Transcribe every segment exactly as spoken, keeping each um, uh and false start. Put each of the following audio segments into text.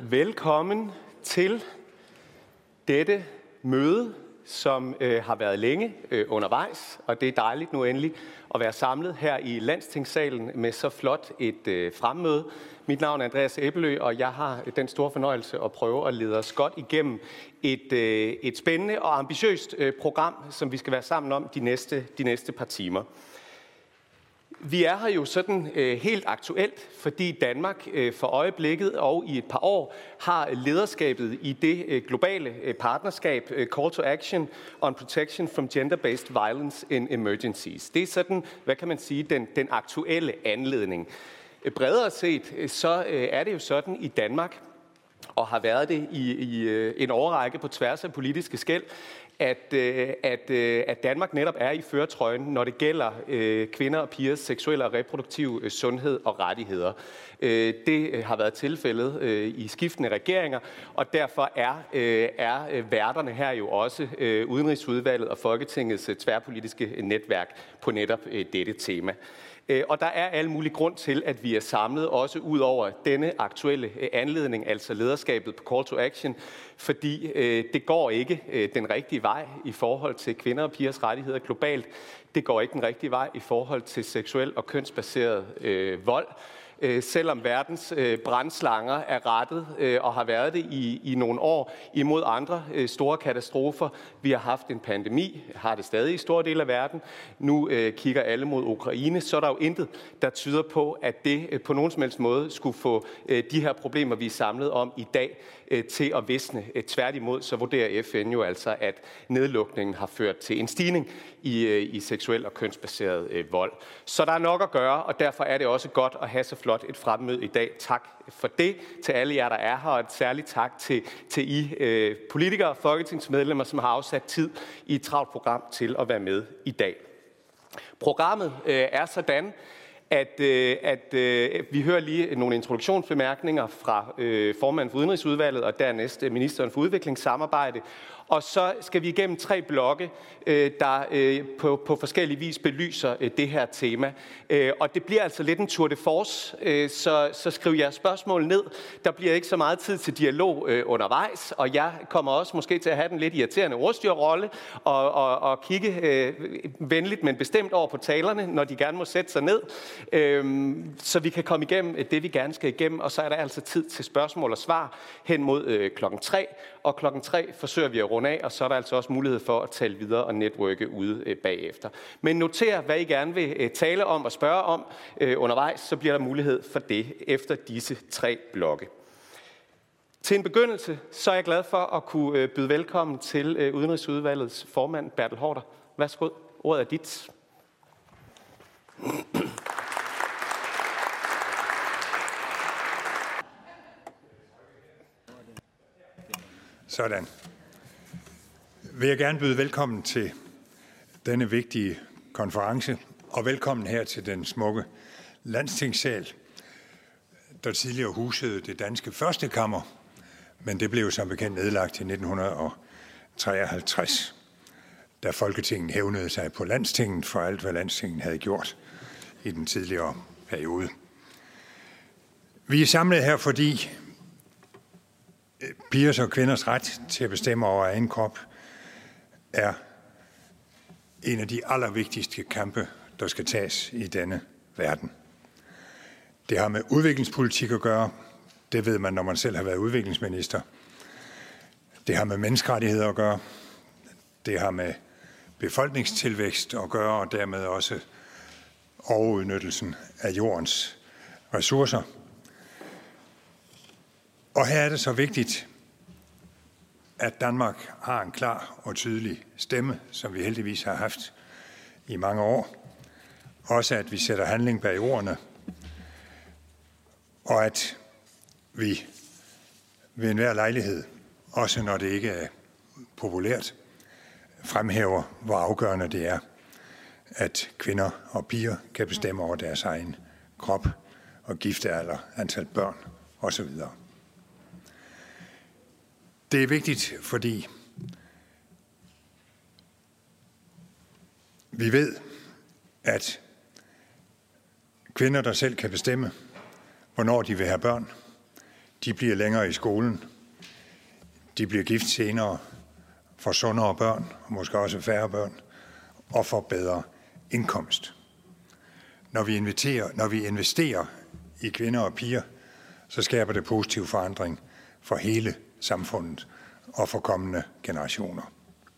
velkommen til dette møde, som øh, har været længe øh, undervejs, og det er dejligt nu endelig at være samlet her i Landstingssalen med så flot et øh, fremmøde. Mit navn er Andreas Ebbelø, og jeg har den store fornøjelse at prøve at lede os godt igennem et, øh, et spændende og ambitiøst øh, program, som vi skal være sammen om de næste, de næste par timer. Vi er her jo sådan øh, helt aktuelt, fordi Danmark øh, for øjeblikket og i et par år har lederskabet i det øh, globale øh, partnerskab øh, Call to Action on Protection from Gender-Based Violence in Emergencies. Det er sådan, hvad kan man sige, den, den aktuelle anledning. Bredere set, så øh, er det jo sådan i Danmark, og har været det i, i øh, en årrække på tværs af politiske skel, At, at, at Danmark netop er i førertrøjen, når det gælder øh, kvinder og pigers seksuelle og reproduktive øh, sundhed og rettigheder. Øh, det har været tilfældet øh, i skiftende regeringer, og derfor er, øh, er værterne her jo også øh, Udenrigsudvalget og Folketingets øh, tværpolitiske netværk på netop øh, dette tema. Og der er al mulig grund til, at vi er samlet, også ud over denne aktuelle anledning, altså lederskabet på Call to Action, fordi øh, det går ikke øh, den rigtige vej i forhold til kvinder og pigers rettigheder globalt. Det går ikke den rigtige vej i forhold til seksuel og kønsbaseret øh, vold. Øh, selvom verdens øh, brandslanger er rettet øh, og har været det i, i nogle år imod andre øh, store katastrofer. Vi har haft en pandemi, har det stadig i store dele af verden. Nu øh, kigger alle mod Ukraine, så er der jo intet, der tyder på, at det øh, på nogen som helst måde skulle få øh, de her problemer, vi er samlet om i dag, øh, til at visne. Øh, tværtimod, så vurderer F N jo altså, at nedlukningen har ført til en stigning i, øh, i seksuel og kønsbaseret øh, vold. Så der er nok at gøre, og derfor er det også godt at have så flot et fremmøde i dag. Tak for det til alle jer, der er her, og et særligt tak til, til I øh, politikere og folketingsmedlemmer, som har afsat tid i et travlt program til at være med i dag. Programmet øh, er sådan, at, øh, at øh, vi hører lige nogle introduktionsbemærkninger fra øh, formanden for Udenrigsudvalget og dernæst øh, ministeren for udviklingssamarbejde. Og så skal vi igennem tre blokke, øh, der øh, på, på forskellige vis belyser øh, det her tema. Øh, og det bliver altså lidt en tour de force, øh, så, så skriv jeres spørgsmål ned. Der bliver ikke så meget tid til dialog øh, undervejs, og jeg kommer også måske til at have den lidt irriterende ordstyrrolle og, og, og kigge øh, venligt, men bestemt over på talerne, når de gerne må sætte sig ned, øh, så vi kan komme igennem det, vi gerne skal igennem. Og så er der altså tid til spørgsmål og svar hen mod øh, klokken tre, og klokken tre forsøger vi at runde af, og så er der altså også mulighed for at tale videre og netværke ude øh, bagefter. Men noter, hvad I gerne vil øh, tale om og spørge om øh, undervejs, så bliver der mulighed for det efter disse tre blokke. Til en begyndelse, så er jeg glad for at kunne øh, byde velkommen til øh, Udenrigsudvalgets formand, Bertel Haarder. Værsgo, ordet er dit. Sådan. Vil jeg gerne byde velkommen til denne vigtige konference, og velkommen her til den smukke Landstingssal, der tidligere husede det danske førstekammer, men det blev som bekendt nedlagt i nitten treoghalvtreds, da Folketinget hævnede sig på Landstinget for alt, hvad Landstinget havde gjort i den tidligere periode. Vi er samlet her, fordi pigers og kvinders ret til at bestemme over egen krop er en af de allervigtigste kampe, der skal tages i denne verden. Det har med udviklingspolitik at gøre. Det ved man, når man selv har været udviklingsminister. Det har med menneskerettigheder at gøre. Det har med befolkningstilvækst at gøre, og dermed også overudnyttelsen af jordens ressourcer. Og her er det så vigtigt, at Danmark har en klar og tydelig stemme, som vi heldigvis har haft i mange år. Også at vi sætter handling bag ordene, og at vi ved enhver lejlighed, også når det ikke er populært, fremhæver, hvor afgørende det er, at kvinder og piger kan bestemme over deres egen krop og giftealder, antal børn osv. Det er vigtigt, fordi vi ved, at kvinder, der selv kan bestemme, hvornår de vil have børn, De bliver længere i skolen. De bliver gift senere, får sundere børn, og måske også færre børn, og får bedre indkomst. Når vi investerer, når vi investerer i kvinder og piger, så skaber det positiv forandring for hele samfundet og for kommende generationer.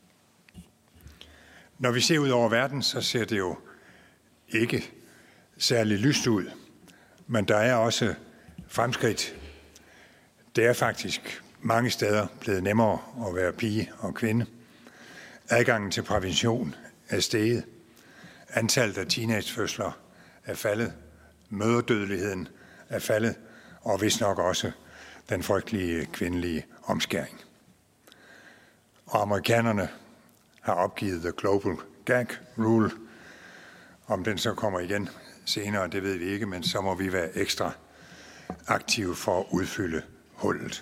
Når vi ser ud over verden, så ser det jo ikke særlig lyst ud, men der er også fremskridt. Det er faktisk mange steder blevet nemmere at være pige og kvinde. Adgangen til prævention er steget. Antallet af teenagefødsler er faldet. Mødredødeligheden er faldet. Og vist nok også den frygtelige kvindelige omskæring. Og amerikanerne har opgivet The Global Gag Rule. Om den så kommer igen senere, det ved vi ikke, men så må vi være ekstra aktive for at udfylde hullet.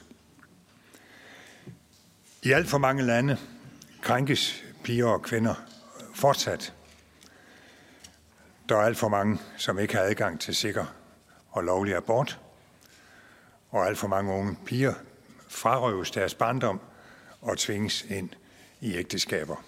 I alt for mange lande krænkes piger og kvinder fortsat. Der er alt for mange, som ikke har adgang til sikker og lovlig abort, og alt for mange unge piger frarøves deres barndom og tvinges ind i ægteskaber.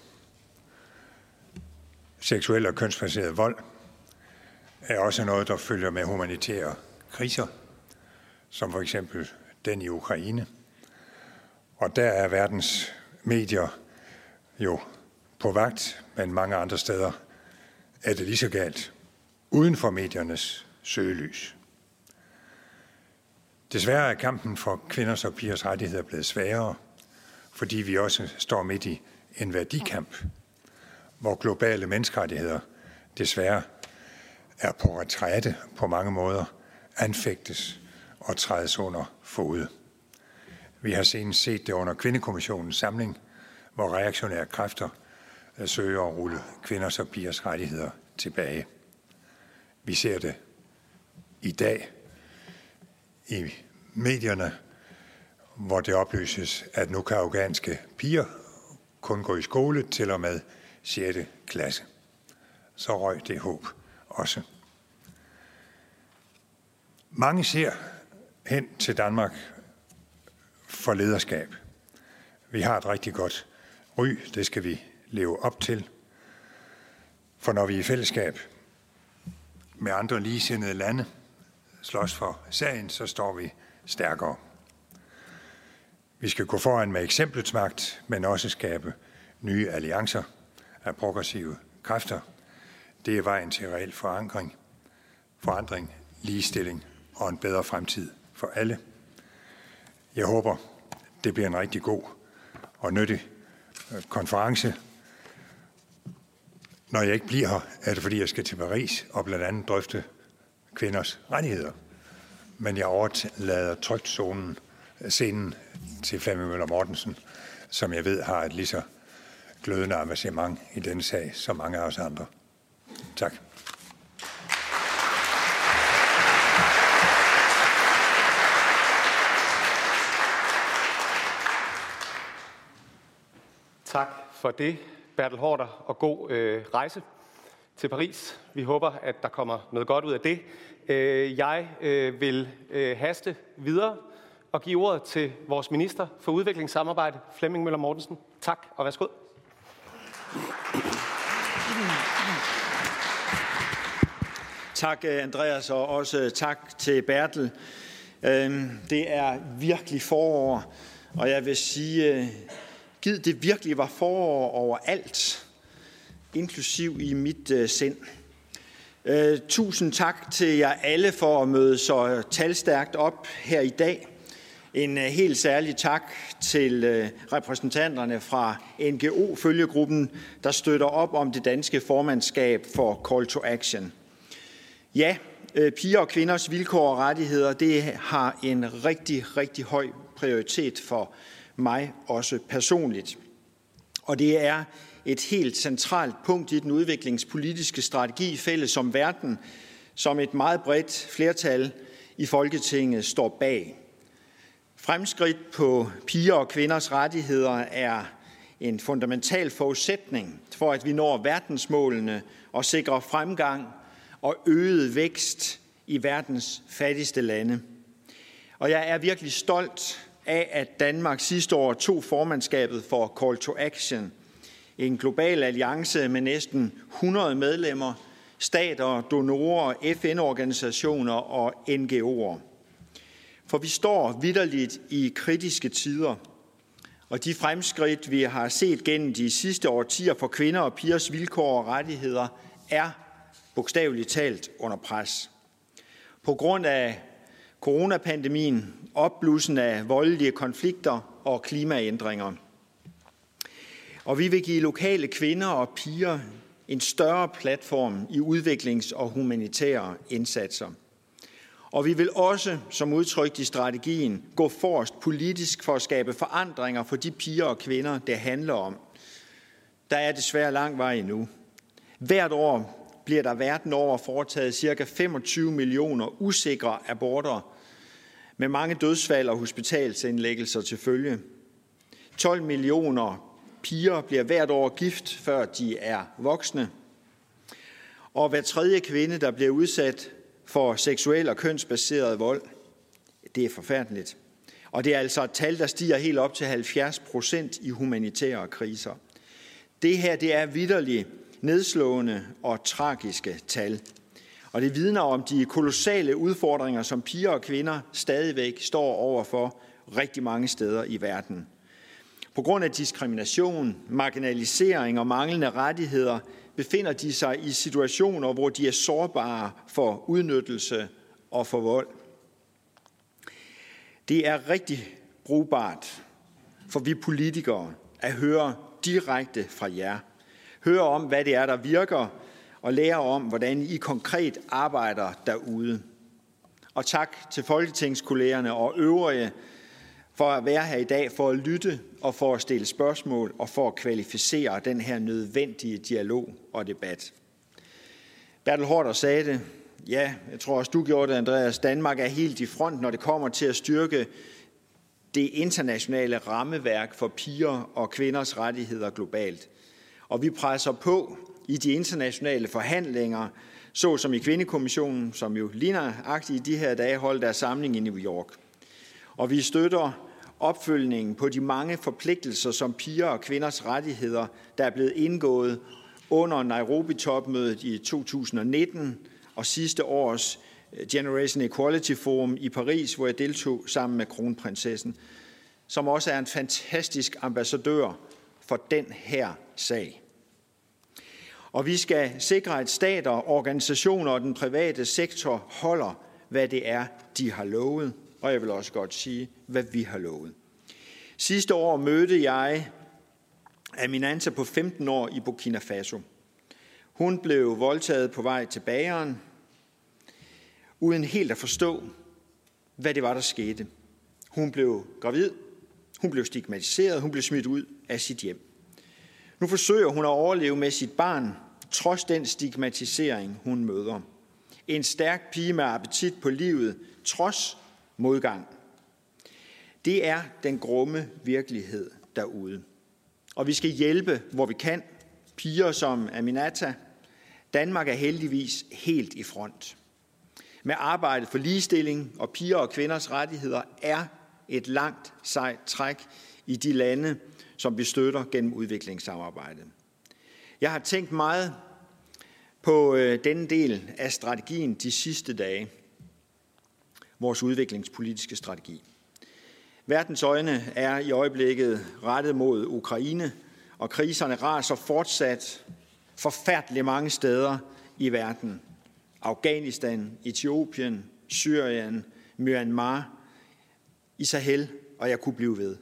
Seksuel og kønsbaseret vold er også noget, der følger med humanitære kriser, som for eksempel den i Ukraine. Og der er verdens medier jo på vagt, men mange andre steder er det lige så galt uden for mediernes søgelys. Desværre er kampen for kvinders og pigers rettigheder blevet sværere, fordi vi også står midt i en værdikamp, hvor globale menneskerettigheder desværre er på retræte på mange måder, anfægtes og trædes under fod. Vi har senest set det under Kvindekommissionens samling, hvor reaktionære kræfter søger at rulle kvinders og pigers rettigheder tilbage. Vi ser det i dag i medierne, hvor det oplyses, at nu kan afghanske piger kun gå i skole til og med sjette klasse. Så røg det håb også. Mange ser hen til Danmark for lederskab. Vi har et rigtig godt ry, det skal vi leve op til. For når vi i fællesskab med andre ligesindede lande slås for sagen, så står vi stærkere. Vi skal gå foran med eksemplets magt, men også skabe nye alliancer af progressive kræfter. Det er vejen til reel forankring, forandring, ligestilling og en bedre fremtid for alle. Jeg håber, det bliver en rigtig god og nyttig konference. Når jeg ikke bliver her, er det fordi, jeg skal til Paris og blandt andet drøfte kvinders rettigheder. Men jeg overlader trygt zonen, scenen til Flemming Møller Mortensen, som jeg ved har et lige så glødende engagement i denne sag som mange af os andre. Tak. Tak for det, Bertel Haarder, og god øh, rejse til Paris. Vi håber, at der kommer noget godt ud af det. Øh, jeg øh, vil øh, haste videre og give ordet til vores minister for udviklingssamarbejde, Flemming Møller Mortensen. Tak, og værsgo. Tak, Andreas, og også tak til Bertel. Det er virkelig forår, og jeg vil sige, gid det virkelig var forår overalt, inklusiv i mit sind. Tusind tak til jer alle for at møde så talstærkt op her i dag. En helt særlig tak til repræsentanterne fra N G O-følgegruppen, der støtter op om det danske formandskab for Call to Action. Ja, piger og kvinders vilkår og rettigheder, det har en rigtig, rigtig høj prioritet for mig også personligt. Og det er et helt centralt punkt i den udviklingspolitiske strategi Fælles om verden, som et meget bredt flertal i Folketinget står bag. Fremskridt på piger og kvinders rettigheder er en fundamental forudsætning for, at vi når verdensmålene og sikrer fremgang og øget vækst i verdens fattigste lande. Og jeg er virkelig stolt af, at Danmark sidste år tog formandskabet for Call to Action, en global alliance med næsten hundrede medlemmer, stater, donorer, F N-organisationer og N G O'er. For vi står vitterligt i kritiske tider, og de fremskridt, vi har set gennem de sidste årtier for kvinder og pigers vilkår og rettigheder, er bogstaveligt talt under pres. På grund af coronapandemien, opblussen af voldelige konflikter og klimaændringer. Og vi vil give lokale kvinder og piger en større platform i udviklings- og humanitære indsatser. Og vi vil også, som udtrykt i strategien, gå forrest politisk for at skabe forandringer for de piger og kvinder, det handler om. Der er desværre lang vej endnu. Hvert år bliver der verden over foretaget ca. femogtyve millioner usikre aborter med mange dødsfald og hospitalsindlæggelser til følge. tolv millioner piger bliver hvert år gift, før de er voksne. Og hver tredje kvinde, der bliver udsat for seksuel og kønsbaseret vold, det er forfærdeligt. Og det er altså et tal, der stiger helt op til halvfjerds procent i humanitære kriser. Det her, det er vitterligt nedslående og tragiske tal. Og det vidner om de kolossale udfordringer, som piger og kvinder stadigvæk står overfor rigtig mange steder i verden. På grund af diskrimination, marginalisering og manglende rettigheder befinder de sig i situationer, hvor de er sårbare for udnyttelse og for vold. Det er rigtig brugbart for vi politikere at høre direkte fra jer. Høre om, hvad det er, der virker, og lære om, hvordan I konkret arbejder derude. Og tak til folketingskollegerne og øvrige for at være her i dag, for at lytte og for at stille spørgsmål og for at kvalificere den her nødvendige dialog og debat. Bertel Haarder sagde det. Ja, jeg tror også, du gjorde det, Andreas. Danmark er helt i front, når det kommer til at styrke det internationale rammeværk for piger og kvinders rettigheder globalt. Og vi presser på i de internationale forhandlinger, såsom i Kvindekommissionen, som jo ligneragtigt i de her dage holder deres samling i New York. Og vi støtter opfølgningen på de mange forpligtelser, som piger og kvinders rettigheder, der er blevet indgået under Nairobi-topmødet i to tusind og nitten og sidste års Generation Equality Forum i Paris, hvor jeg deltog sammen med kronprinsessen, som også er en fantastisk ambassadør for den her sag. Og vi skal sikre, at stater, organisationer og den private sektor holder, hvad det er, de har lovet. Og jeg vil også godt sige, hvad vi har lovet. Sidste år mødte jeg Aminata på femten år i Burkina Faso. Hun blev voldtaget på vej til bageren, uden helt at forstå, hvad det var, der skete. Hun blev gravid, hun blev stigmatiseret, hun blev smidt ud af sit hjem. Nu forsøger hun at overleve med sit barn, trods den stigmatisering, hun møder. En stærk pige med appetit på livet, trods modgang. Det er den grumme virkelighed derude. Og vi skal hjælpe, hvor vi kan. Piger som Aminata. Danmark er heldigvis helt i front. Med arbejdet for ligestilling og piger og kvinders rettigheder er et langt sejt træk i de lande, som vi støtter gennem udviklingssamarbejdet. Jeg har tænkt meget på denne del af strategien de sidste dage. Vores udviklingspolitiske strategi. Verdens øjne er i øjeblikket rettet mod Ukraine, og kriserne raser fortsat forfærdeligt mange steder i verden. Afghanistan, Etiopien, Syrien, Myanmar, i Sahel, og jeg kunne blive ved.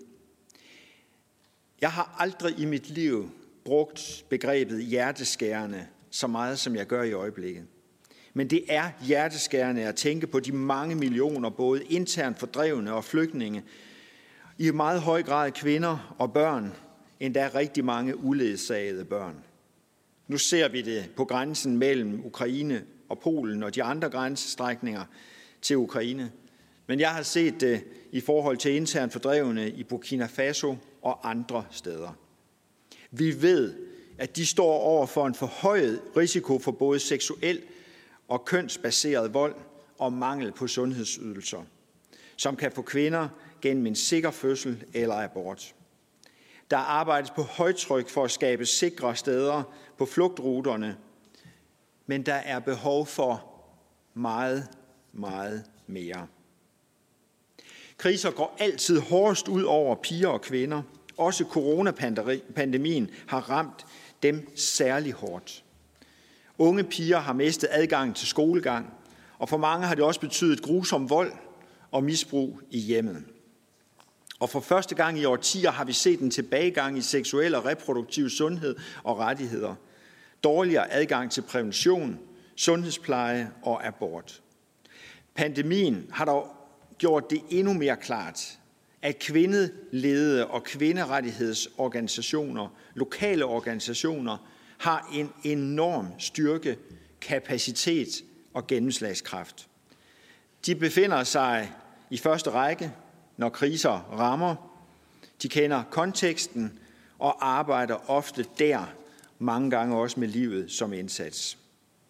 Jeg har aldrig i mit liv brugt begrebet hjerteskærende så meget, som jeg gør i øjeblikket. Men det er hjerteskærende at tænke på de mange millioner, både internt fordrevne og flygtninge, i meget høj grad kvinder og børn, endda rigtig mange uledsagede børn. Nu ser vi det på grænsen mellem Ukraine og Polen og de andre grænsestrækninger til Ukraine. Men jeg har set det i forhold til internt fordrevne i Burkina Faso og andre steder. Vi ved, at de står over for en forhøjet risiko for både seksuel og kønsbaseret vold og mangel på sundhedsydelser. som kan få kvinder gennem en sikker fødsel eller abort. Der arbejdes på højtryk for at skabe sikre steder på flugtruterne, men der er behov for meget, meget mere. Kriser går altid hårdest ud over piger og kvinder. Også coronapandemien har ramt dem særlig hårdt. Unge piger har mistet adgang til skolegang, og for mange har det også betydet grusom vold og misbrug i hjemmet. Og for første gang i årtier har vi set en tilbagegang i seksuel og reproduktiv sundhed og rettigheder. Dårligere adgang til prævention, sundhedspleje og abort. Pandemien har dog gjort det endnu mere klart, at kvindeledede og kvinderettighedsorganisationer, lokale organisationer, har en enorm styrke, kapacitet og gennemslagskraft. De befinder sig i første række, når kriser rammer. De kender konteksten og arbejder ofte der, mange gange også med livet som indsats.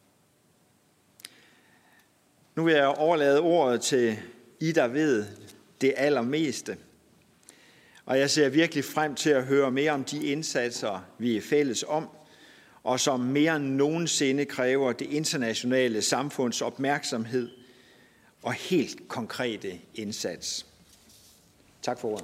Nu vil jeg overlade ordet til I, der ved det allermeste. Og jeg ser virkelig frem til at høre mere om de indsatser, vi er fælles om, og som mere end nogensinde kræver det internationale samfunds opmærksomhed og helt konkrete indsats. Tak for ordet.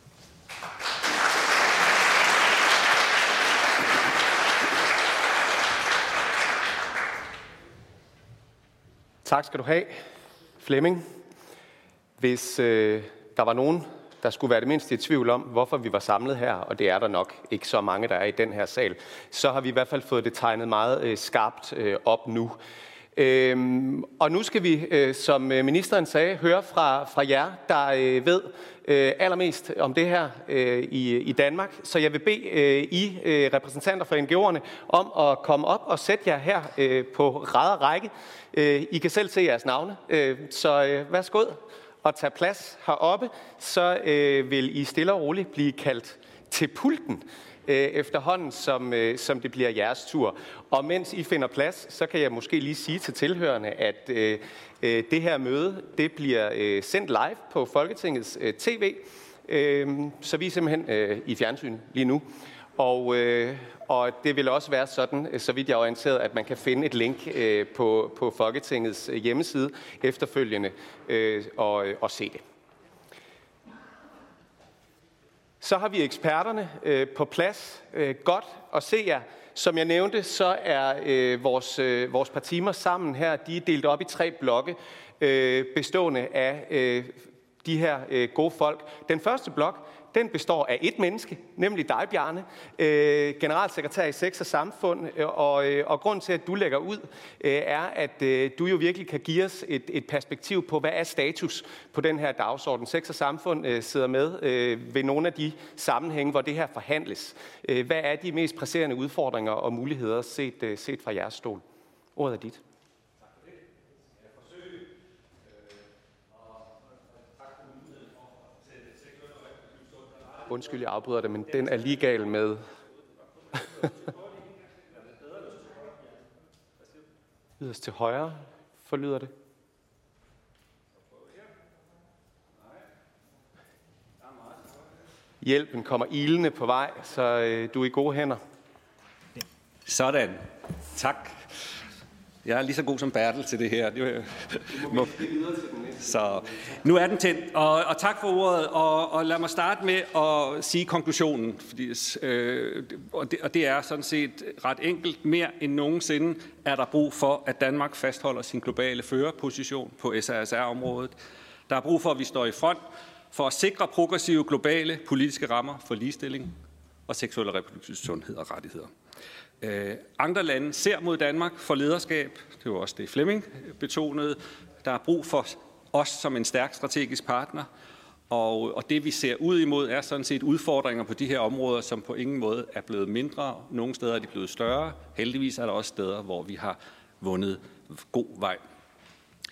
Tak skal du have, Flemming. Hvis øh, der var nogen, der skulle være det mindste i tvivl om, hvorfor vi var samlet her, og det er der nok ikke så mange, der er i den her sal, så har vi i hvert fald fået det tegnet meget øh, skarpt øh, op nu. Øhm, og nu skal vi, øh, som ministeren sagde, høre fra, fra jer, der øh, ved øh, allermest om det her øh, i, i Danmark. Så jeg vil bede øh, I øh, repræsentanter for N G O'erne om at komme op og sætte jer her øh, på rad og række. Øh, I kan selv se jeres navne, øh, så øh, værsgo og tage plads heroppe, så øh, vil I stille og roligt blive kaldt til pulten efterhånden, som, som det bliver jeres tur. Og mens I finder plads, så kan jeg måske lige sige til tilhørende, at øh, det her møde, det bliver øh, sendt live på Folketingets øh, tv, øh, så vi er simpelthen øh, i fjernsyn lige nu. Og, øh, og det vil også være sådan, så vidt jeg er orienteret, at man kan finde et link øh, på, på Folketingets hjemmeside efterfølgende øh, og, og se det. Så har vi eksperterne øh, på plads. Øh, godt at se jer. Som jeg nævnte, så er øh, vores, øh, vores par timer sammen her, de er delt op i tre blokke, øh, bestående af øh, de her øh, gode folk. Den første blok, den består af et menneske, nemlig dig, Bjarne, øh, generalsekretær i Sex og Samfund, øh, og, øh, og grunden til, at du lægger ud, øh, er, at øh, du jo virkelig kan give os et, et perspektiv på, hvad er status på den her dagsorden. Sex og Samfund øh, sidder med øh, ved nogle af de sammenhænge, hvor det her forhandles. Øh, hvad er de mest presserende udfordringer og muligheder set, øh, set fra jeres stol? Ordet er dit. Undskyld, jeg afbryder det, men den er lige gal med. Yderst til højre forlyder det. Hjælpen kommer ilende på vej, så øh, du er i gode hænder. Sådan. Tak. Jeg er lige så god som Bertel til det her. Det må... Så nu er den tændt, og, og tak for ordet, og, og lad mig starte med at sige konklusionen, fordi, øh, og, det, og det er sådan set ret enkelt. Mere end nogensinde er der brug for, at Danmark fastholder sin globale førerposition på S R S R-området. Der er brug for, at vi står i front for at sikre progressive globale politiske rammer for ligestilling og seksuel og reproduktiv sundhed og rettigheder. Øh, andre lande ser mod Danmark for lederskab. Det var også det, Flemming betonede. Der er brug for os som en stærk strategisk partner, og, og det vi ser ud imod er sådan set udfordringer på de her områder, som på ingen måde er blevet mindre. Nogle steder er de blevet større. Heldigvis er der også steder, hvor vi har vundet god vej.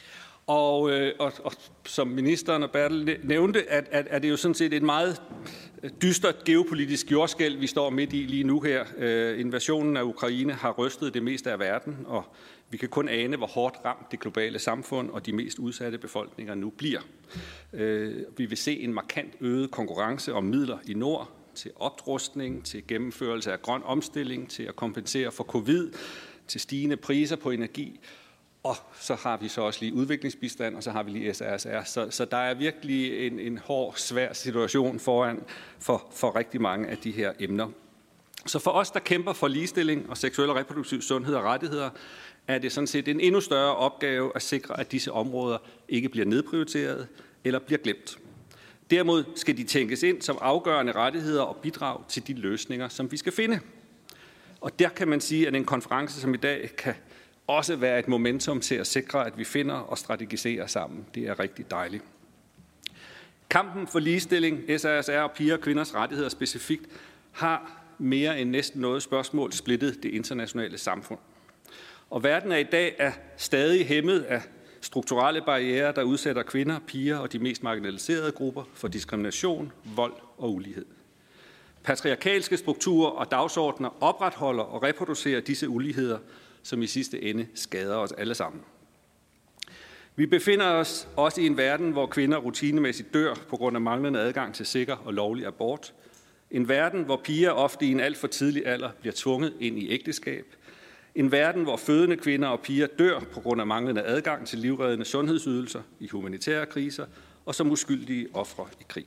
Og, øh, og, og som ministeren og Bertel nævnte, at, at, at det jo sådan set et meget dystert geopolitisk jordskælv, vi står midt i lige nu her. Øh, invasionen af Ukraine har rystet det meste af verden, og vi kan kun ane, hvor hårdt ramt det globale samfund og de mest udsatte befolkninger nu bliver. Øh, vi vil se en markant øget konkurrence om midler i nord til oprustning, til gennemførelse af grøn omstilling, til at kompensere for covid, til stigende priser på energi. Og så har vi så også lige udviklingsbistand, og så har vi lige S R S R. Så, så der er virkelig en, en hård, svær situation foran for, for rigtig mange af de her emner. Så for os, der kæmper for ligestilling og seksuel og reproduktiv sundhed og rettigheder, er det sådan set en endnu større opgave at sikre, at disse områder ikke bliver nedprioriteret eller bliver glemt. Derimod skal de tænkes ind som afgørende rettigheder og bidrag til de løsninger, som vi skal finde. Og der kan man sige, at en konference som i dag kan også være et momentum til at sikre, at vi finder og strategiserer sammen. Det er rigtig dejligt. Kampen for ligestilling, S R S R og piger og kvinders rettigheder specifikt, har mere end næsten noget spørgsmål splittet det internationale samfund. Og verden er i dag er stadig hæmmet af strukturelle barrierer, der udsætter kvinder, piger og de mest marginaliserede grupper for diskrimination, vold og ulighed. Patriarkalske strukturer og dagsordner opretholder og reproducerer disse uligheder, som i sidste ende skader os alle sammen. Vi befinder os også i en verden, hvor kvinder rutinemæssigt dør på grund af manglende adgang til sikker og lovlig abort. En verden, hvor piger ofte i en alt for tidlig alder bliver tvunget ind i ægteskab. En verden, hvor fødende kvinder og piger dør på grund af manglende adgang til livreddende sundhedsydelser i humanitære kriser og som uskyldige ofre i krig.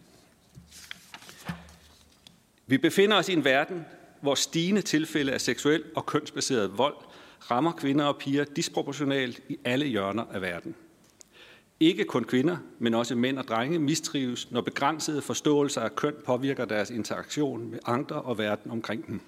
Vi befinder os i en verden, hvor stigende tilfælde af seksuel og kønsbaseret vold rammer kvinder og piger disproportionalt i alle hjørner af verden. Ikke kun kvinder, men også mænd og drenge mistrives, når begrænsede forståelser af køn påvirker deres interaktion med andre og verden omkring dem.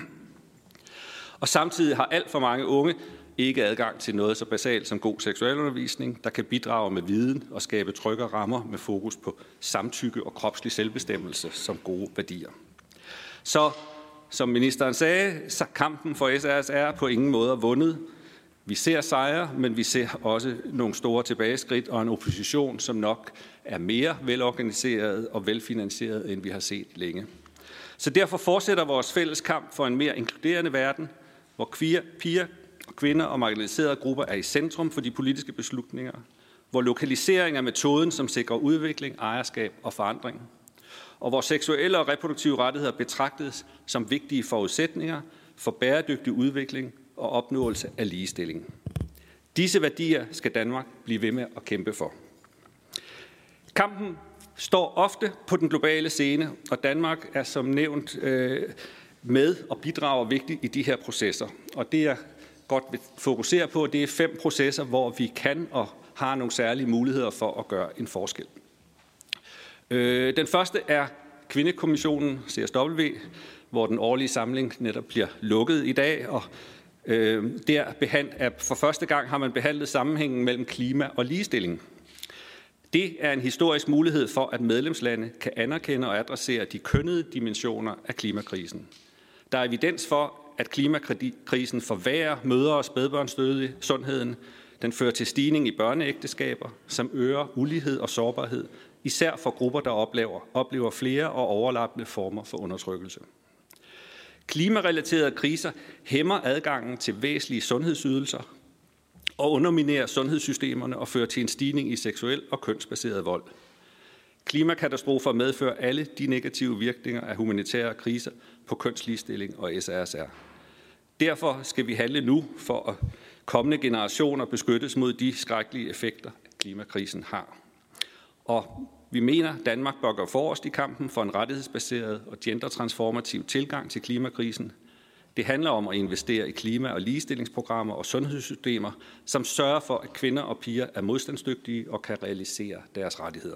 Og samtidig har alt for mange unge ikke adgang til noget så basalt som god seksualundervisning, der kan bidrage med viden og skabe trygge rammer med fokus på samtykke og kropslig selvbestemmelse som gode værdier. Så som ministeren sagde, så kampen for S R S R på ingen måde vundet. Vi ser sejre, men vi ser også nogle store tilbageskridt og en opposition, som nok er mere velorganiseret og velfinansieret, end vi har set længe. Så derfor fortsætter vores fælles kamp for en mere inkluderende verden, hvor kvier, piger, kvinder og marginaliserede grupper er i centrum for de politiske beslutninger, hvor lokalisering er metoden, som sikrer udvikling, ejerskab og forandring, og hvor seksuelle og reproduktive rettigheder betragtes som vigtige forudsætninger for bæredygtig udvikling og opnåelse af ligestilling. Disse værdier skal Danmark blive ved med at kæmpe for. Kampen står ofte på den globale scene, og Danmark er som nævnt øh, med og bidrager vigtigt i de her processer. Og det jeg godt vil fokusere på, det er fem processer, hvor vi kan og har nogle særlige muligheder for at gøre en forskel. Øh, den første er Kvindekommissionen, C S W, hvor den årlige samling netop bliver lukket i dag, og øh, der behand, er, for første gang har man behandlet sammenhængen mellem klima og ligestilling. Det er en historisk mulighed for, at medlemslande kan anerkende og adressere de kønnede dimensioner af klimakrisen. Der er evidens for, at klimakrisen forværrer mødre- og spædbørnsdøde sundheden. Den fører til stigning i børneægteskaber, som øger ulighed og sårbarhed, især for grupper, der oplever, oplever flere og overlappende former for undertrykkelse. Klimarelaterede kriser hæmmer adgangen til væsentlige sundhedsydelser og underminerer sundhedssystemerne og fører til en stigning i seksuel og kønsbaseret vold. Klimakatastrofer medfører alle de negative virkninger af humanitære kriser på kønsligestilling og S R S R. Derfor skal vi handle nu for at kommende generationer beskyttes mod de skrækkelige effekter, klimakrisen har. Og vi mener, at Danmark bør gå forrest i kampen for en rettighedsbaseret og gendertransformativ tilgang til klimakrisen. Det handler om at investere i klima- og ligestillingsprogrammer og sundhedssystemer, som sørger for, at kvinder og piger er modstandsdygtige og kan realisere deres rettigheder.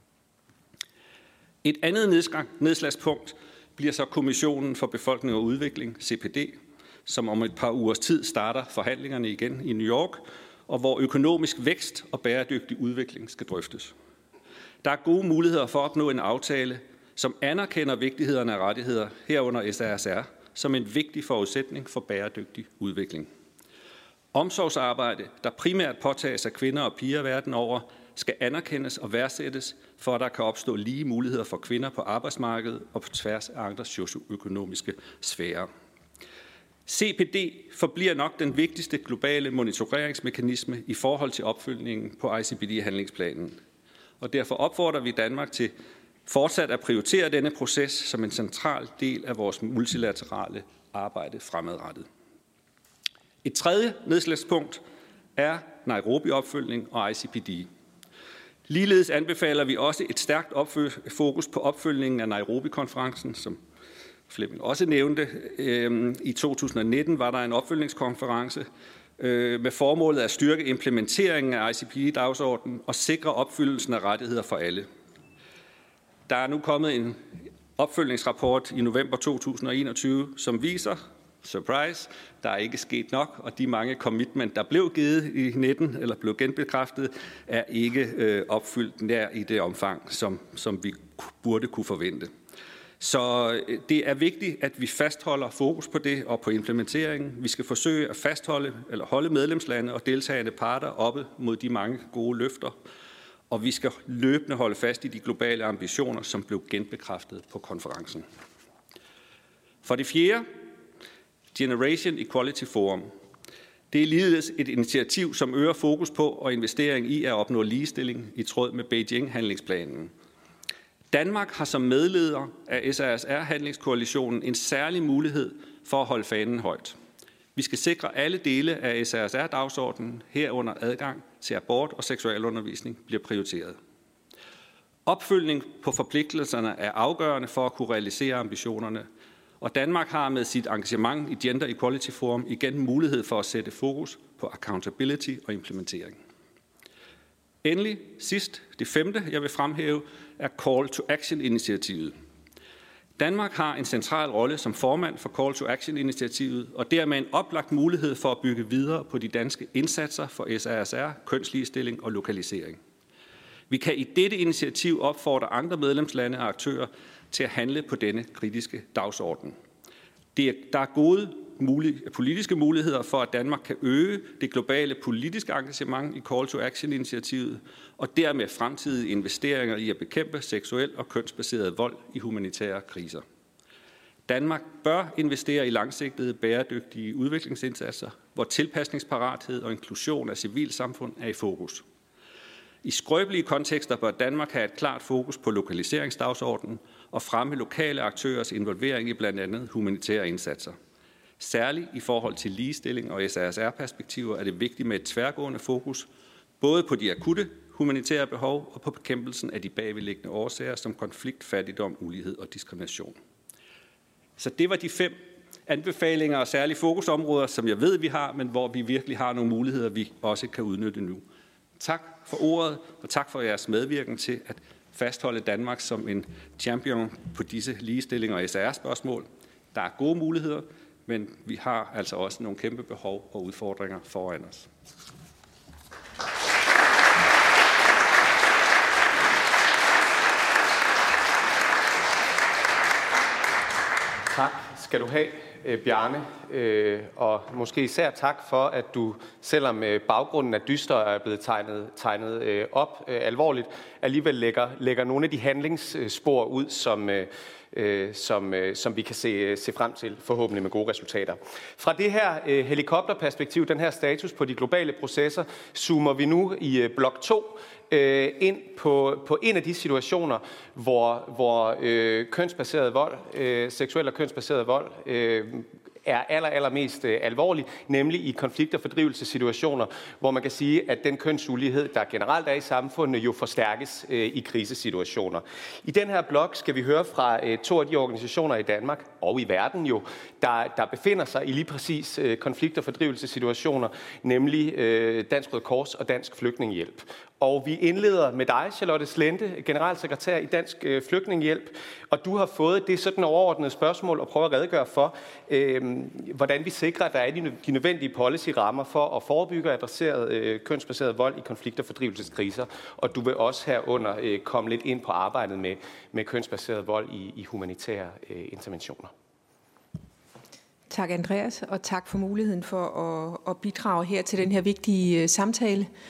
Et andet nedslagspunkt bliver så Kommissionen for Befolkning og Udvikling, C P D, som om et par ugers tid starter forhandlingerne igen i New York, og hvor økonomisk vækst og bæredygtig udvikling skal drøftes. Der er gode muligheder for at opnå en aftale, som anerkender vigtigheden af rettigheder herunder S R S R, som en vigtig forudsætning for bæredygtig udvikling. Omsorgsarbejde, der primært påtages af kvinder og piger verden over, skal anerkendes og værdsættes, for at der kan opstå lige muligheder for kvinder på arbejdsmarkedet og på tværs af andre socioøkonomiske sfærer. C P D forbliver nok den vigtigste globale monitoreringsmekanisme i forhold til opfølgningen på I C P D-handlingsplanen. Og derfor opfordrer vi Danmark til fortsat at prioritere denne proces som en central del af vores multilaterale arbejde fremadrettet. Et tredje nedslagspunkt er Nairobi-opfølgning og I C P D. Ligeledes anbefaler vi også et stærkt fokus på opfølgningen af Nairobi-konferencen, som Flemming også nævnte. I to tusind og nitten var der en opfølgningskonference med formålet at styrke implementeringen af I C P D-dagsordenen og sikre opfyldelsen af rettigheder for alle. Der er nu kommet en opfølgningsrapport i november to tusind og enogtyve, som viser, surprise, der er ikke sket nok, og de mange commitment, der blev givet i nitten eller blev genbekræftet, er ikke øh, opfyldt nær i det omfang, som, som vi burde kunne forvente. Så det er vigtigt, at vi fastholder fokus på det og på implementeringen. Vi skal forsøge at fastholde eller holde medlemslande og deltagende parter oppe mod de mange gode løfter, og vi skal løbende holde fast i de globale ambitioner, som blev genbekræftet på konferencen. For det fjerde, Generation Equality Forum. Det er ligeledes et initiativ, som øger fokus på og investering i at opnå ligestilling i tråd med Beijing-handlingsplanen. Danmark har som medleder af S R S R-handlingskoalitionen en særlig mulighed for at holde fanen højt. Vi skal sikre alle dele af S R S R-dagsordenen, herunder adgang til abort og seksualundervisning, bliver prioriteret. Opfølgning på forpligtelserne er afgørende for at kunne realisere ambitionerne, og Danmark har med sit engagement i Gender Equality Forum igen mulighed for at sætte fokus på accountability og implementering. Endelig, sidst, det femte, jeg vil fremhæve, er Call to Action-initiativet. Danmark har en central rolle som formand for Call to Action-initiativet, og dermed en oplagt mulighed for at bygge videre på de danske indsatser for S R S R, kønsligestilling og lokalisering. Vi kan i dette initiativ opfordre andre medlemslande og aktører til at handle på denne kritiske dagsorden. Det er, der er gode mulige, politiske muligheder for, at Danmark kan øge det globale politiske engagement i Call to Action-initiativet, og dermed fremtidige investeringer i at bekæmpe seksuel og kønsbaseret vold i humanitære kriser. Danmark bør investere i langsigtede, bæredygtige udviklingsindsatser, hvor tilpasningsparathed og inklusion af civilsamfund er i fokus. I skrøbelige kontekster bør Danmark have et klart fokus på lokaliseringsdagsordenen og fremme lokale aktørers involvering i blandt andet humanitære indsatser. Særligt i forhold til ligestilling og S R S R-perspektiver er det vigtigt med et tværgående fokus, både på de akutte humanitære behov og på bekæmpelsen af de bagvedliggende årsager som konflikt, fattigdom, ulighed og diskrimination. Så det var de fem anbefalinger og særlige fokusområder, som jeg ved, vi har, men hvor vi virkelig har nogle muligheder, vi også kan udnytte nu. Tak for ordet, og tak for jeres medvirken til at fastholde Danmark som en champion på disse ligestilling og S R S-spørgsmål. Der er gode muligheder, men vi har altså også nogle kæmpe behov og udfordringer foran os. Tak skal du have, Bjarne, og måske især tak for, at du, selvom baggrunden er dyster og er blevet tegnet, tegnet op alvorligt, alligevel lægger, lægger nogle af de handlingsspor ud, som, som, som vi kan se, se frem til, forhåbentlig med gode resultater. Fra det her helikopterperspektiv, den her status på de globale processer, zoomer vi nu i blok to ind på, på en af de situationer, hvor, hvor øh, kønsbaseret vold, øh, seksuel og kønsbaseret vold, øh, er aller, allermest øh, alvorlig, nemlig i konflikt- og fordrivelsessituationer, hvor man kan sige, at den kønsulighed, der generelt er i samfundet, jo forstærkes øh, i krisesituationer. I den her blok skal vi høre fra øh, to af de organisationer i Danmark og i verden jo, der, der befinder sig i lige præcis øh, konflikt- og fordrivelsessituationer, nemlig øh, Dansk Røde Kors og Dansk Flygtningehjælp. Og vi indleder med dig, Charlotte Slente, generalsekretær i Dansk øh, Flygtningehjælp, og du har fået det sådan overordnede spørgsmål og prøver at redegøre for, øh, hvordan vi sikrer, at der er de, de nødvendige policy-rammer for at forebygge og adressere øh, kønsbaseret vold i konflikt- og fordrivelseskriser. Og du vil også herunder øh, komme lidt ind på arbejdet med, med kønsbaseret vold i, i humanitære øh, interventioner. Tak, Andreas, og tak for muligheden for at, at bidrage her til den her vigtige øh, samtale.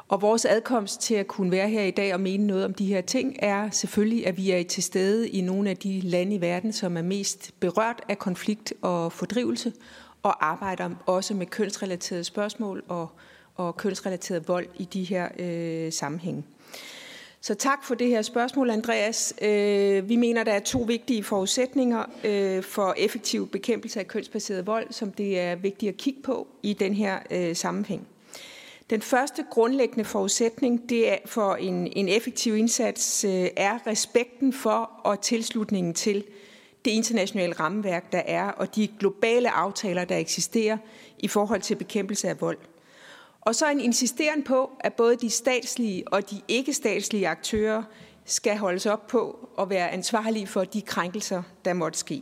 Og vores adkomst til at kunne være her i dag og mene noget om de her ting er selvfølgelig, at vi er til stede i nogle af de lande i verden, som er mest berørt af konflikt og fordrivelse, og arbejder også med kønsrelaterede spørgsmål og, og kønsrelateret vold i de her øh, sammenhænge. Så tak for det her spørgsmål, Andreas. Øh, vi mener, der er to vigtige forudsætninger øh, for effektiv bekæmpelse af kønsbaseret vold, som det er vigtigt at kigge på i den her øh, sammenhæng. Den første grundlæggende forudsætning det er for en, en effektiv indsats øh, er respekten for og tilslutningen til det internationale rammeværk, der er, og de globale aftaler, der eksisterer i forhold til bekæmpelse af vold. Og så en insisteren på, at både de statslige og de ikke-statslige aktører skal holdes op på at være ansvarlige for de krænkelser, der måtte ske.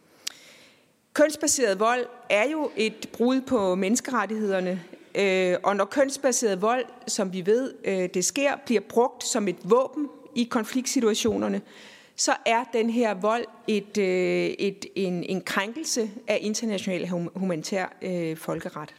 Kønsbaseret vold er jo et brud på menneskerettighederne, og når kønsbaseret vold, som vi ved, det sker, bliver brugt som et våben i konfliktsituationerne, så er den her vold et, et, en, en krænkelse af international humanitær øh, folkeret.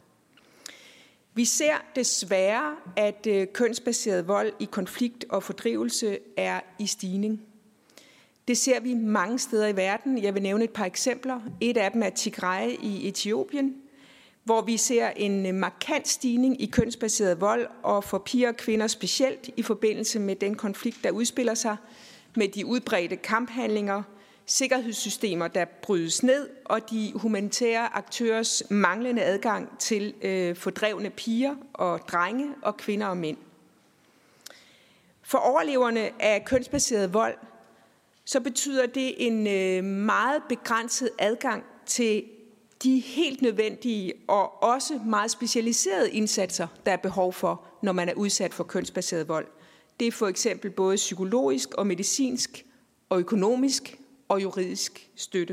Vi ser desværre, at øh, kønsbaseret vold i konflikt og fordrivelse er i stigning. Det ser vi mange steder i verden. Jeg vil nævne et par eksempler. Et af dem er Tigray i Etiopien, hvor vi ser en markant stigning i kønsbaseret vold, og for piger og kvinder specielt i forbindelse med den konflikt, der udspiller sig, med de udbredte kamphandlinger, sikkerhedssystemer, der brydes ned, og de humanitære aktørers manglende adgang til øh, fordrevne piger og drenge og kvinder og mænd. For overleverne af kønsbaseret vold, så betyder det en øh, meget begrænset adgang til de helt nødvendige og også meget specialiserede indsatser, der er behov for, når man er udsat for kønsbaseret vold. Det er for eksempel både psykologisk og medicinsk og økonomisk og juridisk støtte.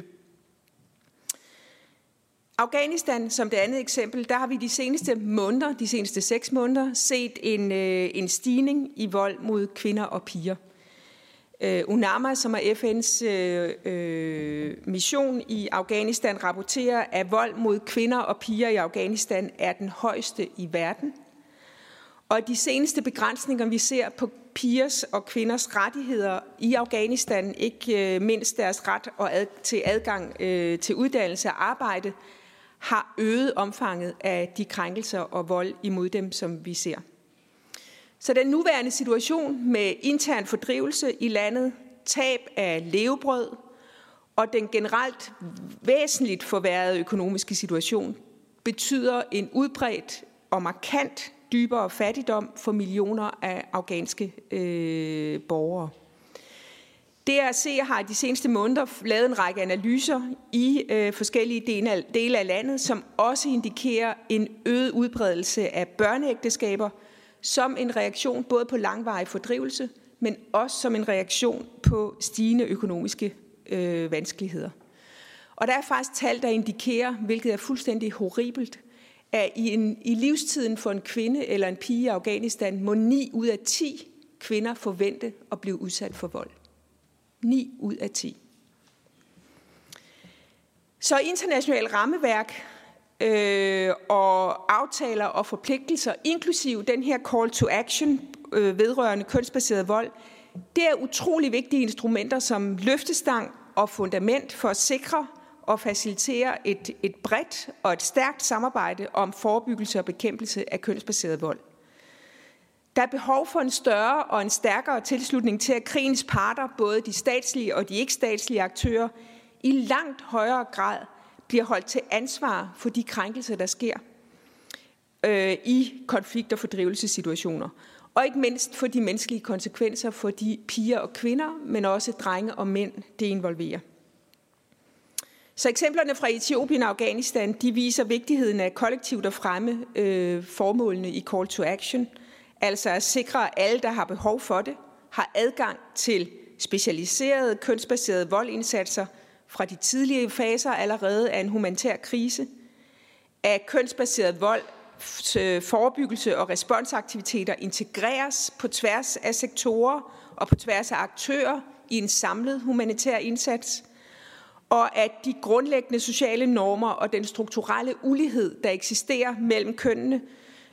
Afghanistan, som det andet eksempel, der har vi de seneste måneder, de seneste seks måneder, set en, øh, en stigning i vold mod kvinder og piger. Øh, UNAMA, som er F N's øh, øh, mission i Afghanistan, rapporterer, at vold mod kvinder og piger i Afghanistan er den højeste i verden. Og de seneste begrænsninger, vi ser på pigers og kvinders rettigheder i Afghanistan, ikke mindst deres ret og ad, til adgang øh, til uddannelse og arbejde, har øget omfanget af de krænkelser og vold imod dem, som vi ser. Så den nuværende situation med intern fordrivelse i landet, tab af levebrød og den generelt væsentligt forværrede økonomiske situation betyder en udbredt og markant dybere fattigdom for millioner af afghanske øh, borgere. D R C har de seneste måneder lavet en række analyser i øh, forskellige dele af, dele af landet, som også indikerer en øget udbredelse af børneægteskaber som en reaktion både på langvarig fordrivelse, men også som en reaktion på stigende økonomiske øh, vanskeligheder. Og der er faktisk tal, der indikerer, hvilket er fuldstændig horribelt, at i, en, i livstiden for en kvinde eller en pige i Afghanistan må ni ud af ti kvinder forvente at blive udsat for vold. ni ud af ti. Så internationalt rammeværk øh, og aftaler og forpligtelser, inklusive den her call to action øh, vedrørende kønsbaseret vold, det er utrolig vigtige instrumenter som løftestang og fundament for at sikre og facilitere et, et bredt og et stærkt samarbejde om forebyggelse og bekæmpelse af kønsbaseret vold. Der er behov for en større og en stærkere tilslutning til, at krigens parter, både de statslige og de ikke-statslige aktører, i langt højere grad bliver holdt til ansvar for de krænkelser, der sker øh, i konflikt- og fordrivelsessituationer. Og ikke mindst for de menneskelige konsekvenser for de piger og kvinder, men også drenge og mænd, det involverer. Så eksemplerne fra Etiopien og Afghanistan, de viser vigtigheden af kollektivt at fremme øh, formålene i Call to Action, altså at sikre, at alle, der har behov for det, har adgang til specialiserede kønsbaserede voldindsatser fra de tidlige faser allerede af en humanitær krise, at kønsbaseret vold, forebyggelse og responsaktiviteter integreres på tværs af sektorer og på tværs af aktører i en samlet humanitær indsats, og at de grundlæggende sociale normer og den strukturelle ulighed, der eksisterer mellem kønnene,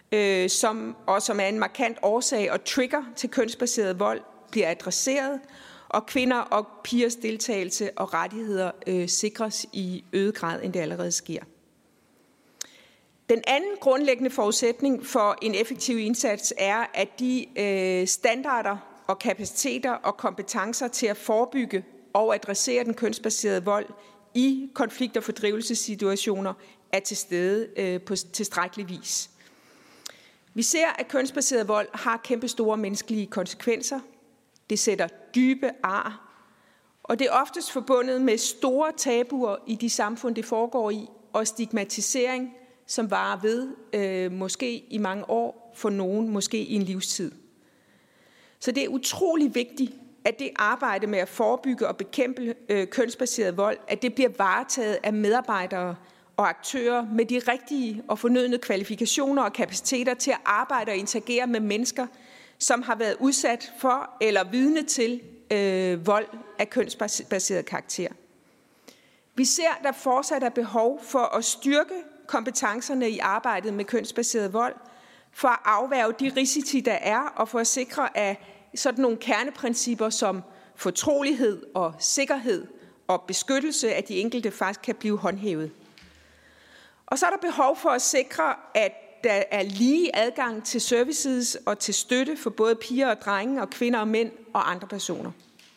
øh, som, og som er en markant årsag og trigger til kønsbaseret vold, bliver adresseret, og kvinder og pigers deltagelse og rettigheder øh, sikres i øget grad, end det allerede sker. Den anden grundlæggende forudsætning for en effektiv indsats er, at de øh, standarder og kapaciteter og kompetencer til at forebygge og adressere den kønsbaserede vold i konflikt- og fordrivelsessituationer er til stede øh, på tilstrækkelig vis. Vi ser, at kønsbaseret vold har kæmpe store menneskelige konsekvenser. Det sætter dybe ar, og det er oftest forbundet med store tabuer i de samfund, det foregår i, og stigmatisering, som varer ved, øh, måske i mange år, for nogen måske i en livstid. Så det er utrolig vigtigt, at det arbejde med at forebygge og bekæmpe øh, kønsbaseret vold, at det bliver varetaget af medarbejdere og aktører med de rigtige og fornødne kvalifikationer og kapaciteter til at arbejde og interagere med mennesker, som har været udsat for eller vidne til øh, vold af kønsbaseret karakter. Vi ser, at der fortsat er behov for at styrke kompetencerne i arbejdet med kønsbaseret vold, for at afværge de risici, der er, og for at sikre, at sådan nogle kerneprincipper som fortrolighed og sikkerhed og beskyttelse af de enkelte faktisk kan blive håndhævet. Og så er der behov for at sikre, at der er lige adgang til services og til støtte for både piger og drenge og kvinder og mænd og andre personer.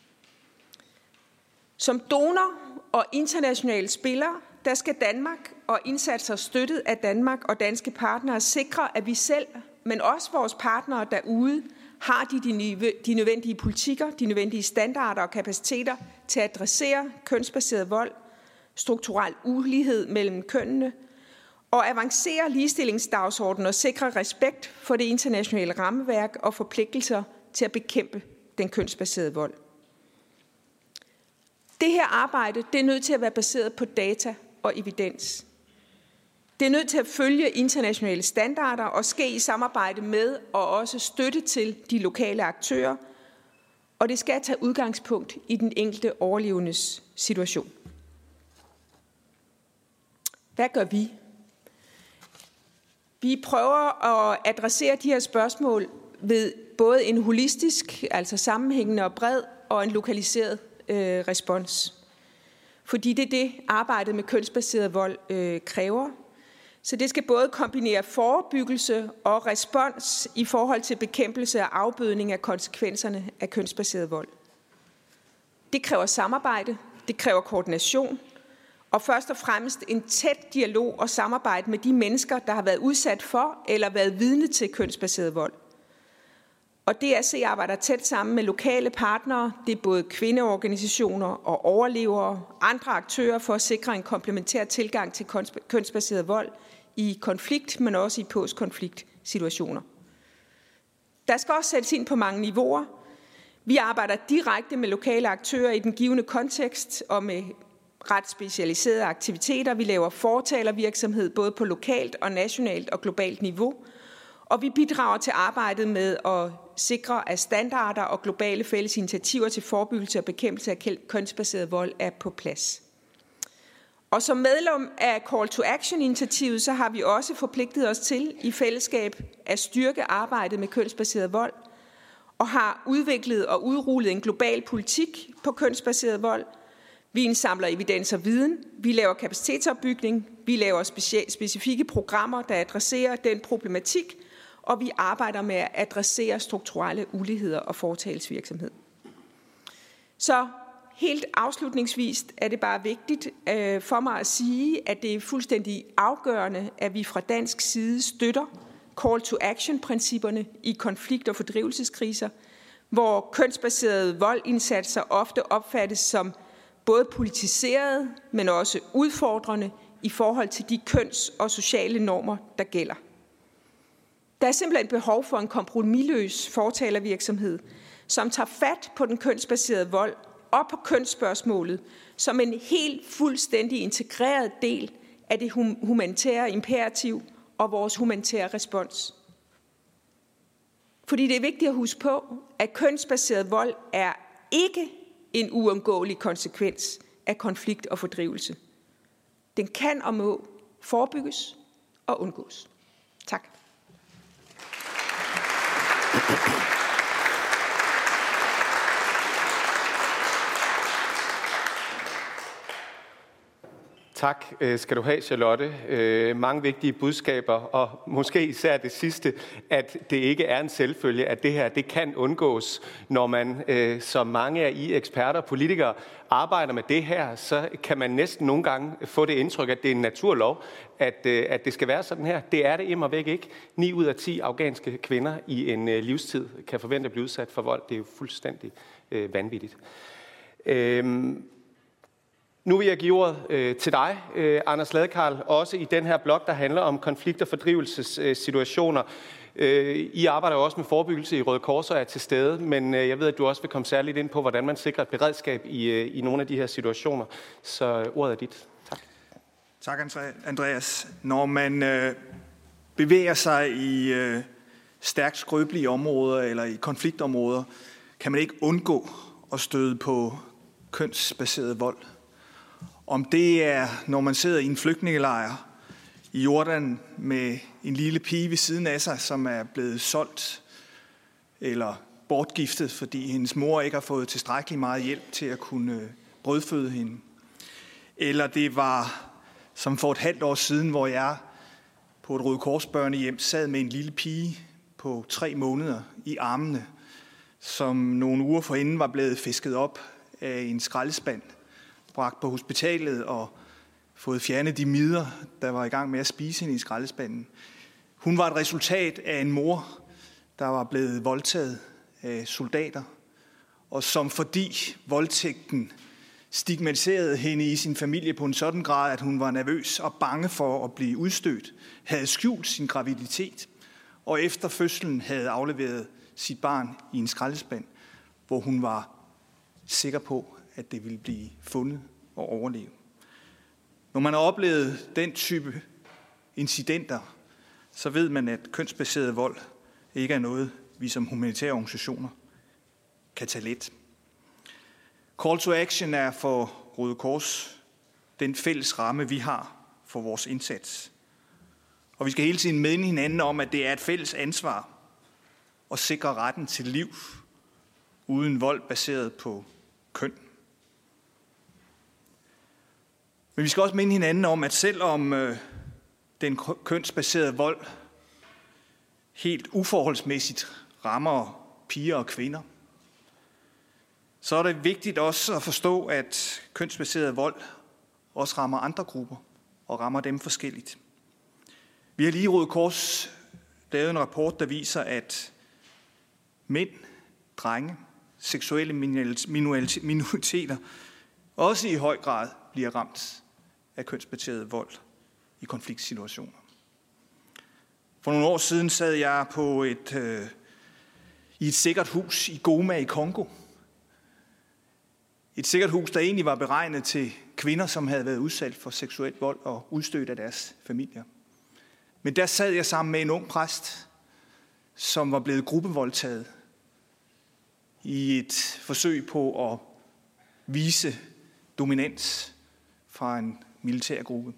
Som donor og internationale spillere, der skal Danmark og indsatser støttet af Danmark og danske partnere sikre, at vi selv, men også vores partnere derude, har de, de, de nødvendige politikker, de nødvendige standarder og kapaciteter til at adressere kønsbaseret vold, strukturel ulighed mellem kønnene, og avancere ligestillingsdagsordenen og sikre respekt for det internationale rammeværk og forpligtelser til at bekæmpe den kønsbaserede vold. Det her arbejde, det er nødt til at være baseret på data og evidens. Det er nødt til at følge internationale standarder og ske i samarbejde med og også støtte til de lokale aktører, og det skal tage udgangspunkt i den enkelte overlevendes situation. Hvad gør vi? Vi prøver at adressere de her spørgsmål ved både en holistisk, altså sammenhængende og bred, og en lokaliseret øh, respons. Fordi det er det, arbejdet med kønsbaseret vold øh, kræver. Så det skal både kombinere forebyggelse og respons i forhold til bekæmpelse og afbødning af konsekvenserne af kønsbaseret vold. Det kræver samarbejde, det kræver koordination, og først og fremmest en tæt dialog og samarbejde med de mennesker, der har været udsat for eller været vidne til kønsbaseret vold. Og D R C arbejder tæt sammen med lokale partnere, det er både kvindeorganisationer og overlevere, andre aktører for at sikre en komplementær tilgang til kønsbaseret vold i konflikt, men også i postkonfliktsituationer. Der skal også sættes ind på mange niveauer. Vi arbejder direkte med lokale aktører i den givne kontekst og med ret specialiserede aktiviteter. Vi laver fortalervirksomhed både på lokalt og nationalt og globalt niveau. Og vi bidrager til arbejdet med at sikre, at standarder og globale fælles initiativer til forebyggelse og bekæmpelse af kønsbaseret vold er på plads. Og som medlem af Call to Action-initiativet, så har vi også forpligtet os til i fællesskab at styrke arbejdet med kønsbaseret vold, og har udviklet og udrullet en global politik på kønsbaseret vold. Vi indsamler evidens og viden, vi laver kapacitetsopbygning, vi laver specifikke programmer, der adresserer den problematik, og vi arbejder med at adressere strukturelle uligheder og foretagsvirksomhed. Så helt afslutningsvis er det bare vigtigt øh, for mig at sige, at det er fuldstændig afgørende, at vi fra dansk side støtter call to action-principperne i konflikt- og fordrivelseskriser, hvor kønsbaserede voldindsatser ofte opfattes som både politiseret, men også udfordrende i forhold til de køns- og sociale normer, der gælder. Der er simpelthen behov for en kompromisløs fortalervirksomhed, som tager fat på den kønsbaserede vold og på kønsspørgsmålet som en helt fuldstændig integreret del af det humanitære imperativ og vores humanitære respons. Fordi det er vigtigt at huske på, at kønsbaseret vold er ikke en uundgåelig konsekvens af konflikt og fordrivelse. Den kan og må forebygges og undgås. Tak. Tak skal du have, Charlotte. Mange vigtige budskaber, og måske især det sidste, at det ikke er en selvfølge, at det her det kan undgås. Når man, som mange af I eksperter og politikere, arbejder med det her, så kan man næsten nogle gange få det indtryk, at det er en naturlov, at, at det skal være sådan her. Det er det immer væk ikke. ni ud af ti afghanske kvinder i en livstid kan forvente at blive udsat for vold. Det er jo fuldstændig øh, vanvittigt. Øhm Nu vil jeg give ordet øh, til dig, øh, Anders Ladekarl, også i den her blog, der handler om konflikt- og fordrivelsessituationer. Øh, I arbejder jo også med forebyggelse i Røde Kors og er til stede, men øh, jeg ved, at du også vil komme særligt ind på, hvordan man sikrer et beredskab i, øh, i nogle af de her situationer. Så øh, ordet er dit. Tak. Tak, Andreas. Når man øh, bevæger sig i øh, stærkt skrøbelige områder eller i konfliktområder, kan man ikke undgå at støde på kønsbaseret vold. Om det er, når man sidder i en flygtningelejr i Jordan med en lille pige ved siden af sig, som er blevet solgt eller bortgiftet, fordi hendes mor ikke har fået tilstrækkelig meget hjælp til at kunne brødføde hende. Eller det var som for et halvt år siden, hvor jeg på et Røde Kors børnehjem sad med en lille pige på tre måneder i armene, som nogle uger forinden var blevet fisket op af en skraldespand, bragt på hospitalet og fået fjernet de midler, der var i gang med at spise hende i skraldespanden. Hun var et resultat af en mor, der var blevet voldtaget af soldater, og som fordi voldtægten stigmatiserede hende i sin familie på en sådan grad, at hun var nervøs og bange for at blive udstødt, havde skjult sin graviditet, og efter fødslen havde afleveret sit barn i en skraldespand, hvor hun var sikker på, at det ville blive fundet og overleve. Når man har oplevet den type incidenter, så ved man, at kønsbaseret vold ikke er noget, vi som humanitære organisationer kan tage let. Call to Action er for Røde Kors den fælles ramme, vi har for vores indsats. Og vi skal hele tiden minde hinanden om, at det er et fælles ansvar at sikre retten til liv uden vold baseret på køn. Men vi skal også minde hinanden om, at selvom øh, den kønsbaserede vold helt uforholdsmæssigt rammer piger og kvinder, så er det vigtigt også at forstå, at kønsbaseret vold også rammer andre grupper og rammer dem forskelligt. Vi har lige i Røde Kors lavet en rapport, der viser, at mænd, drenge, seksuelle minoriteter også i høj grad bliver ramt af kønsbaseret vold i konfliktsituationer. For nogle år siden sad jeg på et, øh, i et sikkert hus i Goma i Kongo. Et sikkert hus, der egentlig var beregnet til kvinder, som havde været udsat for seksuel vold og udstødt af deres familier. Men der sad jeg sammen med en ung præst, som var blevet gruppevoldtaget i et forsøg på at vise dominans fra en militær gruppe.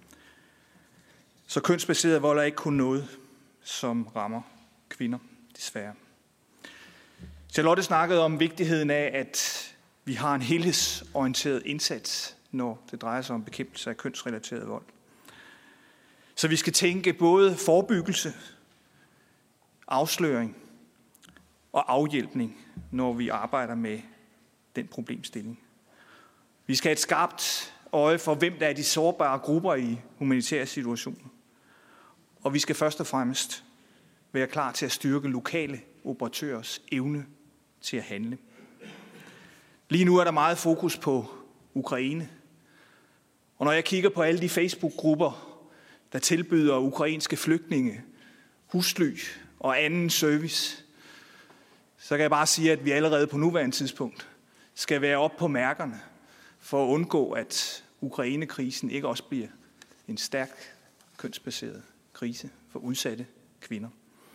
Så kønsbaseret vold er ikke kun noget, som rammer kvinder, desværre. Charlotte snakkede om vigtigheden af, at vi har en helhedsorienteret indsats, når det drejer sig om bekæmpelse af kønsrelateret vold. Så vi skal tænke både forebyggelse, afsløring og afhjælpning, når vi arbejder med den problemstilling. Vi skal have et skarpt øje for, hvem der er de sårbare grupper i humanitære situationer. Og vi skal først og fremmest være klar til at styrke lokale operatørers evne til at handle. Lige nu er der meget fokus på Ukraine. Og når jeg kigger på alle de Facebook-grupper, der tilbyder ukrainske flygtninge husly og anden service, så kan jeg bare sige, at vi allerede på nuværende tidspunkt skal være op på mærkerne for at undgå, at Ukraine-krisen ikke også bliver en stærk kønsbaseret krise for udsatte kvinder.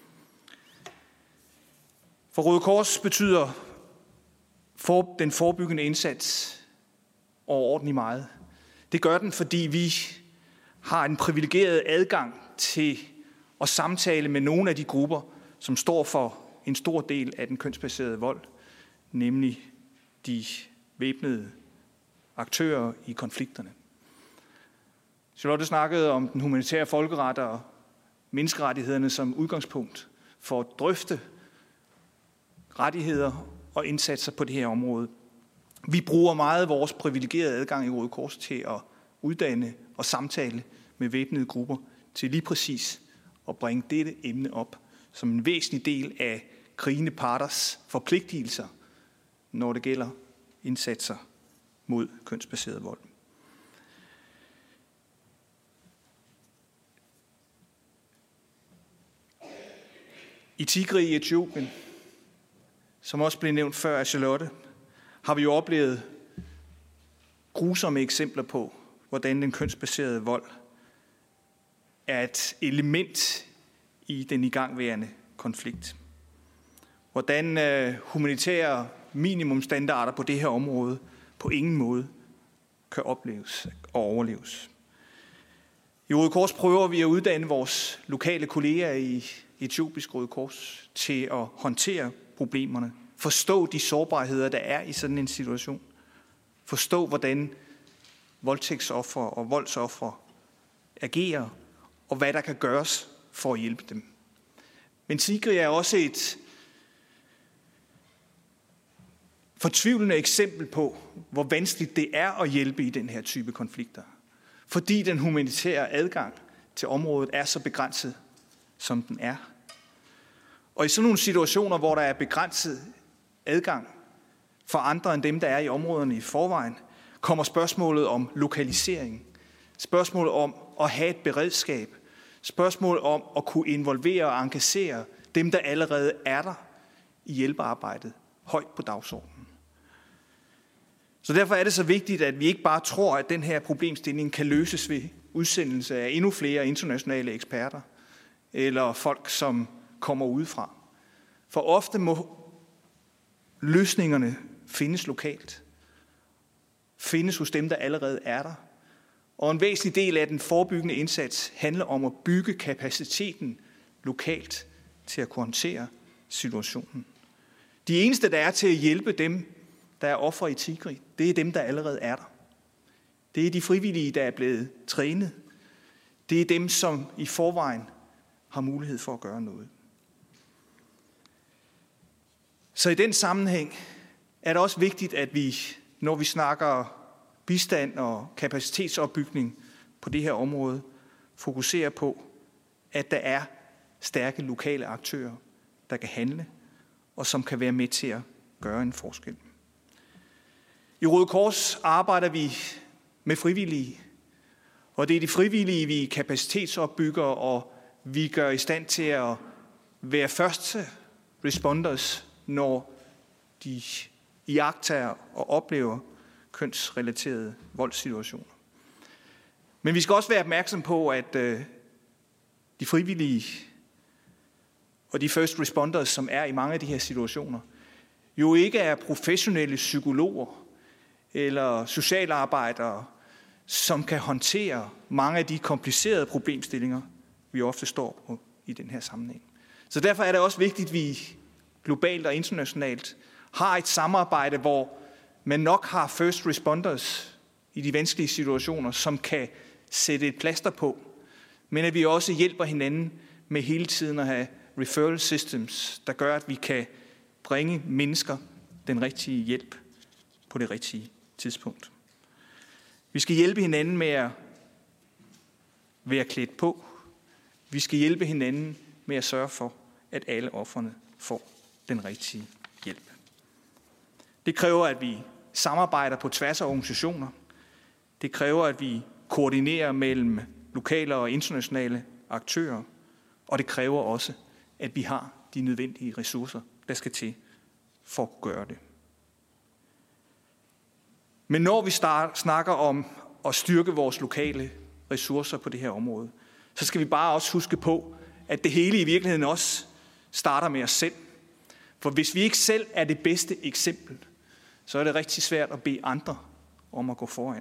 For Røde Kors betyder for den forebyggende indsats overordentligt meget. Det gør den, fordi vi har en privilegeret adgang til at samtale med nogle af de grupper, som står for en stor del af den kønsbaserede vold, nemlig de væbnede aktører i konflikterne. Charlotte snakkede om den humanitære folkeret og menneskerettighederne som udgangspunkt for at drøfte rettigheder og indsatser på det her område. Vi bruger meget vores privilegerede adgang i Røde Kors til at uddanne og samtale med væbnede grupper til lige præcis at bringe dette emne op som en væsentlig del af krigende parters forpligtelser, når det gælder indsatser mod kønsbaseret vold. I Tigre i Etiopien, som også blev nævnt før af Charlotte, har vi jo oplevet grusomme eksempler på, hvordan den kønsbaserede vold er et element i den igangværende konflikt. Hvordan øh, humanitære minimumstandarder på det her område på ingen måde kan opleves og overleves. I Røde Kors prøver vi at uddanne vores lokale kolleger i Etiopisk Røde Kors til at håndtere problemerne, forstå de sårbarheder, der er i sådan en situation, forstå, hvordan voldtægtsofre og voldsofre agerer, og hvad der kan gøres for at hjælpe dem. Men Tigre er også et fortvivlende eksempel på, hvor vanskeligt det er at hjælpe i den her type konflikter, fordi den humanitære adgang til området er så begrænset, som den er. Og i sådan nogle situationer, hvor der er begrænset adgang for andre end dem, der er i områderne i forvejen, kommer spørgsmålet om lokalisering, spørgsmålet om at have et beredskab, spørgsmålet om at kunne involvere og engagere dem, der allerede er der i hjælpearbejdet, højt på dagsordenen. Så derfor er det så vigtigt, at vi ikke bare tror, at den her problemstilling kan løses ved udsendelse af endnu flere internationale eksperter eller folk, som kommer udefra. For ofte må løsningerne findes lokalt, findes hos dem, der allerede er der. Og en væsentlig del af den forebyggende indsats handler om at bygge kapaciteten lokalt til at kunne håndtere situationen. De eneste, der er til at hjælpe dem, der er ofre i Tigre, det er dem, der allerede er der. Det er de frivillige, der er blevet trænet. Det er dem, som i forvejen har mulighed for at gøre noget. Så i den sammenhæng er det også vigtigt, at vi, når vi snakker bistand og kapacitetsopbygning på det her område, fokuserer på, at der er stærke lokale aktører, der kan handle, og som kan være med til at gøre en forskel. I Røde Kors arbejder vi med frivillige, og det er de frivillige, vi kapacitetsopbygger, og vi gør i stand til at være første responders, når de iagttager og oplever kønsrelaterede voldssituationer. Men vi skal også være opmærksom på, at de frivillige og de first responders, som er i mange af de her situationer, jo ikke er professionelle psykologer eller socialarbejdere, som kan håndtere mange af de komplicerede problemstillinger, vi ofte står på i den her sammenhæng. Så derfor er det også vigtigt, at vi globalt og internationalt har et samarbejde, hvor man nok har first responders i de vanskelige situationer, som kan sætte et plaster på, men at vi også hjælper hinanden med hele tiden at have referral systems, der gør, at vi kan bringe mennesker den rigtige hjælp på det rigtige tidspunkt. Vi skal hjælpe hinanden med at være klædt på. Vi skal hjælpe hinanden med at sørge for, at alle ofrene får den rigtige hjælp. Det kræver, at vi samarbejder på tværs af organisationer. Det kræver, at vi koordinerer mellem lokale og internationale aktører. Og det kræver også, at vi har de nødvendige ressourcer, der skal til for at gøre det. Men når vi start, snakker om at styrke vores lokale ressourcer på det her område, så skal vi bare også huske på, at det hele i virkeligheden også starter med os selv. For hvis vi ikke selv er det bedste eksempel, så er det rigtig svært at bede andre om at gå foran.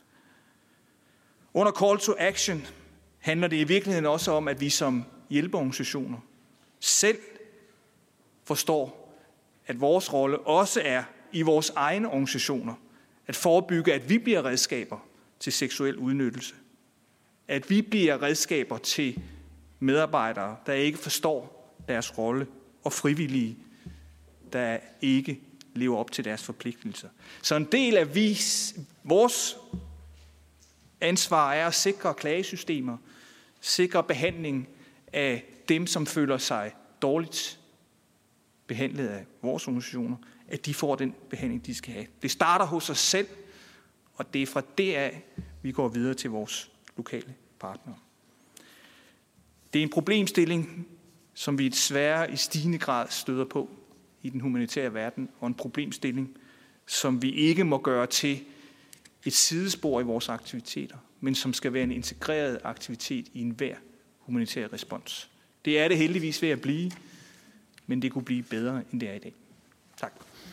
Under Call to Action handler det i virkeligheden også om, at vi som hjælpeorganisationer selv får forstår, at vores rolle også er i vores egne organisationer at forebygge, at vi bliver redskaber til seksuel udnyttelse. At vi bliver redskaber til medarbejdere, der ikke forstår deres rolle, og frivillige, der ikke lever op til deres forpligtelser. Så en del af vis, vores ansvar er at sikre klagesystemer, sikre behandling af dem, som føler sig dårligt behandlet af vores organisationer, at de får den behandling, de skal have. Det starter hos os selv, og det er fra deraf, vi går videre til vores lokale partnere. Det er en problemstilling, som vi desværre i stigende grad støder på i den humanitære verden, og en problemstilling, som vi ikke må gøre til et sidespor i vores aktiviteter, men som skal være en integreret aktivitet i enhver humanitær respons. Det er det heldigvis ved at blive, men det kunne blive bedre, end det er i dag. Tak.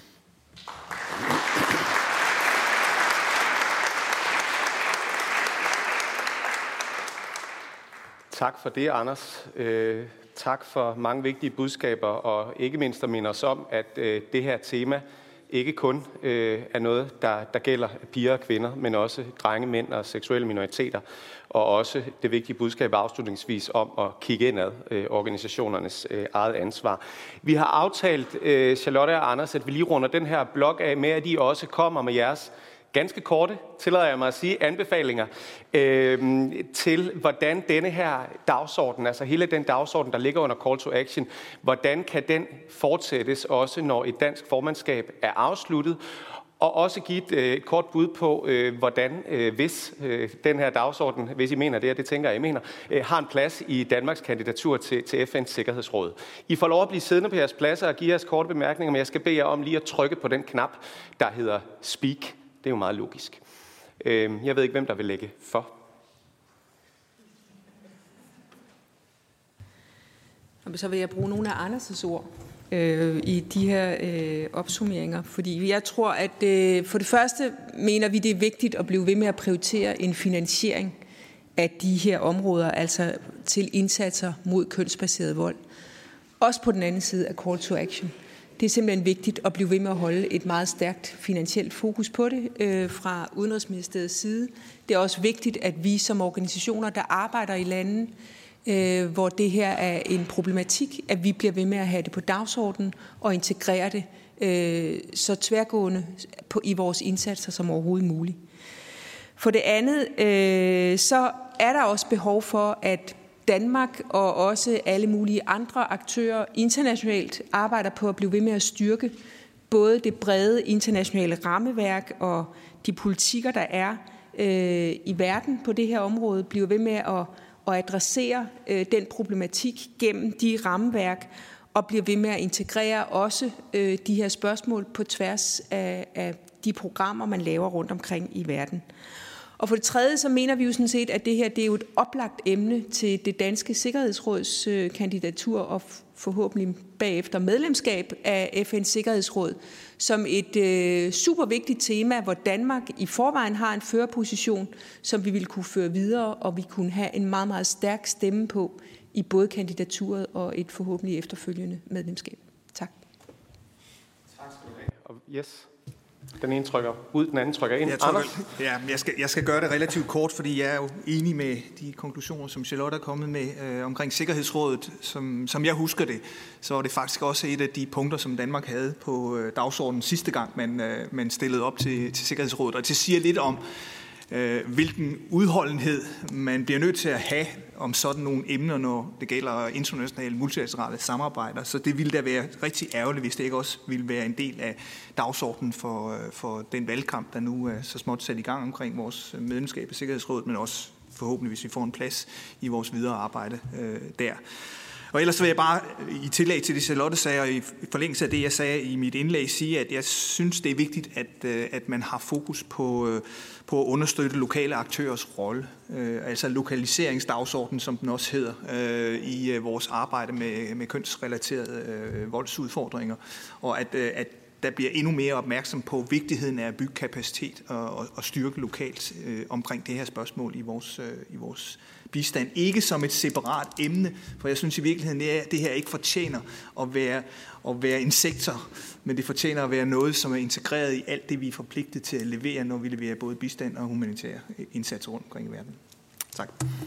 Tak for det, Anders. Øh, tak for mange vigtige budskaber, og ikke mindst at minde os om, at øh, det her tema ikke kun øh, er noget, der, der gælder piger og kvinder, men også drenge, mænd og seksuelle minoriteter, og også det vigtige budskab afslutningsvis om at kigge indad, øh, organisationernes øh, eget ansvar. Vi har aftalt, øh, Charlotte og Anders, at vi lige runder den her blok af med, at I også kommer med jeres ganske korte, tillader jeg mig at sige, anbefalinger øh, til, hvordan denne her dagsorden, altså hele den dagsorden, der ligger under Call to Action, hvordan kan den fortsættes også, når et dansk formandskab er afsluttet, og også give et, øh, et kort bud på, øh, hvordan, øh, hvis øh, den her dagsorden, hvis I mener det, og det tænker jeg, I mener, øh, har en plads i Danmarks kandidatur til, til F N's Sikkerhedsråd. I får lov at blive siddende på jeres pladser og give jeres korte bemærkninger, men jeg skal bede jer om lige at trykke på den knap, der hedder Speak. Det er jo meget logisk. Jeg ved ikke, hvem der vil lægge for. Så vil jeg bruge nogle af Anders' ord øh, i de her øh, opsummeringer. Fordi jeg tror, at øh, for det første mener vi, det er vigtigt at blive ved med at prioritere en finansiering af de her områder, altså til indsatser mod kønsbaseret vold. Også på den anden side af Call to Action. Det er simpelthen vigtigt at blive ved med at holde et meget stærkt finansielt fokus på det øh, fra Udenrigsministeriets side. Det er også vigtigt, at vi som organisationer, der arbejder i lande, øh, hvor det her er en problematik, at vi bliver ved med at have det på dagsordenen og integrere det øh, så tværgående på, i vores indsatser som overhovedet muligt. For det andet, øh, så er der også behov for, at Danmark og også alle mulige andre aktører internationalt arbejder på at blive ved med at styrke både det brede internationale rammeværk og de politikker, der er øh, i verden på det her område, bliver ved med at, at adressere øh, den problematik gennem de rammeværk og bliver ved med at integrere også øh, de her spørgsmål på tværs af, af de programmer, man laver rundt omkring i verden. Og for det tredje, så mener vi jo sådan set, at det her det er jo et oplagt emne til det danske Sikkerhedsråds øh, kandidatur og forhåbentlig bagefter medlemskab af F N's Sikkerhedsråd som et øh, super vigtigt tema, hvor Danmark i forvejen har en førerposition, som vi vil kunne føre videre, og vi kunne have en meget, meget stærk stemme på i både kandidaturet og et forhåbentlig efterfølgende medlemskab. Tak. Tak skal du have. Og yes. Den ene trykker ud, den anden trykker ind. Jeg, trykker, ja, jeg, skal, jeg skal gøre det relativt kort, fordi jeg er jo enig med de konklusioner, som Charlotte er kommet med øh, omkring Sikkerhedsrådet. Som, som jeg husker det, så var det faktisk også et af de punkter, som Danmark havde på øh, dagsordenen sidste gang, man, øh, man stillede op til, til Sikkerhedsrådet. Og det siger lidt om, øh, hvilken udholdenhed man bliver nødt til at have om sådan nogle emner, når det gælder internationale multilaterale samarbejder. Så det ville da være rigtig ærgerligt, hvis det ikke også ville være en del af dagsordenen for, for den valgkamp, der nu er så småt sat i gang omkring vores medlemskab i Sikkerhedsrådet, men også forhåbentlig, hvis vi får en plads i vores videre arbejde øh, der. Og ellers vil jeg bare i tillæg til det, Charlotte sagde, og i forlængelse af det, jeg sagde i mit indlæg, sige, at jeg synes, det er vigtigt, at, at man har fokus på, på at understøtte lokale aktørers rolle. Altså lokaliseringsdagsordenen, som den også hedder, i vores arbejde med, med kønsrelaterede voldsudfordringer. Og at, at der bliver endnu mere opmærksom på vigtigheden af at bygge kapacitet og, og, og styrke lokalt øh, omkring det her spørgsmål i vores, øh, i vores bistand. Ikke som et separat emne, for jeg synes i virkeligheden, at det her ikke fortjener at være, at være en sektor, men det fortjener at være noget, som er integreret i alt det, vi er forpligtet til at levere, når vi leverer både bistand og humanitær indsats rundt omkring i verden. Tak.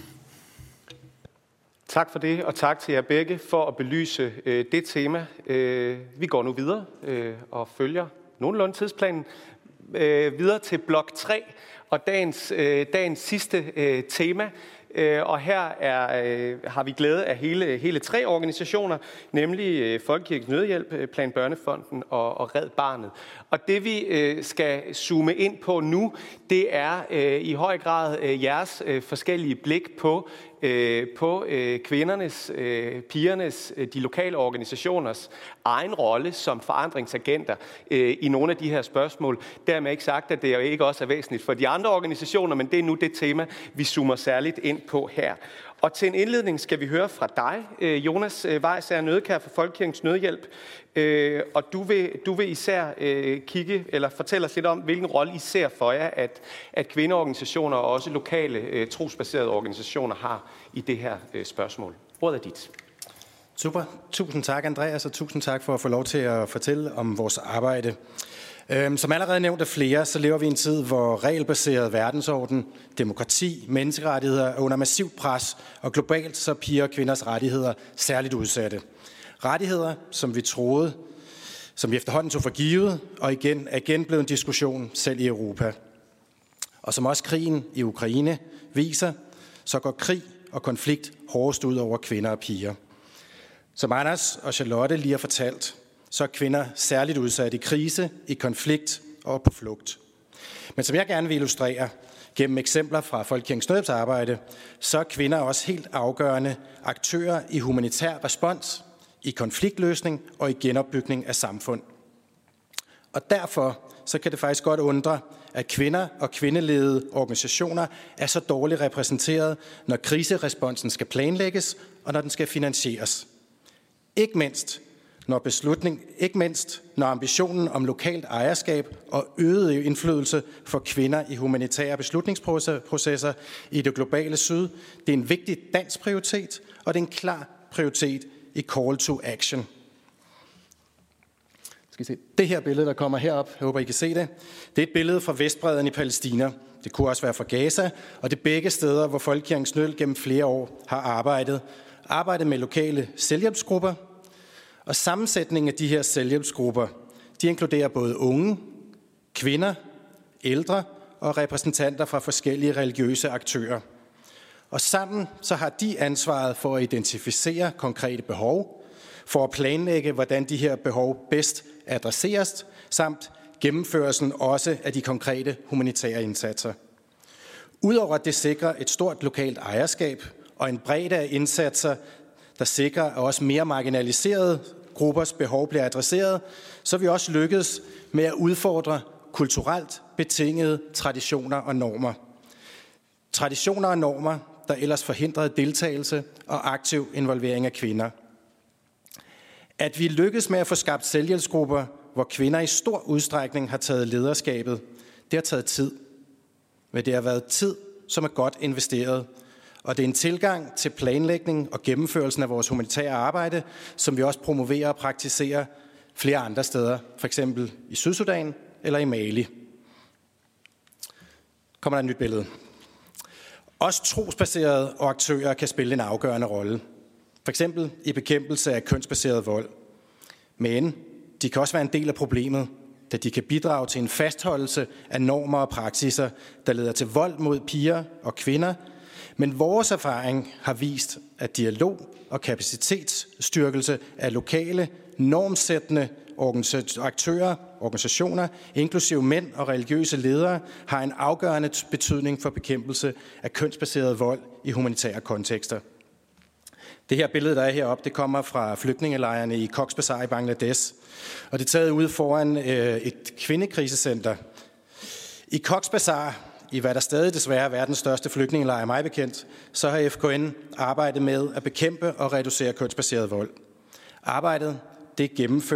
Tak for det, og tak til jer begge for at belyse øh, det tema. Øh, vi går nu videre øh, og følger nogenlunde tidsplanen øh, videre til blok tre og dagens, øh, dagens sidste øh, tema. Øh, og her er, øh, har vi glæde af hele, hele tre organisationer, nemlig øh, Folkekirkens Nødhjælp, øh, Plan Børnefonden og, og Red Barnet. Og det vi øh, skal zoome ind på nu, det er øh, i høj grad øh, jeres øh, forskellige blik på øh, på øh, kvindernes, øh, pigernes, øh, de lokale organisationers egen rolle som forandringsagenter øh, i nogle af de her spørgsmål. Dermed ikke sagt, at det jo ikke også er væsentligt for de andre organisationer, men det er nu det tema, vi zoomer særligt ind på her. Og til en indledning skal vi høre fra dig, Jonas Weissager Nødekær fra Folkekirkens Nødhjælp. Og du vil, du vil især kigge, eller fortælle os lidt om, hvilken rolle I ser for jer, at, at kvindeorganisationer og også lokale trosbaserede organisationer har i det her spørgsmål. Ordet er dit. Super. Tusind tak, Andreas, og tusind tak for at få lov til at fortælle om vores arbejde. Som allerede nævnt af flere, så lever vi i en tid, hvor regelbaseret verdensorden, demokrati, menneskerettigheder er under massivt pres, og globalt så er piger og kvinders rettigheder særligt udsatte. Rettigheder, som vi troede, som vi efterhånden tog for givet, og igen er igen blevet en diskussion selv i Europa. Og som også krigen i Ukraine viser, så går krig og konflikt hårdest ud over kvinder og piger. Som Anders og Charlotte lige har fortalt, så er kvinder særligt udsat i krise, i konflikt og på flugt. Men som jeg gerne vil illustrere gennem eksempler fra Folkekirkens Nødhjælps arbejde, så er kvinder også helt afgørende aktører i humanitær respons, i konfliktløsning og i genopbygning af samfund. Og derfor så kan det faktisk godt undre, at kvinder og kvindeledede organisationer er så dårligt repræsenteret, når kriseresponsen skal planlægges og når den skal finansieres. Ikke mindst Når beslutning, ikke mindst når ambitionen om lokalt ejerskab og øget indflydelse for kvinder i humanitære beslutningsprocesser i det globale syd, det er en vigtig dansk prioritet, og det er en klar prioritet i Call to Action. Skal I se det her billede, der kommer herop, jeg håber, I kan se det. Det er et billede fra Vestbredden i Palæstina. Det kunne også være fra Gaza, og det er begge steder, hvor Folkekirkens Nødhjælp gennem flere år har arbejdet. Arbejdet med lokale selvhjælpsgrupper. Og sammensætningen af de her selvhjælpsgrupper, de inkluderer både unge, kvinder, ældre og repræsentanter fra forskellige religiøse aktører. Og sammen så har de ansvaret for at identificere konkrete behov, for at planlægge, hvordan de her behov bedst adresseres, samt gennemførelsen også af de konkrete humanitære indsatser. Udover at det sikrer et stort lokalt ejerskab og en bredde af indsatser, der sikrer, at også mere marginaliserede gruppers behov bliver adresseret, så er vi også lykkedes med at udfordre kulturelt betingede traditioner og normer. Traditioner og normer, der ellers forhindrede deltagelse og aktiv involvering af kvinder. At vi lykkes med at få skabt selvhjælpsgrupper, hvor kvinder i stor udstrækning har taget lederskabet, det har taget tid. Men det har været tid, som er godt investeret. Og det er en tilgang til planlægning og gennemførelsen af vores humanitære arbejde, som vi også promoverer og praktiserer flere andre steder, for eksempel i Sydsudan eller i Mali. Kommer der et nyt billede. Også trosbaserede og aktører kan spille en afgørende rolle. For eksempel i bekæmpelse af kønsbaseret vold. Men de kan også være en del af problemet, da de kan bidrage til en fastholdelse af normer og praksiser, der leder til vold mod piger og kvinder. Men vores erfaring har vist, at dialog og kapacitetsstyrkelse af lokale, normsættende aktører, organisationer, inklusive mænd og religiøse ledere, har en afgørende betydning for bekæmpelse af kønsbaseret vold i humanitære kontekster. Det her billede, der er heroppe, det kommer fra flygtningelejrene i Cox's Bazar i Bangladesh, og det er taget ude foran øh, et kvindekrisecenter. I Cox's Bazar, i hvad der stadig desværre er verdens største flygtningelejr, mig bekendt, så har F K N arbejdet med at bekæmpe og reducere kønsbaseret vold. Arbejdet det er gennemført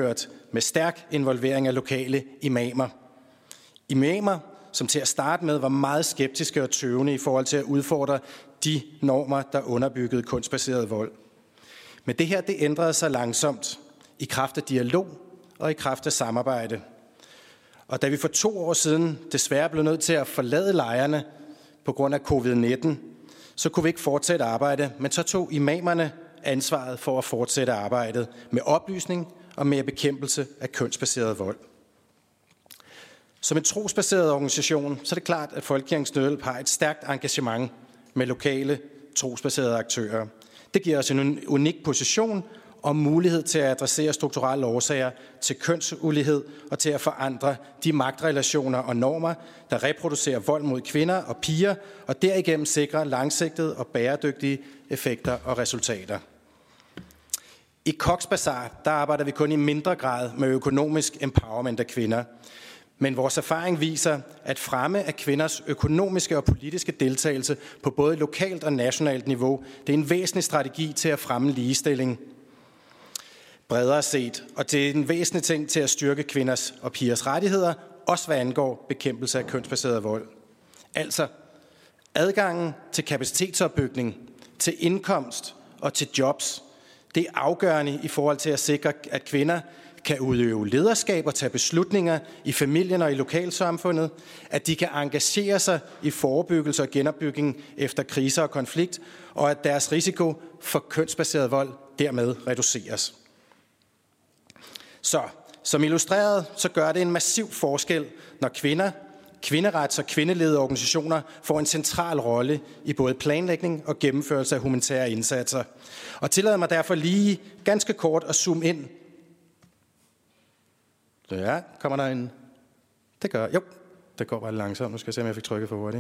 med stærk involvering af lokale imamer. Imamer, som til at starte med var meget skeptiske og tøvende i forhold til at udfordre de normer, der underbyggede kønsbaseret vold. Men det her, det ændrede sig langsomt i kraft af dialog og i kraft af samarbejde. Og da vi for to år siden desværre blev nødt til at forlade lejrene på grund af covid nitten, så kunne vi ikke fortsætte arbejde, men så tog imamerne ansvaret for at fortsætte arbejdet med oplysning og med bekæmpelse af kønsbaseret vold. Som en trosbaseret organisation, så er det klart, at Folkekirkens Nødhjælp har et stærkt engagement med lokale trosbaserede aktører. Det giver os en unik position og mulighed til at adressere strukturelle årsager til kønsulighed og til at forandre de magtrelationer og normer, der reproducerer vold mod kvinder og piger, og derigennem sikre langsigtede og bæredygtige effekter og resultater. I Cox's Bazar, der arbejder vi kun i mindre grad med økonomisk empowerment af kvinder. Men vores erfaring viser, at fremme af kvinders økonomiske og politiske deltagelse på både lokalt og nationalt niveau, det er en væsentlig strategi til at fremme ligestilling bredere set, og det er en væsentlig ting til at styrke kvinders og pigers rettigheder, også hvad angår bekæmpelse af kønsbaseret vold. Altså adgangen til kapacitetsopbygning, til indkomst og til jobs, det er afgørende i forhold til at sikre, at kvinder kan udøve lederskab og tage beslutninger i familien og i lokalsamfundet, at de kan engagere sig i forebyggelse og genopbygning efter kriser og konflikt, og at deres risiko for kønsbaseret vold dermed reduceres. Så, som illustreret, så gør det en massiv forskel, når kvinder, kvinderets- og kvindeledede organisationer får en central rolle i både planlægning og gennemførelse af humanitære indsatser. Og tillader mig derfor lige ganske kort at zoome ind. Så ja, kommer der en... Det gør... Jo, det går bare langsomt. Nu skal jeg se, om jeg fik trykket for hurtigt.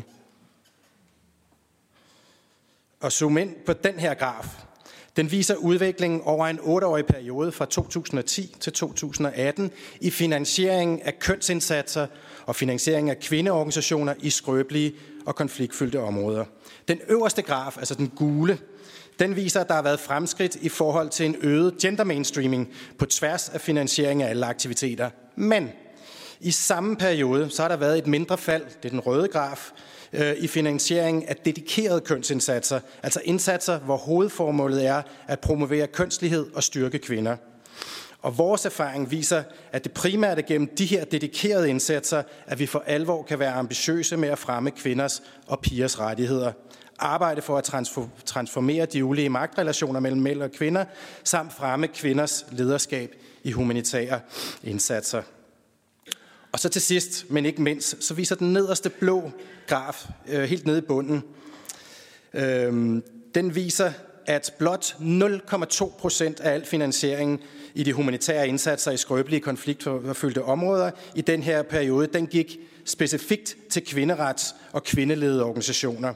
Og zoome ind på den her graf. Den viser udviklingen over en otteårig periode fra to tusind og ti til to tusind og atten i finansieringen af kønsindsatser og finansieringen af kvindeorganisationer i skrøbelige og konfliktfyldte områder. Den øverste graf, altså den gule, den viser, at der har været fremskridt i forhold til en øget gender mainstreaming på tværs af finansiering af alle aktiviteter. Men i samme periode, så har der været et mindre fald, det er den røde graf, i finansieringen af dedikerede kønsindsatser, altså indsatser, hvor hovedformålet er at promovere kønslighed og styrke kvinder. Og vores erfaring viser, at det primært er gennem de her dedikerede indsatser, at vi for alvor kan være ambitiøse med at fremme kvinders og pigers rettigheder. Arbejde for at transformere de ulige magtrelationer mellem mænd og kvinder, samt fremme kvinders lederskab i humanitære indsatser. Og så til sidst, men ikke mindst, så viser den nederste blå graf, øh, helt nede i bunden, øh, den viser, at blot nul komma to procent af al finansieringen i de humanitære indsatser i skrøbelige konfliktfyldte områder i den her periode, den gik specifikt til kvinderets- og kvindeledede organisationer.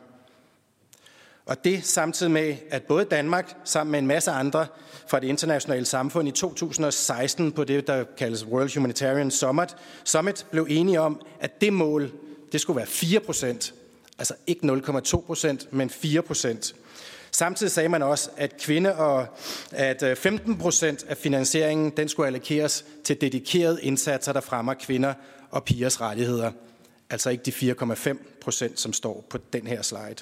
Og det samtidig med, at både Danmark sammen med en masse andre fra det internationale samfund i to tusind og seksten på det, der kaldes World Humanitarian Summit, Summit blev enige om, at det mål, det skulle være fire procent. Altså ikke nul komma to procent, men fire procent. Samtidig sagde man også, at kvinde og at femten procent af finansieringen, den skulle allokeres til dedikerede indsatser, der fremmer kvinder og pigers rettigheder. Altså ikke de fire komma fem procent, som står på den her slide.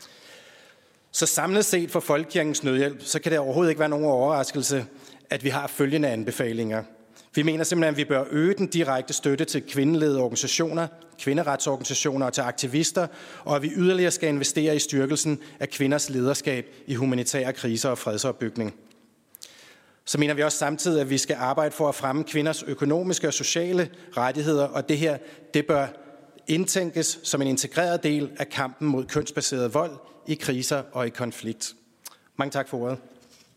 Så samlet set for Folkekirkens Nødhjælp, så kan det overhovedet ikke være nogen overraskelse, at vi har følgende anbefalinger. Vi mener simpelthen, at vi bør øge den direkte støtte til kvindeledede organisationer, kvinderetsorganisationer og til aktivister, og at vi yderligere skal investere i styrkelsen af kvinders lederskab i humanitære kriser og fredsopbygning. Så mener vi også samtidig, at vi skal arbejde for at fremme kvinders økonomiske og sociale rettigheder, og det her, det bør indtænkes som en integreret del af kampen mod kønsbaseret vold i kriser og i konflikt. Mange tak for ordet.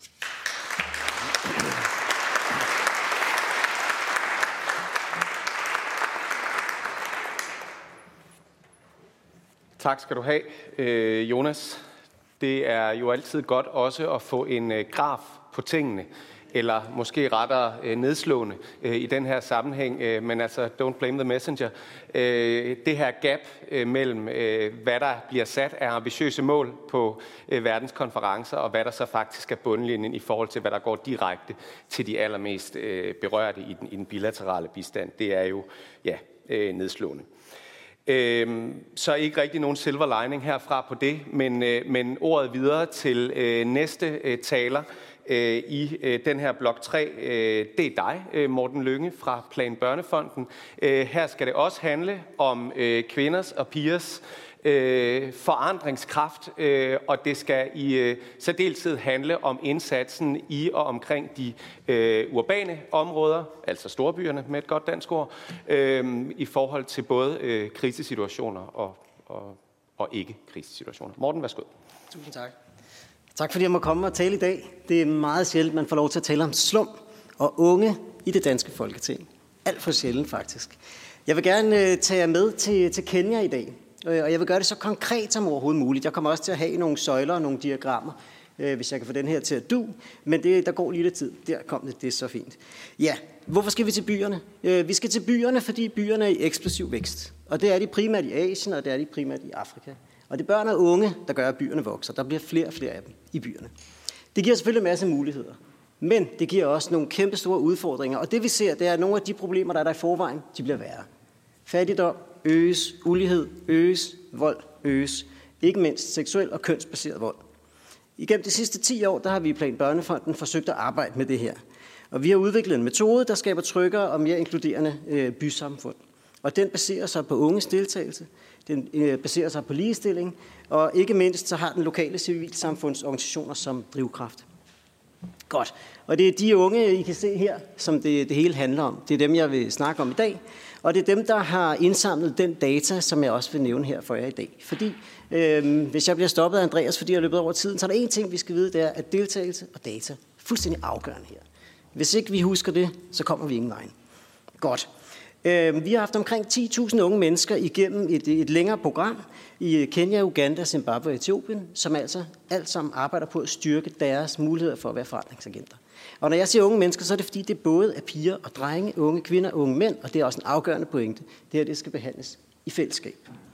Tak skal du have, Jonas. Det er jo altid godt også at få en graf på tingene. eller måske rettere øh, nedslående øh, i den her sammenhæng, øh, men altså don't blame the messenger. Øh, det her gap øh, mellem, øh, hvad der bliver sat af ambitiøse mål på øh, verdens konferencer, og hvad der så faktisk er bundlinjen i forhold til, hvad der går direkte til de allermest øh, berørte i den, i den bilaterale bistand, det er jo ja, øh, nedslående. Øhm, så ikke rigtig nogen silver lining herfra på det, men, øh, men ordet videre til øh, næste øh, taler øh, i øh, den her blok tre. Øh, det er dig, øh, Morten Lynge fra Plan Børnefonden. Øh, her skal det også handle om øh, kvinders og pigers øh, forandringskraft, øh, og det skal i øh, særdeleshed handle om indsatsen i og omkring de øh, urbane områder, altså storbyerne med et godt dansk ord, øh, i forhold til både øh, krisesituationer og, og, og ikke-krisesituationer. Morten, værsgo. Tusind tak. Tak fordi jeg må komme og tale i dag. Det er meget sjældent, man får lov til at tale om slum og unge i det danske Folketing. Alt for sjældent faktisk. Jeg vil gerne øh, tage jer med til, til Kenya i dag. Og jeg vil gøre det så konkret som overhovedet muligt. Jeg kommer også til at have nogle søjler og nogle diagrammer, øh, hvis jeg kan få den her til at du. Men det, der går lige lidt tid. Der kom det, det er så fint. Ja, hvorfor skal vi til byerne? Øh, vi skal til byerne, fordi byerne er i eksplosiv vækst. Og det er de primært i Asien, og det er de primært i Afrika. Og det er børn og unge, der gør, at byerne vokser. Der bliver flere og flere af dem i byerne. Det giver selvfølgelig en masse muligheder. Men det giver også nogle kæmpe store udfordringer. Og det vi ser, det er, at nogle af de problemer, der er der i forvejen, de bliver værre. Fattigdom øges, ulighed øges, vold øges. Ikke mindst seksuel og kønsbaseret vold. Igennem de sidste ti år, der har vi i Plan Børnefonden forsøgt at arbejde med det her. Og vi har udviklet en metode, der skaber tryggere og mere inkluderende øh, bysamfund. Og den baserer sig på unges deltagelse, den øh, baserer sig på ligestilling, og ikke mindst så har den lokale civilsamfundsorganisationer som drivkraft. Godt. Og det er de unge, I kan se her, som det, det hele handler om. Det er dem, jeg vil snakke om i dag. Og det er dem, der har indsamlet den data, som jeg også vil nævne her for jer i dag. Fordi øh, hvis jeg bliver stoppet af Andreas, fordi jeg er løbet over tiden, så er der en ting, vi skal vide, det er, at deltagelse og data er fuldstændig afgørende her. Hvis ikke vi husker det, så kommer vi ingen vejen. Godt. Øh, vi har haft omkring ti tusind unge mennesker igennem et, et længere program i Kenya, Uganda, Zimbabwe og Etiopien, som altså alt sammen arbejder på at styrke deres muligheder for at være forandringsagenter. Og når jeg siger unge mennesker, så er det fordi, det både er piger og drenge, unge kvinder og unge mænd, og det er også en afgørende pointe. Det her, det skal behandles i fællesskab.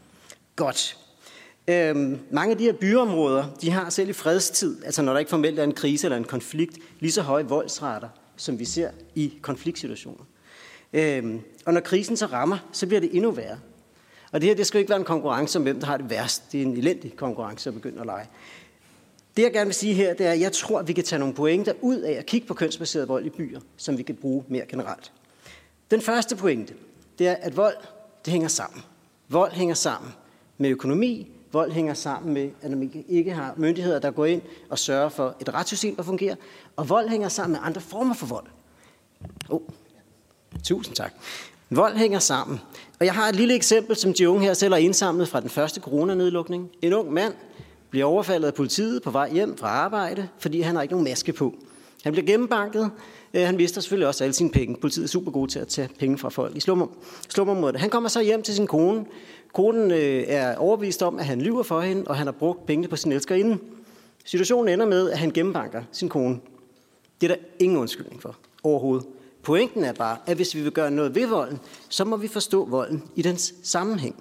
Godt. Øhm, mange af de her byområder, de har selv i fredstid, altså når der ikke formelt er en krise eller en konflikt, lige så høje voldsrater, som vi ser i konfliktsituationer. Øhm, og når krisen så rammer, så bliver det endnu værre. Og det her, det skal jo ikke være en konkurrence om, hvem der har det værst. Det er en elendig konkurrence at begynde at lege. Det, jeg gerne vil sige her, det er, at jeg tror, at vi kan tage nogle pointer ud af at kigge på kønsbaseret vold i byer, som vi kan bruge mere generelt. Den første pointe, det er, at vold, det hænger sammen. Vold hænger sammen med økonomi. Vold hænger sammen med, at man ikke har myndigheder, der går ind og sørger for et retssystem, der fungerer. Og vold hænger sammen med andre former for vold. Oh. Tusind tak. Vold hænger sammen. Og jeg har et lille eksempel, som de unge her selv har indsamlet fra den første coronanedlukning. En ung mand bliver overfaldet af politiet på vej hjem fra arbejde, fordi han har ikke nogen maske på. Han bliver gennembanket. Han mister selvfølgelig også alle sine penge. Politiet er super gode til at tage penge fra folk i slumområdet. Han kommer så hjem til sin kone. Konen er overbevist om, at han lyver for hende, og han har brugt pengene på sin elskerinde. Situationen ender med, at han gennembanker sin kone. Det er der ingen undskyldning for overhovedet. Pointen er bare, at hvis vi vil gøre noget ved volden, så må vi forstå volden i dens sammenhæng.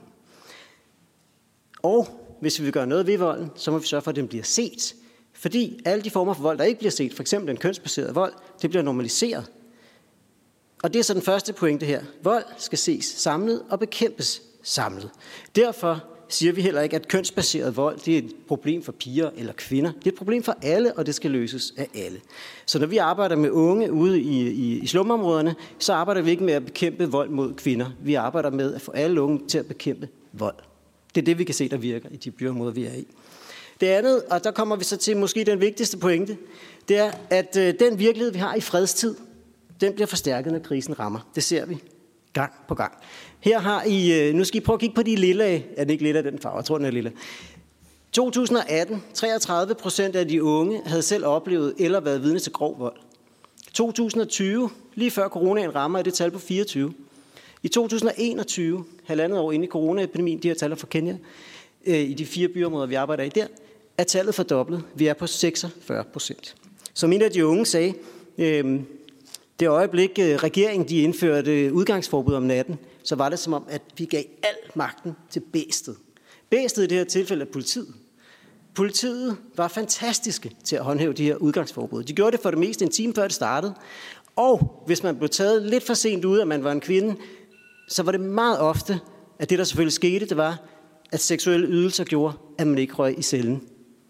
Og hvis vi vil gøre noget ved volden, så må vi sørge for, at den bliver set. Fordi alle de former for vold, der ikke bliver set, f.eks. den kønsbaserede vold, det bliver normaliseret. Og det er så den første pointe her. Vold skal ses samlet og bekæmpes samlet. Derfor siger vi heller ikke, at kønsbaseret vold det er et problem for piger eller kvinder. Det er et problem for alle, og det skal løses af alle. Så når vi arbejder med unge ude i, i, i slumområderne, så arbejder vi ikke med at bekæmpe vold mod kvinder. Vi arbejder med at få alle unge til at bekæmpe vold. Det er det, vi kan se, der virker i de byområder, vi er i. Det andet, og der kommer vi så til måske den vigtigste pointe, det er, at øh, den virkelighed, vi har i fredstid, den bliver forstærket, når krisen rammer. Det ser vi gang på gang. Her har I, øh, nu skal I prøve at kigge på de lille, er det ikke lille af den farve, jeg tror den er lille. to tusind og atten, treogtredive procent af de unge havde selv oplevet eller været vidne til grov vold. to tusind og tyve, lige før coronaen rammer, er det tal på fireogtyve. I to tusind og enogtyve, halvandet år inde i coronaepidemien, de her tal fra Kenya, øh, i de fire byområder, vi arbejder i der, er tallet fordoblet. Vi er på seksogfyrre procent. Som en af de unge sagde, Øhm, det øjeblik, regeringen de indførte udgangsforbud om natten, så var det som om, at vi gav al magten til bæstet. Bæstet i det her tilfælde er politiet. Politiet var fantastiske til at håndhæve de her udgangsforbud. De gjorde det for det meste en time før det startede. Og hvis man blev taget lidt for sent ud, at man var en kvinde, så var det meget ofte, at det der selvfølgelig skete, det var, at seksuelle ydelser gjorde, at man ikke røg i cellen.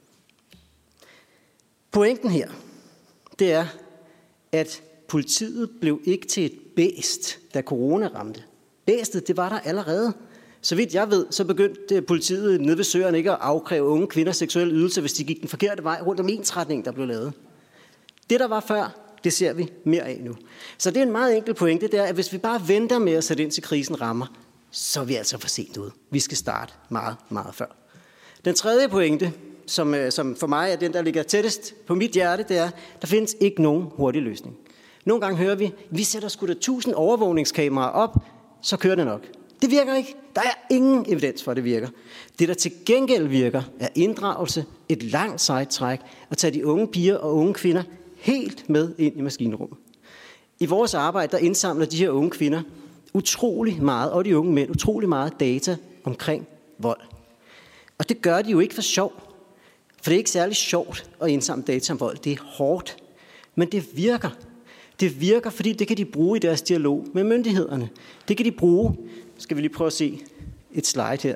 Pointen her, det er, at politiet blev ikke til et bæst, da corona ramte. Bæstet, det var der allerede. Så vidt jeg ved, så begyndte politiet nede ved søerne ikke at afkræve unge kvinder seksuelle ydelser, hvis de gik den forkerte vej rundt om ensretningen, der blev lavet. Det, der var før, det ser vi mere af nu. Så det er en meget enkel pointe, det er, at hvis vi bare venter med at sætte ind til krisen rammer, så er vi altså for sent ude. Vi skal starte meget, meget før. Den tredje pointe, som, som for mig er den, der ligger tættest på mit hjerte, det er, der findes ikke nogen hurtig løsning. Nogle gange hører vi, vi sætter sgu da tusind overvågningskameraer op, så kører det nok. Det virker ikke. Der er ingen evidens for, at det virker. Det, der til gengæld virker, er inddragelse, et langt sejtræk, at tage de unge piger og unge kvinder helt med ind i maskinrummet. I vores arbejde, der indsamler de her unge kvinder utrolig meget, og de unge mænd, utrolig meget data omkring vold. Og det gør de jo ikke for sjov. For det er ikke særlig sjovt at indsamle data om vold. Det er hårdt. Men det virker. Det virker, fordi det kan de bruge i deres dialog med myndighederne. Det kan de bruge. Skal vi lige prøve at se et slide her.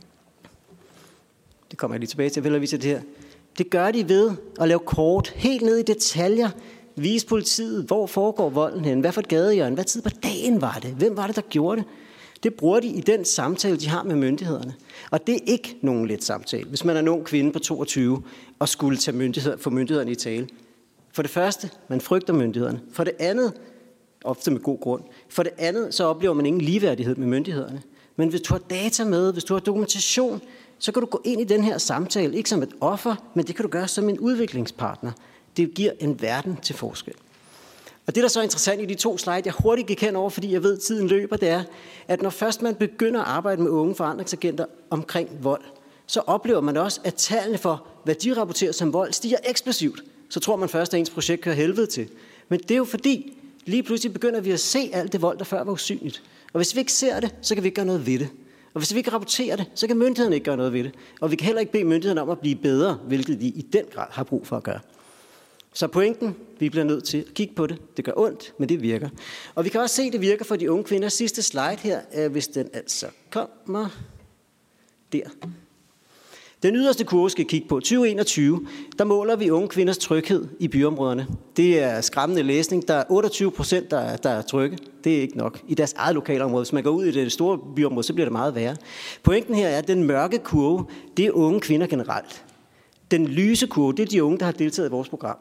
Det kommer jeg lige tilbage til. Jeg vil vise det her. Det gør de ved at lave kort, helt ned i detaljer. Vise politiet, hvor foregår volden hen, hvad for et gadehjørne, hvad tid på dagen var det, hvem var det, der gjorde det. Det bruger de i den samtale, de har med myndighederne. Og det er ikke nogen let samtale, hvis man er en ung kvinde på toogtyve og skulle tage myndighed, få myndighederne i tale. For det første, man frygter myndighederne. For det andet, ofte med god grund. For det andet, så oplever man ingen ligeværdighed med myndighederne. Men hvis du har data med, hvis du har dokumentation, så kan du gå ind i den her samtale, ikke som et offer, men det kan du gøre som en udviklingspartner. Det giver en verden til forskel. Og det, der så er interessant i de to slide, jeg hurtigt gik hen over, fordi jeg ved, at tiden løber, det er, at når først man begynder at arbejde med unge forandringsagenter omkring vold, så oplever man også, at tallene for, hvad de rapporterer som vold, stiger eksplosivt. Så tror man først, at ens projekt kører helvede til. Men det er jo fordi, lige pludselig begynder vi at se alt det vold, der før var usynligt. Og hvis vi ikke ser det, så kan vi ikke gøre noget ved det. Og hvis vi ikke rapporterer det, så kan myndighederne ikke gøre noget ved det. Og vi kan heller ikke bede myndighederne om at blive bedre, hvilket de i den grad har brug for at gøre. Så pointen, vi bliver nødt til at kigge på det. Det gør ondt, men det virker. Og vi kan også se, at det virker for de unge kvinder. Sidste slide her, hvis den altså kommer der. Den yderste kurve skal kigge på tyve enogtyve. Der måler vi unge kvinders tryghed i byområderne. Det er skræmmende læsning. Der er otteogtyve procent, der, der er trygge. Det er ikke nok. I deres eget lokalområde. Hvis man går ud i det store byområde, så bliver det meget værre. Pointen her er, at den mørke kurve, det er unge kvinder generelt. Den lyse kurve, det er de unge, der har deltaget i vores program.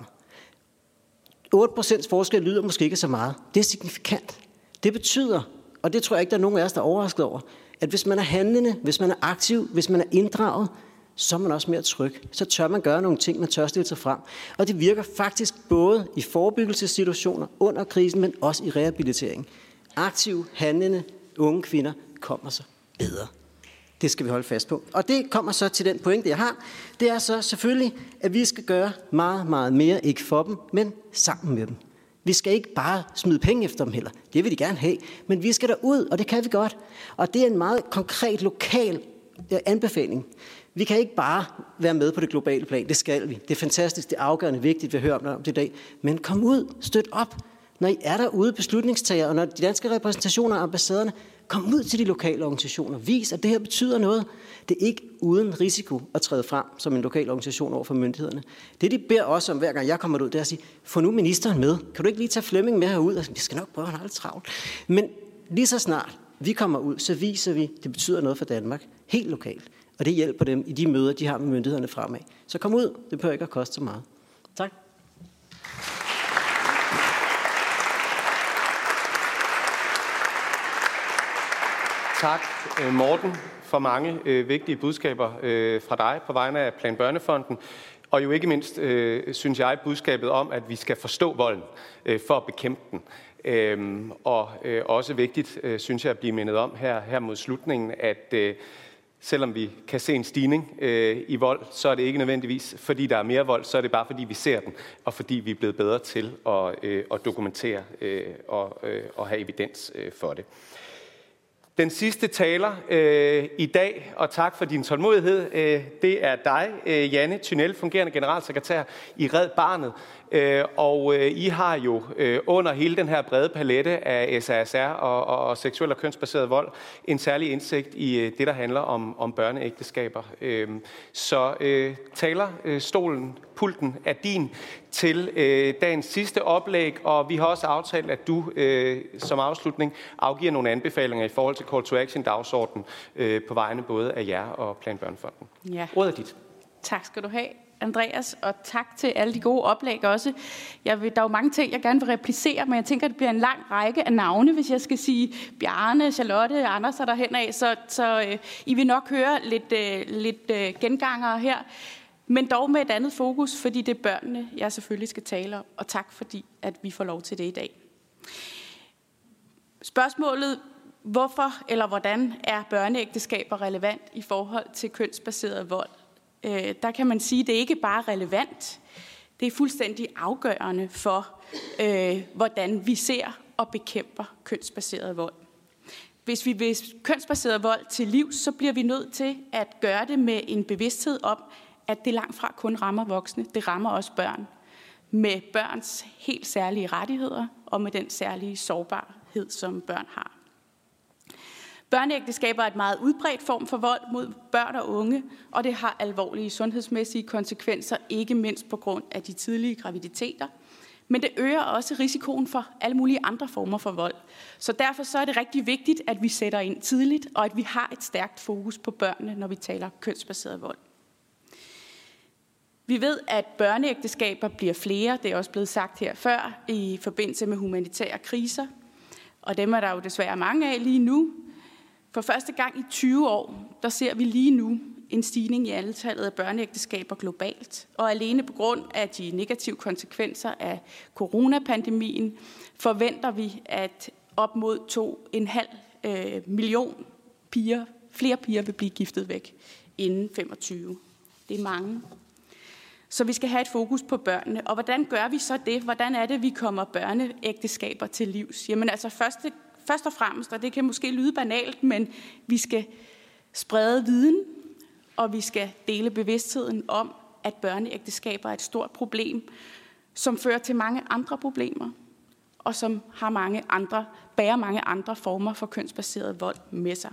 otte procent forskel lyder måske ikke så meget. Det er signifikant. Det betyder, og det tror jeg ikke, der er nogen af os, der er overrasket over, at hvis man er handlende, hvis man er aktiv, hvis man er inddraget, så er man også mere tryg. Så tør man gøre nogle ting, man tør stille sig frem. Og det virker faktisk både i forebyggelsessituationer under krisen, men også i rehabilitering. Aktive, handlende, unge kvinder kommer så bedre. Det skal vi holde fast på. Og det kommer så til den pointe, jeg har. Det er så selvfølgelig, at vi skal gøre meget, meget mere, ikke for dem, men sammen med dem. Vi skal ikke bare smide penge efter dem heller. Det vil de gerne have. Men vi skal derud, og det kan vi godt. Og det er en meget konkret, lokal anbefaling. Vi kan ikke bare være med på det globale plan. Det skal vi. Det er fantastisk, det er afgørende vigtigt, vi hører om det i dag. Men kom ud, støt op. Når I er derude beslutningstagere, og når de danske repræsentationer og ambassaderne, kom ud til de lokale organisationer. Vis, at det her betyder noget. Det er ikke uden risiko at træde frem som en lokal organisation over for myndighederne. Det, de beder os om, hver gang jeg kommer ud, det er at sige, få nu ministeren med. Kan du ikke lige tage Flemming med herud? Jeg skal nok prøve, han har lidt travlt. Men lige så snart vi kommer ud, så viser vi, at det betyder noget for Danmark. Helt lokalt. Og det hjælper dem i de møder, de har med myndighederne fremad. Så kom ud. Det behøver ikke at koste så meget. Tak. Tak, Morten, for mange øh, vigtige budskaber øh, fra dig på vegne af Plan Børnefonden. Og jo ikke mindst, øh, synes jeg, budskabet om, at vi skal forstå volden øh, for at bekæmpe den. Øhm, og øh, også vigtigt, øh, synes jeg, at blive mindet om her, her mod slutningen, at øh, selvom vi kan se en stigning øh, i vold, så er det ikke nødvendigvis, fordi der er mere vold, så er det bare, fordi vi ser den, og fordi vi er blevet bedre til at, øh, at dokumentere øh, og, øh, og have evidens øh, for det. Den sidste taler øh, i dag, og tak for din tålmodighed, øh, det er dig, øh, Janne Tynell, fungerende generalsekretær i Red Barnet. Øh, og øh, I har jo øh, under hele den her brede palette af S R S R og, og, og seksuel og kønsbaseret vold en særlig indsigt i øh, det, der handler om, om børneægteskaber. Øh, så øh, taler øh, stolen, pulten er din til øh, dagens sidste oplæg, og vi har også aftalt, at du øh, som afslutning afgiver nogle anbefalinger i forhold til Call to Action-dagsordenen øh, på vegne både af jer og Plan Børnefonden. Ja. Ordet er dit. Tak skal du have, Andreas, og tak til alle de gode oplæg også. Jeg vil, der er jo mange ting, jeg gerne vil replicere, men jeg tænker, at det bliver en lang række af navne, hvis jeg skal sige Bjarne, Charlotte, Anders er der henad, så, så øh, I vil nok høre lidt, øh, lidt øh, gengangere her, men dog med et andet fokus, fordi det er børnene, jeg selvfølgelig skal tale om, og tak fordi, at vi får lov til det i dag. Spørgsmålet, hvorfor eller hvordan er børneægteskaber relevant i forhold til kønsbaseret vold? Øh, der kan man sige, at det ikke bare er relevant, det er fuldstændig afgørende for, øh, hvordan vi ser og bekæmper kønsbaseret vold. Hvis vi vil kønsbaseret vold til livs, så bliver vi nødt til at gøre det med en bevidsthed om, at det langt fra kun rammer voksne, det rammer også børn. Med børns helt særlige rettigheder og med den særlige sårbarhed, som børn har. Børneægteskaber er et meget udbredt form for vold mod børn og unge, og det har alvorlige sundhedsmæssige konsekvenser, ikke mindst på grund af de tidlige graviditeter. Men det øger også risikoen for alle mulige andre former for vold. Så derfor så er det rigtig vigtigt, at vi sætter ind tidligt, og at vi har et stærkt fokus på børnene, når vi taler kønsbaseret vold. Vi ved, at børneægteskaber bliver flere, det er også blevet sagt her før, i forbindelse med humanitære kriser, og dem er der jo desværre mange af lige nu. For første gang i tyve år, der ser vi lige nu en stigning i antallet af børneægteskaber globalt. Og alene på grund af de negative konsekvenser af coronapandemien, forventer vi, at op mod to komma fem øh, million piger, flere piger vil blive giftet væk inden femogtyve. Det er mange. Så vi skal have et fokus på børnene. Og hvordan gør vi så det? Hvordan er det, vi kommer børneægteskaber til livs? Jamen altså første Først og fremmest, og det kan måske lyde banalt, men vi skal sprede viden, og vi skal dele bevidstheden om, at børneægteskaber er et stort problem, som fører til mange andre problemer, og som har mange andre, bærer mange andre former for kønsbaseret vold med sig.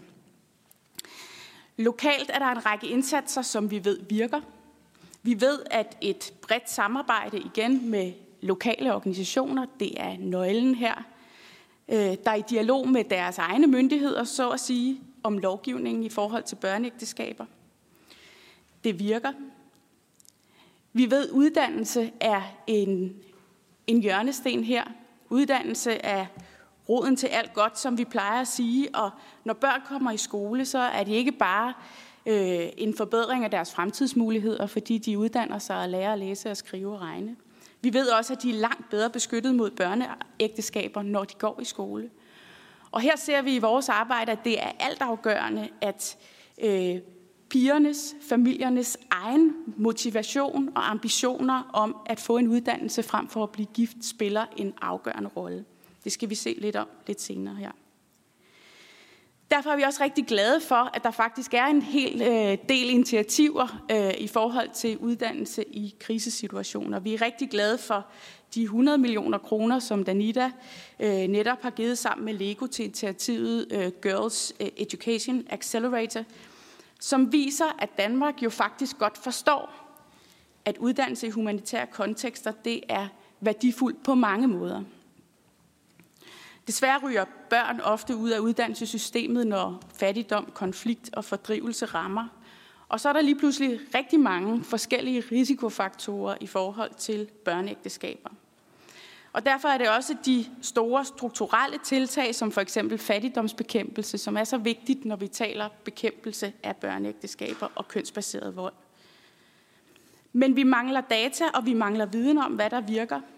Lokalt er der en række indsatser, som vi ved virker. Vi ved, at et bredt samarbejde igen med lokale organisationer, det er nøglen her, der er i dialog med deres egne myndigheder, så at sige, om lovgivningen i forhold til børneægteskaber. Det virker. Vi ved, at uddannelse er en, en hjørnesten her. Uddannelse er roden til alt godt, som vi plejer at sige, og når børn kommer i skole, så er det ikke bare øh, en forbedring af deres fremtidsmuligheder, fordi de uddanner sig og lærer at læse og skrive og regne. Vi ved også, at de er langt bedre beskyttet mod børneægteskaber, når de går i skole. Og her ser vi i vores arbejde, at det er altafgørende, at øh, pigernes, familiernes egen motivation og ambitioner om at få en uddannelse frem for at blive gift, spiller en afgørende rolle. Det skal vi se lidt om lidt senere her. Derfor er vi også rigtig glade for, at der faktisk er en hel øh, del initiativer øh, i forhold til uddannelse i krisesituationer. Vi er rigtig glade for de hundrede millioner kroner, som Danita øh, netop har givet sammen med Lego til initiativet øh, Girls Education Accelerator, som viser, at Danmark jo faktisk godt forstår, at uddannelse i humanitære kontekster, det er værdifuldt på mange måder. Desværre ryger børn ofte ud af uddannelsessystemet, når fattigdom, konflikt og fordrivelse rammer. Og så er der lige pludselig rigtig mange forskellige risikofaktorer i forhold til børneægteskaber. Og derfor er det også de store strukturelle tiltag, som for eksempel fattigdomsbekæmpelse, som er så vigtigt, når vi taler bekæmpelse af børneægteskaber og kønsbaseret vold. Men vi mangler data, og vi mangler viden om, hvad der virker.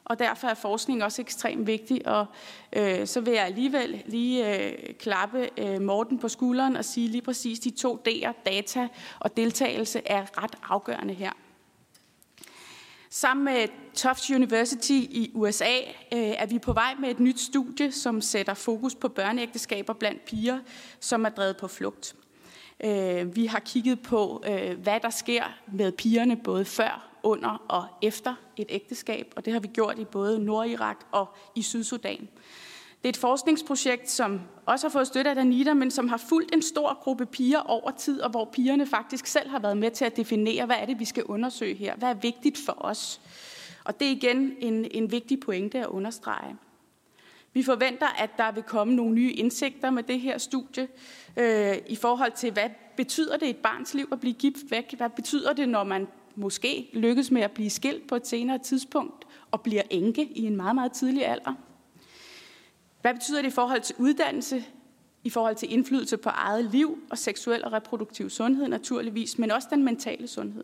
og derfor er forskning også ekstremt vigtig. Og øh, så vil jeg alligevel lige øh, klappe øh, Morten på skulderen og sige lige præcis, de to D'er, data og deltagelse, er ret afgørende her. Sammen med Tufts University i U S A øh, er vi på vej med et nyt studie, som sætter fokus på børneægteskaber blandt piger, som er drevet på flugt. Øh, vi har kigget på, øh, hvad der sker med pigerne både før, under og efter et ægteskab, og det har vi gjort i både Nordirak og i Sydsudan. Det er et forskningsprojekt, som også har fået støtte af Danida, men som har fulgt en stor gruppe piger over tid, og hvor pigerne faktisk selv har været med til at definere, hvad er det, vi skal undersøge her? Hvad er vigtigt for os? Og det er igen en, en vigtig pointe at understrege. Vi forventer, at der vil komme nogle nye indsigter med det her studie øh, i forhold til, hvad betyder det i et barns liv at blive gift væk? Hvad betyder det, når man måske lykkes med at blive skilt på et senere tidspunkt og bliver enke i en meget, meget tidlig alder? Hvad betyder det i forhold til uddannelse, i forhold til indflydelse på eget liv og seksuel og reproduktiv sundhed naturligvis, men også den mentale sundhed?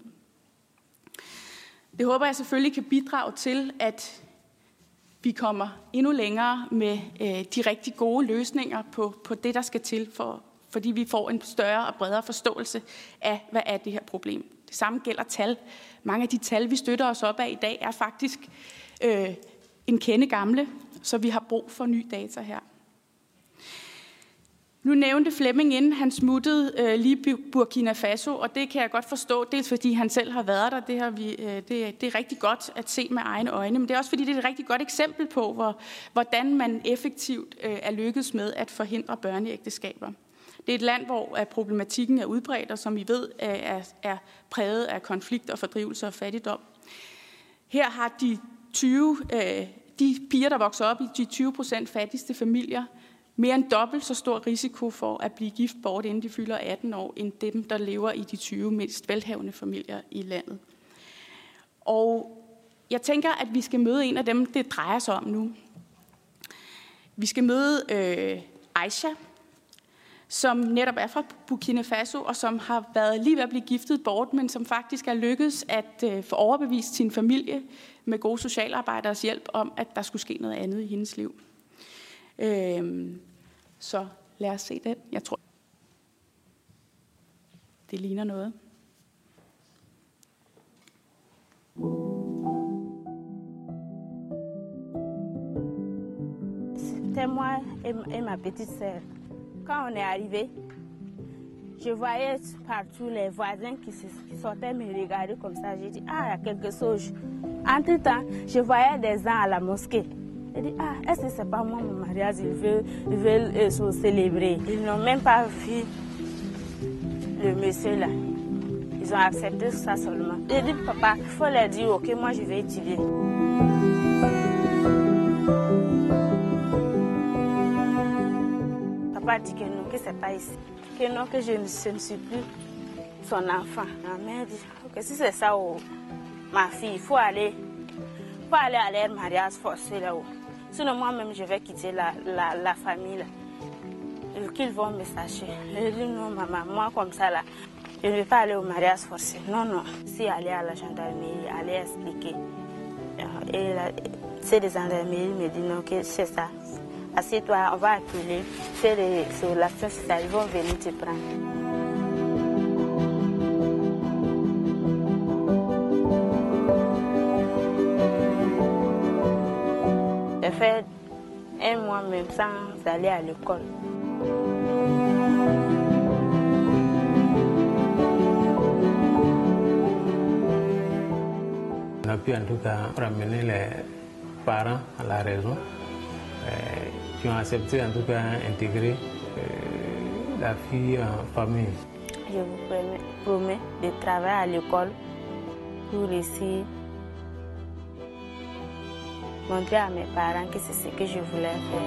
Det håber jeg selvfølgelig kan bidrage til, at vi kommer endnu længere med øh, de rigtig gode løsninger på, på det, der skal til, for, fordi vi får en større og bredere forståelse af, hvad er det her problem. Det samme gælder tal. Mange af de tal, vi støtter os op af i dag, er faktisk øh, en kende gamle, så vi har brug for nye data her. Nu nævnte Flemming, inden han smuttede øh, lige Burkina Faso, og det kan jeg godt forstå, dels fordi han selv har været der. Det, har vi, øh, det, det er rigtig godt at se med egne øjne, men det er også fordi, det er et rigtig godt eksempel på, hvor, hvordan man effektivt øh, er lykkedes med at forhindre børneægteskaber. Det er et land, hvor problematikken er udbredt, og som I ved er, er præget af konflikt og fordrivelse og fattigdom. Her har de, tyve, øh, de piger, der vokser op i de tyve procent fattigste familier, mere end dobbelt så stor risiko for at blive gift bort, inden de fylder atten år, end dem, der lever i de tyve mindst velhavende familier i landet. Og jeg tænker, at vi skal møde en af dem, det drejer sig om nu. Vi skal møde øh, Aisha, som netop er fra Burkina Faso, og som har været lige ved at blive giftet bort, men som faktisk er lykkedes at øh, få overbevist sin familie med gode socialarbejderes hjælp om, at der skulle ske noget andet i hendes liv. Øhm, så lad os se den. Jeg tror, det ligner noget. C'était moi et, et ma petite sœur. Quand on est arrivé, je voyais partout les voisins qui, se, qui sortaient me regarder comme ça. J'ai dit, ah, il y a quelque chose. Entre-temps, je voyais des gens à la mosquée. J'ai dit, ah, est-ce que c'est pas moi mon mariage? Ils veulent, ils veulent euh, se célébrer. Ils n'ont même pas vu le monsieur là. Ils ont accepté ça seulement. J'ai dit, papa, il faut leur dire, ok, moi je vais étudier. Papa dit que non, que c'est pas ici. Que non, que je ne, je ne suis plus son enfant. Ma mère dit, ok, si c'est ça, oh, ma fille, il faut aller, faut aller à leur mariage forcé là-haut. Sinon, moi-même, je vais quitter la, la, la famille là. Qu'ils vont me sacher. Je dis non, maman, moi comme ça là, je ne vais pas aller au mariage forcé. Non, non. Si aller à la gendarmerie, aller expliquer. Et la, c'est des gendarmeries me disent non, que c'est ça. Assieds-toi, on va appeler. C'est les relations, c'est ça, ils vont venir te prendre. J'ai fait un mois même sans aller à l'école. On a pu en tout cas ramener les parents à la raison, euh, qui ont accepté en tout cas d'intégrer euh, la fille en famille. Je vous promets, promets de travailler à l'école pour réussir. Montrer à mes parents que c'est ce que je voulais faire.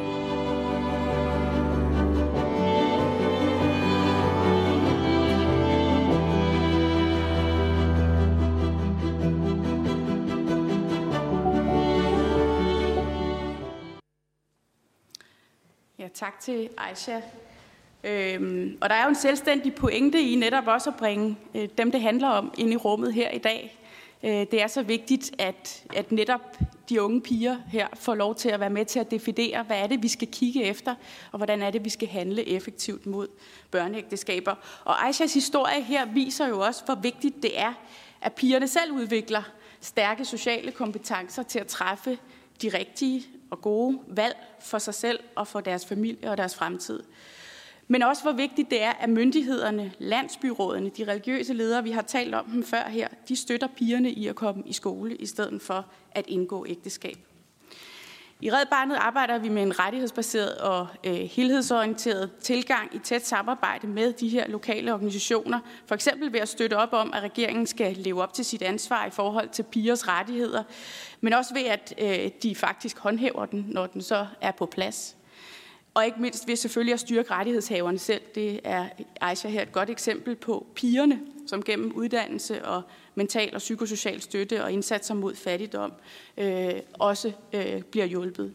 Ja, tak til Aisha. Øhm, og der er jo en selvstændig pointe i netop også at bringe øh, dem, det handler om, ind i rummet her i dag. Øh, det er så vigtigt, at, at netop de unge piger her får lov til at være med til at definere, hvad er det, vi skal kigge efter, og hvordan er det, vi skal handle effektivt mod børneægteskaber. Og Aishas historie her viser jo også, hvor vigtigt det er, at pigerne selv udvikler stærke sociale kompetencer til at træffe de rigtige og gode valg for sig selv og for deres familie og deres fremtid. Men også hvor vigtigt det er, at myndighederne, landsbyrådene, de religiøse ledere, vi har talt om dem før her, de støtter pigerne i at komme i skole, i stedet for at indgå ægteskab. I Red Barnet arbejder vi med en rettighedsbaseret og øh, helhedsorienteret tilgang i tæt samarbejde med de her lokale organisationer. For eksempel ved at støtte op om, at regeringen skal leve op til sit ansvar i forhold til pigers rettigheder, men også ved, at øh, de faktisk håndhæver den, når den så er på plads. Og ikke mindst ved selvfølgelig at styrke rettighedshaverne selv. Det er Aisha her et godt eksempel på pigerne, som gennem uddannelse og mental og psykosocial støtte og indsatser mod fattigdom øh, også øh, bliver hjulpet.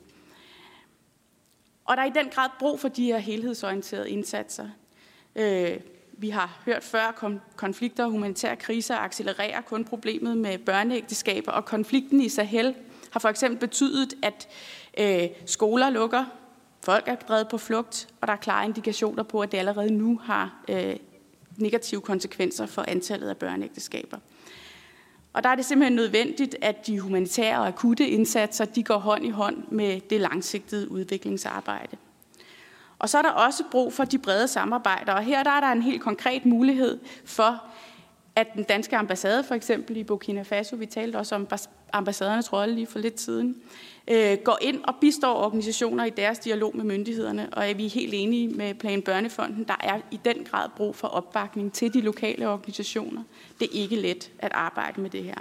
Og der er i den grad brug for de her helhedsorienterede indsatser. Øh, vi har hørt før, konflikter og humanitære kriser accelererer kun problemet med børneægteskaber, og konflikten i Sahel har for eksempel betydet, at øh, skoler lukker, folk er drevet på flugt, og der er klare indikationer på, at det allerede nu har øh, negative konsekvenser for antallet af børneægteskaber. Og der er det simpelthen nødvendigt, at de humanitære og akutte indsatser, de går hånd i hånd med det langsigtede udviklingsarbejde. Og så er der også brug for de brede samarbejder, og her der er der en helt konkret mulighed for, at den danske ambassade, for eksempel i Burkina Faso, vi talte også om ambassadernes rolle lige for lidt siden, øh, går ind og bistår organisationer i deres dialog med myndighederne, og er vi helt enige med Plan Børnefonden, der er i den grad brug for opbakning til de lokale organisationer. Det er ikke let at arbejde med det her.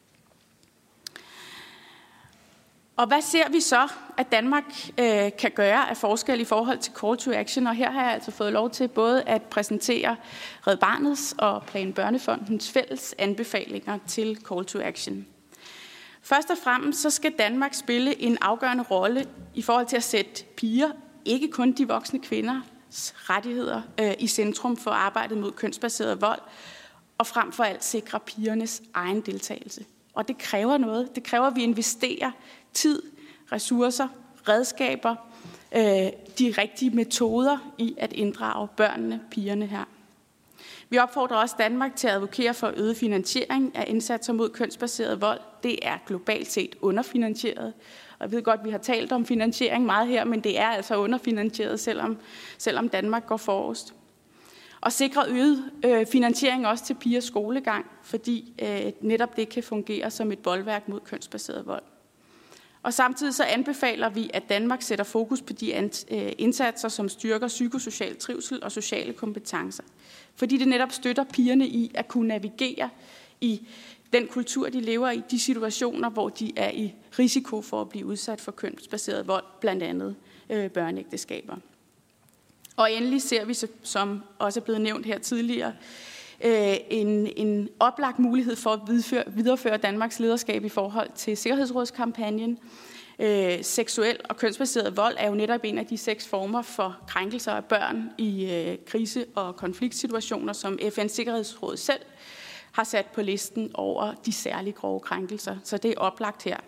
Og hvad ser vi så, at Danmark øh, kan gøre af forskel i forhold til Call to Action? Og her har jeg altså fået lov til både at præsentere Red Barnets og Plan Børnefondens fælles anbefalinger til Call to Action. Først og fremmest så skal Danmark spille en afgørende rolle i forhold til at sætte piger, ikke kun de voksne kvinders rettigheder, øh, i centrum for arbejdet mod kønsbaseret vold, og frem for alt sikre pigernes egen deltagelse. Og det kræver noget. Det kræver, at vi investerer tid, ressourcer, redskaber, øh, de rigtige metoder i at inddrage børnene, pigerne her. Vi opfordrer også Danmark til at advokere for øget finansiering af indsatser mod kønsbaseret vold. Det er globalt set underfinansieret. Og jeg ved godt, at vi har talt om finansiering meget her, men det er altså underfinansieret, selvom, selvom Danmark går forrest. Og sikre øget øh, finansiering også til pigers skolegang, fordi øh, netop det kan fungere som et bolværk mod kønsbaseret vold. Og samtidig så anbefaler vi, at Danmark sætter fokus på de indsatser, som styrker psykosocial trivsel og sociale kompetencer. Fordi det netop støtter pigerne i at kunne navigere i den kultur, de lever i, de situationer, hvor de er i risiko for at blive udsat for kønsbaseret vold, blandt andet øh, børneægteskaber. Og endelig ser vi, som også er blevet nævnt her tidligere, En, en oplagt mulighed for at videreføre, videreføre Danmarks lederskab i forhold til Sikkerhedsrådskampagnen. Øh, seksuel og kønsbaseret vold er jo netop en af de seks former for krænkelser af børn i øh, krise- og konfliktsituationer, som F N's Sikkerhedsråd selv har sat på listen over de særlig grove krænkelser. Så det er oplagt her.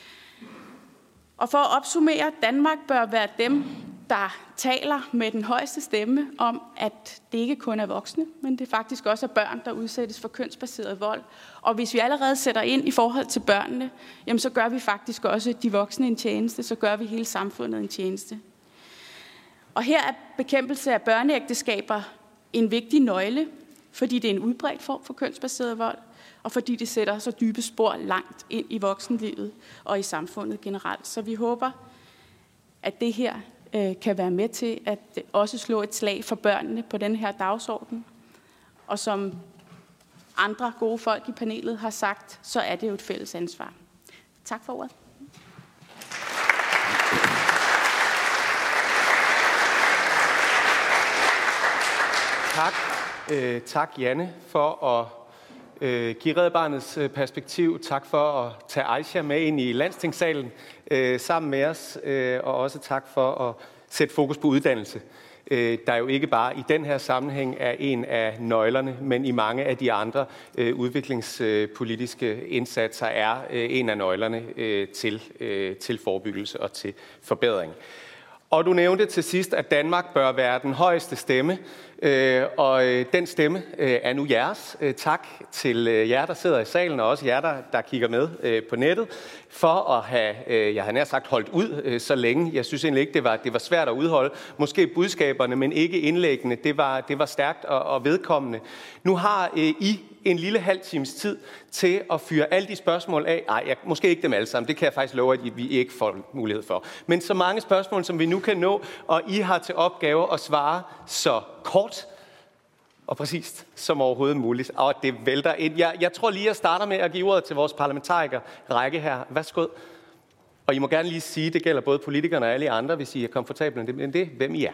Og for at opsummere, Danmark bør være dem, der taler med den højeste stemme om, at det ikke kun er voksne, men det faktisk også er børn, der udsættes for kønsbaseret vold. Og hvis vi allerede sætter ind i forhold til børnene, jamen så gør vi faktisk også de voksne en tjeneste, så gør vi hele samfundet en tjeneste. Og her er bekæmpelse af børneægteskaber en vigtig nøgle, fordi det er en udbredt form for kønsbaseret vold, og fordi det sætter så dybe spor langt ind i voksenlivet og i samfundet generelt. Så vi håber, at det her kan være med til at også slå et slag for børnene på den her dagsorden. Og som andre gode folk i panelet har sagt, så er det jo et fælles ansvar. Tak for ordet. Tak, øh, tak Janne for at øh, give Red Barnets perspektiv. Tak for at tage Aisha med ind i Landstingssalen øh, sammen med os, øh, og også tak for at sætte fokus på uddannelse. der jo ikke bare i den her sammenhæng er en af nøglerne, men i mange af de andre udviklingspolitiske indsatser er en af nøglerne til, til forebyggelse og til forbedring. Og du nævnte til sidst, at Danmark bør være den højeste stemme, og den stemme er nu jeres. Tak til jer, der sidder i salen, og også jer, der, der kigger med på nettet, for at have, jeg har nær sagt, holdt ud så længe. Jeg synes egentlig ikke, det var, det var svært at udholde. Måske budskaberne, men ikke indlæggene. Det var, det var stærkt og, og vedkommende. Nu har I en lille halv times tid til at fyre alle de spørgsmål af. Nej, jeg, måske ikke dem alle sammen. Det kan jeg faktisk love, at vi ikke får mulighed for. Men så mange spørgsmål, som vi nu kan nå, og I har til opgave at svare så kort og præcist som overhovedet muligt. Og det vælter ind. Jeg, jeg tror lige, jeg starter med at give ordet til vores parlamentariker række her. Værsgo. Og I må gerne lige sige, det gælder både politikerne og alle andre, hvis I er komfortable med det, det, hvem I er.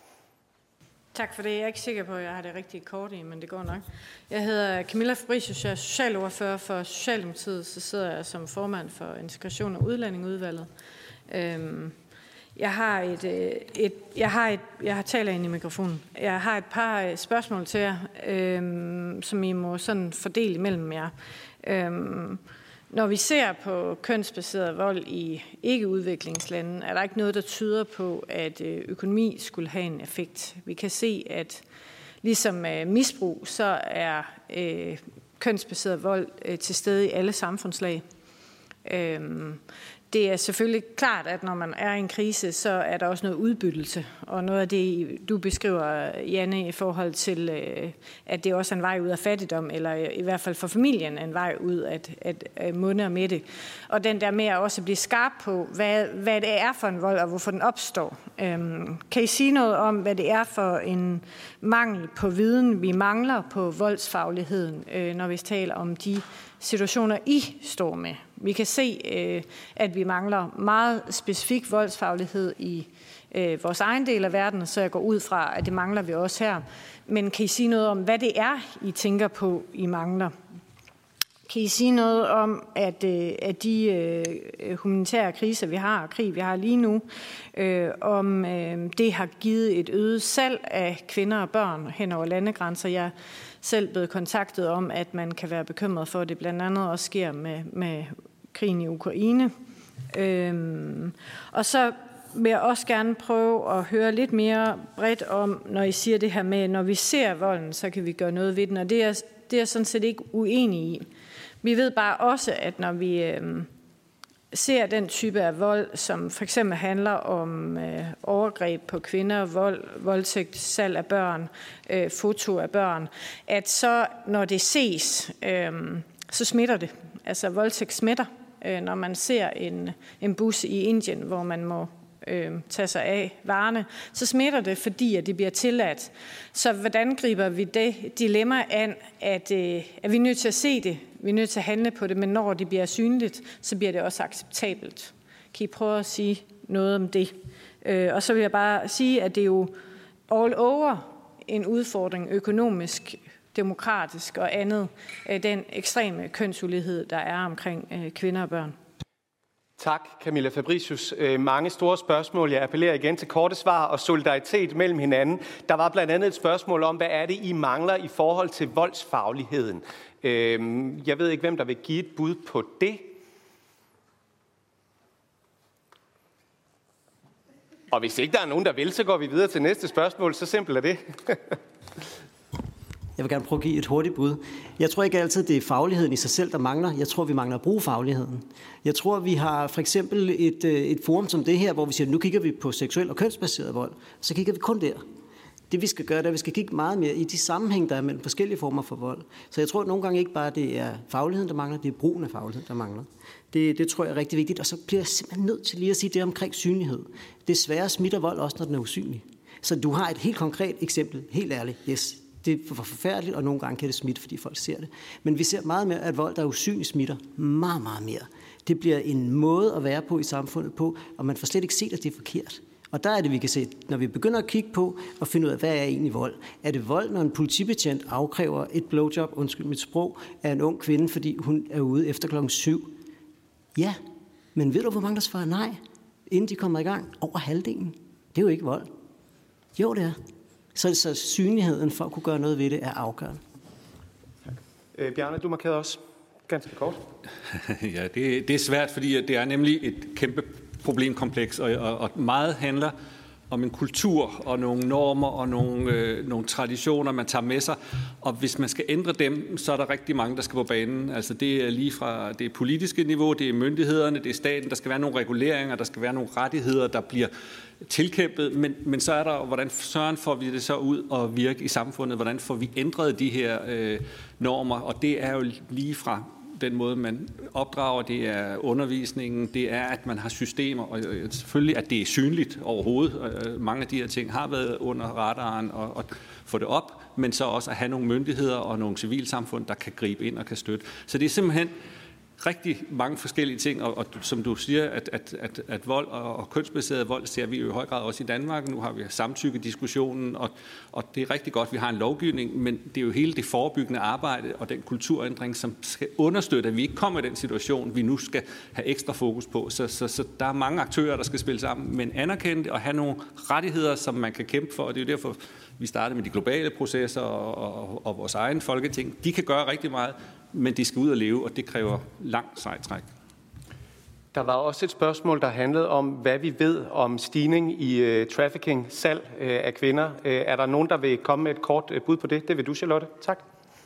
Tak for det. Jeg er ikke sikker på, at jeg har det rigtig kort i, men det går nok. Jeg hedder Camilla Fabricius, jeg er socialordfører for Socialdemokratiet, så sidder jeg som formand for Integration- og Udlændingeudvalget. Jeg har et, et, jeg har et, jeg har taler ind i mikrofonen. Jeg har et par spørgsmål til jer, øhm, som I må sådan fordele imellem jer. Øhm, når vi ser på kønsbaseret vold i ikke-udviklingslande, er der ikke noget, der tyder på, at økonomi skulle have en effekt. Vi kan se, at ligesom misbrug, så er øh, kønsbaseret vold øh, til stede i alle samfundslag. Øhm, Det er selvfølgelig klart, at når man er i en krise, så er der også noget udbyttelse. Og noget af det, du beskriver, Janne, i forhold til, at det også er en vej ud af fattigdom, eller i hvert fald for familien en vej ud af at, at munde og mætte. Og den der med at også blive skarp på, hvad, hvad det er for en vold, og hvorfor den opstår. Øhm, kan I sige noget om, hvad det er for en mangel på viden, vi mangler på voldsfagligheden, øh, når vi taler om de situationer, I står med? Vi kan se, at vi mangler meget specifik voldsfaglighed i vores egen del af verden, så jeg går ud fra, at det mangler vi også her. Men kan I sige noget om, hvad det er, I tænker på, I mangler? Kan I sige noget om, at, at de humanitære kriser, vi har, og krig, vi har lige nu, om det har givet et øget salg af kvinder og børn hen over landegrænser? Jeg selv blevet kontaktet om, at man kan være bekymret for, at det blandt andet også sker med, med krigen i Ukraine. Øhm, og så vil jeg også gerne prøve at høre lidt mere bredt om, når I siger det her med, når vi ser volden, så kan vi gøre noget ved den, og det er, det er sådan set ikke uenig i. Vi ved bare også, at når vi øhm, ser den type af vold, som for eksempel handler om øh, overgreb på kvinder, vold, voldtægt, salg af børn, øh, foto af børn, at så når det ses, øh, så smitter det. Altså voldtægt smitter, øh, når man ser en, en bus i Indien, hvor man må øh, tage sig af varerne, så smitter det, fordi at det bliver tilladt. Så hvordan griber vi det dilemma an, at, øh, at vi er nødt til at se det, vi er nødt til at handle på det, men når det bliver synligt, så bliver det også acceptabelt. Kan I prøve at sige noget om det? Øh, og så vil jeg bare sige, at det er jo all over en udfordring økonomisk, demokratisk og andet, øh, den ekstreme kønsulighed, der er omkring øh, kvinder og børn. Tak, Camilla Fabricius. Mange store spørgsmål. Jeg appellerer igen til korte svar og solidaritet mellem hinanden. Der var blandt andet et spørgsmål om, hvad er det, I mangler i forhold til voldsfagligheden? Jeg ved ikke, hvem der vil give et bud på det. Og hvis ikke der er nogen, der vil, så går vi videre til næste spørgsmål. Så simpelt er det. Jeg vil gerne prøve at give et hurtigt bud. Jeg tror ikke altid, det er fagligheden i sig selv, der mangler. Jeg tror, vi mangler at bruge fagligheden. Jeg tror, vi har for eksempel et, et forum som det her, hvor vi siger, nu kigger vi på seksuel og kønsbaseret vold. Så kigger vi kun der. Det vi skal gøre, det er, at vi skal kigge meget mere i de sammenhæng, der er mellem forskellige former for vold. Så jeg tror, at nogle gange ikke bare det er fagligheden, der mangler, det er brugen af fagligheden, der mangler. Det, det tror jeg er rigtig vigtigt. Og så bliver jeg simpelthen nødt til lige at sige det omkring synlighed. Desværre smitter vold også, når den er usynlig. Så du har et helt konkret eksempel, helt ærligt, yes. Det er forfærdeligt, og nogle gange kan det smitte, fordi folk ser det. Men vi ser meget mere, at vold, der er usynlig, smitter meget, meget mere. Det bliver en måde at være på i samfundet på, og man får slet ikke set, at det er forkert. Og der er det, vi kan se, når vi begynder at kigge på og finde ud af, hvad er egentlig vold. Er det vold, når en politibetjent afkræver et blowjob, undskyld mit sprog, af en ung kvinde, fordi hun er ude efter klokken syv? Ja, men ved du, hvor mange der svarer nej, inden de kommer i gang? Over halvdelen. Det er jo ikke vold. Jo, det er. Så, så synligheden for at kunne gøre noget ved det er afgørende. Øh, Bjarne, du markerede også ganske kort. Ja, det, det er svært, fordi det er nemlig et kæmpe problemkompleks, og, og, og meget handler om en kultur og nogle normer og nogle, øh, nogle traditioner, man tager med sig. Og hvis man skal ændre dem, så er der rigtig mange, der skal på banen. Altså det er lige fra det politiske niveau, det er myndighederne, det er staten, der skal være nogle reguleringer, der skal være nogle rettigheder, der bliver tilkæmpet. Men, men så er der, hvordan søren får vi det så ud og virke i samfundet? Hvordan får vi ændret de her øh, normer? Og det er jo lige fra den måde, man opdrager, det er undervisningen, det er, at man har systemer, og selvfølgelig, at det er synligt overhovedet. Mange af de her ting har været under radaren og, og få det op, men så også at have nogle myndigheder og nogle civilsamfund, der kan gribe ind og kan støtte. Så det er simpelthen rigtig mange forskellige ting, og, og som du siger, at, at, at, at vold og, og kønsbaseret vold ser vi jo i høj grad også i Danmark. Nu har vi samtykkediskussionen, og, og det er rigtig godt, at vi har en lovgivning, men det er jo hele det forebyggende arbejde og den kulturændring, som skal understøtte, at vi ikke kommer i den situation, vi nu skal have ekstra fokus på. Så, så, så der er mange aktører, der skal spille sammen, men anerkende det og have nogle rettigheder, som man kan kæmpe for, og det er jo derfor, vi startede med de globale processer og, og, og vores egen folketing. De kan gøre rigtig meget, men de skal ud og leve, og det kræver langt sejtræk. Der var også et spørgsmål, der handlede om, hvad vi ved om stigning i uh, trafficking, salg uh, af kvinder. Uh, er der nogen, der vil komme med et kort uh, bud på det? Det vil du, Charlotte. Tak.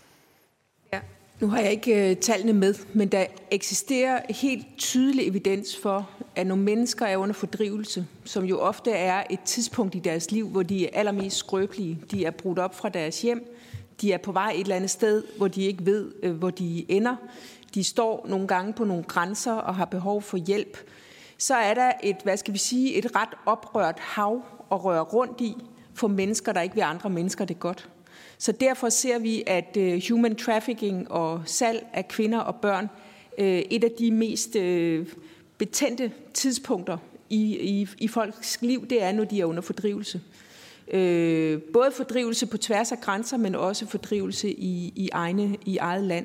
Ja. Nu har jeg ikke uh, tallene med, men der eksisterer helt tydelig evidens for, at nogle mennesker er under fordrivelse, som jo ofte er et tidspunkt i deres liv, hvor de er allermest skrøbelige. De er brudt op fra deres hjem. De er på vej et eller andet sted, hvor de ikke ved, uh, hvor de ender. De står nogle gange på nogle grænser og har behov for hjælp. Så er der et, hvad skal vi sige, et ret oprørt hav at røre rundt i for mennesker, der ikke vil andre mennesker det godt. Så derfor ser vi, at uh, human trafficking og salg af kvinder og børn, uh, et af de mest uh, betændte tidspunkter i, i, i folks liv, det er, når de er under fordrivelse. Uh, både fordrivelse på tværs af grænser, men også fordrivelse i, i, egne, i eget land.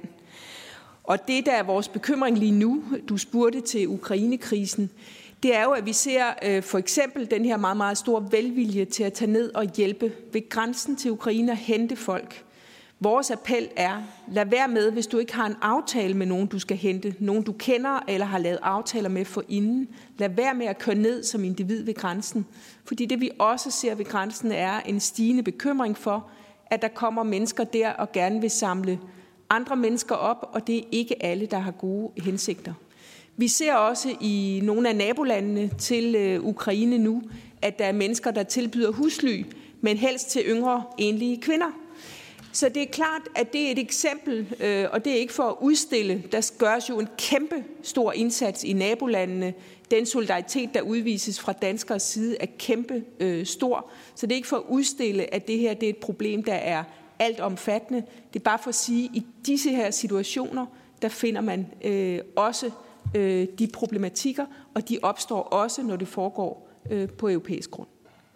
Og det, der er vores bekymring lige nu, du spurgte til Ukraine-krisen, det er jo, at vi ser øh, for eksempel den her meget, meget store velvilje til at tage ned og hjælpe ved grænsen til Ukraine og hente folk. Vores appel er, lad være med, hvis du ikke har en aftale med nogen, du skal hente, nogen du kender eller har lavet aftaler med forinden. Lad være med at køre ned som individ ved grænsen. Fordi det, vi også ser ved grænsen, er en stigende bekymring for, at der kommer mennesker der og gerne vil samle andre mennesker op, og det er ikke alle, der har gode hensigter. Vi ser også i nogle af nabolandene til Ukraine nu, at der er mennesker, der tilbyder husly, men helst til yngre enlige kvinder. Så det er klart, at det er et eksempel, og det er ikke for at udstille. Der gøres jo en kæmpe stor indsats i nabolandene. Den solidaritet, der udvises fra danskers side, er kæmpe stor. Så det er ikke for at udstille, at det her det er et problem, der er alt omfattende. Det er bare for at sige, at i disse her situationer, der finder man øh, også øh, de problematikker, og de opstår også, når det foregår øh, på europæisk grund.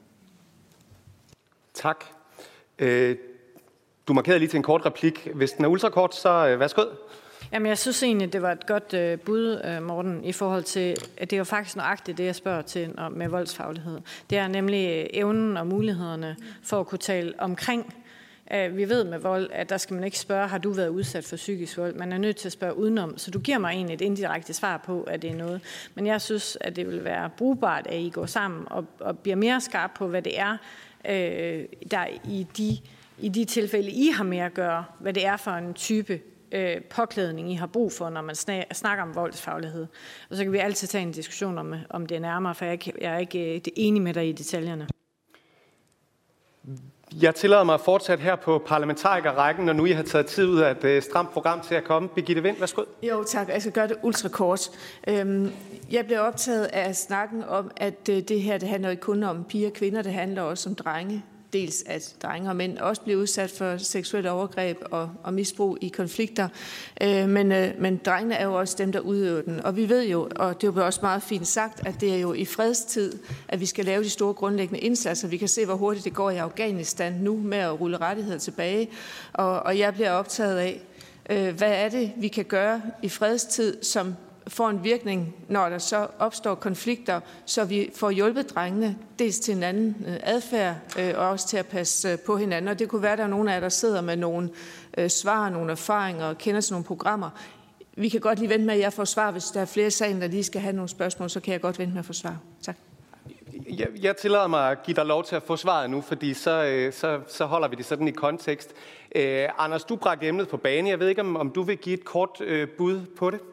Tak. Øh, du markerede lige til en kort replik. Hvis den er ultrakort, så øh, værsgo. Jamen, jeg synes egentlig, det var et godt øh, bud, øh, Morten, i forhold til, at det er jo faktisk nøjagtigt det, jeg spørger til med voldsfaglighed. Det er nemlig evnen og mulighederne for at kunne tale omkring. Vi ved med vold, at der skal man ikke spørge, har du været udsat for psykisk vold? Man er nødt til at spørge udenom, så du giver mig egentlig et indirekte svar på, at det er noget. Men jeg synes, at det vil være brugbart, at I går sammen og, og bliver mere skarpe på, hvad det er, øh, der i de, i de tilfælde, I har med at gøre, hvad det er for en type øh, påklædning, I har brug for, når man snakker om voldsfaglighed. Og så kan vi altid tage en diskussion om, om det er nærmere, for jeg, jeg er ikke enig med dig i detaljerne. Jeg tillader mig at fortsætte her på parlamentarikerrækken, når nu I har taget tid ud af et stramt program til at komme. Birgitte Vind, værsgo. Jo, tak. Jeg skal gøre det ultrakort. Jeg bliver optaget af snakken om, at det her det handler ikke kun om piger og kvinder, det handler også om drenge. Dels at drenge og mænd også bliver udsat for seksuelle overgreb og, og misbrug i konflikter. Øh, men, øh, men drengene er jo også dem, der udøver den. Og vi ved jo, og det er jo også meget fint sagt, at det er jo i fredstid, at vi skal lave de store grundlæggende indsatser. Vi kan se, hvor hurtigt det går i Afghanistan nu med at rulle rettigheder tilbage. Og, og jeg bliver optaget af, øh, hvad er det, vi kan gøre i fredstid, som får en virkning, når der så opstår konflikter, så vi får hjulpet drengene dels til en anden adfærd og også til at passe på hinanden. Og det kunne være, at der er nogle af jer, der sidder med nogle svar, nogle erfaringer og kender sådan nogle programmer. Vi kan godt lige vente med, at jeg får svar. Hvis der er flere i salen, der lige skal have nogle spørgsmål, så kan jeg godt vente med at få svar. Tak. Jeg, jeg tillader mig at give dig lov til at få svaret nu, fordi så, så, så holder vi det sådan i kontekst. Eh, Anders, du bragte emnet på bane. Jeg ved ikke, om, om du vil give et kort øh, bud på det?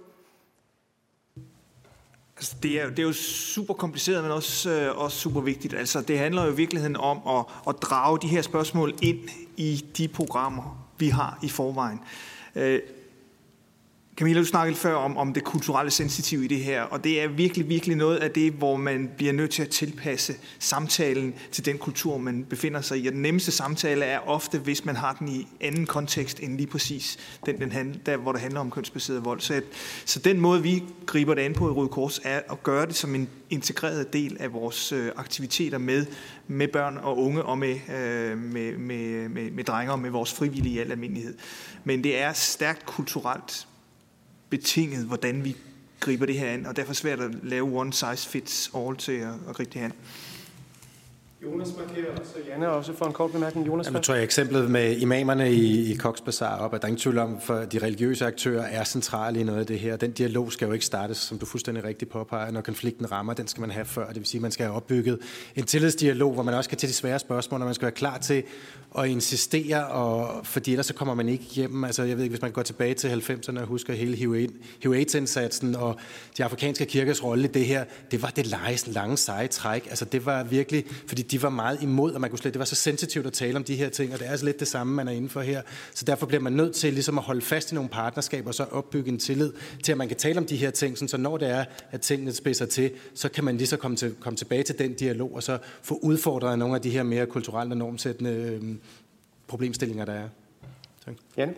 Altså, det, er, det er jo super kompliceret, men også, øh, også super vigtigt. Altså, det handler jo i virkeligheden om at, at drage de her spørgsmål ind i de programmer, vi har i forvejen. Øh, Camilla, du snakkede før om, om det kulturelle sensitive i det her, og det er virkelig, virkelig noget af det, hvor man bliver nødt til at tilpasse samtalen til den kultur, man befinder sig i. Og den nemmeste samtale er ofte, hvis man har den i anden kontekst end lige præcis den, den handler, der, hvor det handler om kønsbaseret vold. Så, at, så den måde, vi griber det an på i Røde Kors, er at gøre det som en integreret del af vores øh, aktiviteter med, med børn og unge og med, øh, med, med, med, med drenge og med vores frivillige i al almindelighed. Men det er stærkt kulturelt betinget, hvordan vi griber det her an, og derfor er det svært at lave one size fits all til at, at gribe det her an. Jonas markerer også. Janne også for en kort bemærkning. Jonas, Jamen, tror jeg eksemplet med imamerne i, i Cox's Bazar op, at der er ingen tvivl om, for de religiøse aktører er centrale i noget af det her. Den dialog skal jo ikke startes, som du fuldstændig rigtigt påpeger, når konflikten rammer. Den skal man have før. Det vil sige, at man skal have opbygget en tillidsdialog, hvor man også kan til de svære spørgsmål, og man skal være klar til at insistere, og fordi ellers så kommer man ikke hjem. Altså, jeg ved ikke, hvis man går tilbage til halvfemserne og husker hele H I V AIDS-indsatsen og de afrikanske kirkers rolle i det her, det var det lange, seje træk. Altså, det var virkelig, fordi de var meget imod, og man kunne slet, det var så sensitivt at tale om de her ting, og det er altså lidt det samme, man er inde for her. Så derfor bliver man nødt til ligesom at holde fast i nogle partnerskaber, og så opbygge en tillid til, at man kan tale om de her ting, så når det er, at tingene spidser til, så kan man lige så komme, til, komme tilbage til den dialog, og så få udfordret nogle af de her mere kulturelle og normsættende øh, problemstillinger, der er. Tak. Janne?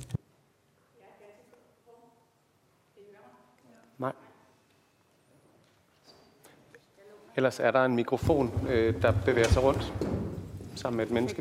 Nej. Ellers er der en mikrofon, øh, der bevæger sig rundt sammen med et menneske.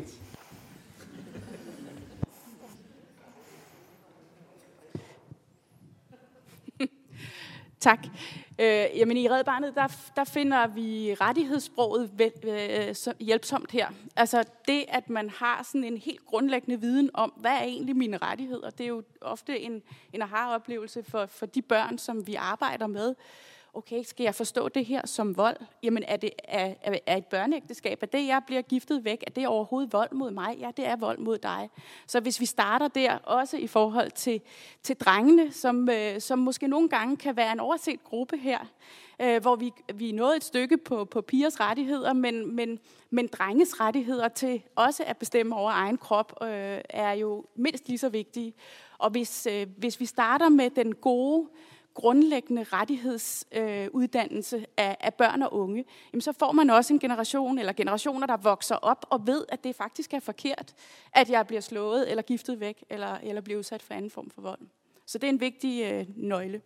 Tak. Øh, jamen i Red Barnet, der, der finder vi rettighedssproget vel, øh, så hjælpsomt her. Altså det, at man har sådan en helt grundlæggende viden om, hvad er egentlig mine rettigheder, det er jo ofte en, en aha-oplevelse for, for de børn, som vi arbejder med. Okay, skal jeg forstå det her som vold? Jamen, er det er, er et børneægteskab? Er det, jeg bliver giftet væk? Er det overhovedet vold mod mig? Ja, det er vold mod dig. Så hvis vi starter der, også i forhold til, til drengene, som, øh, som måske nogle gange kan være en overset gruppe her, øh, hvor vi, vi er nået et stykke på, på pigers rettigheder, men, men, men drenges rettigheder til også at bestemme over egen krop, øh, er jo mindst lige så vigtige. Og hvis, øh, hvis vi starter med den gode, grundlæggende rettighedsuddannelse øh, af, af børn og unge, jamen så får man også en generation eller generationer, der vokser op og ved, at det faktisk er forkert, at jeg bliver slået eller giftet væk eller, eller bliver udsat for anden form for vold. Så det er en vigtig øh, nøgle.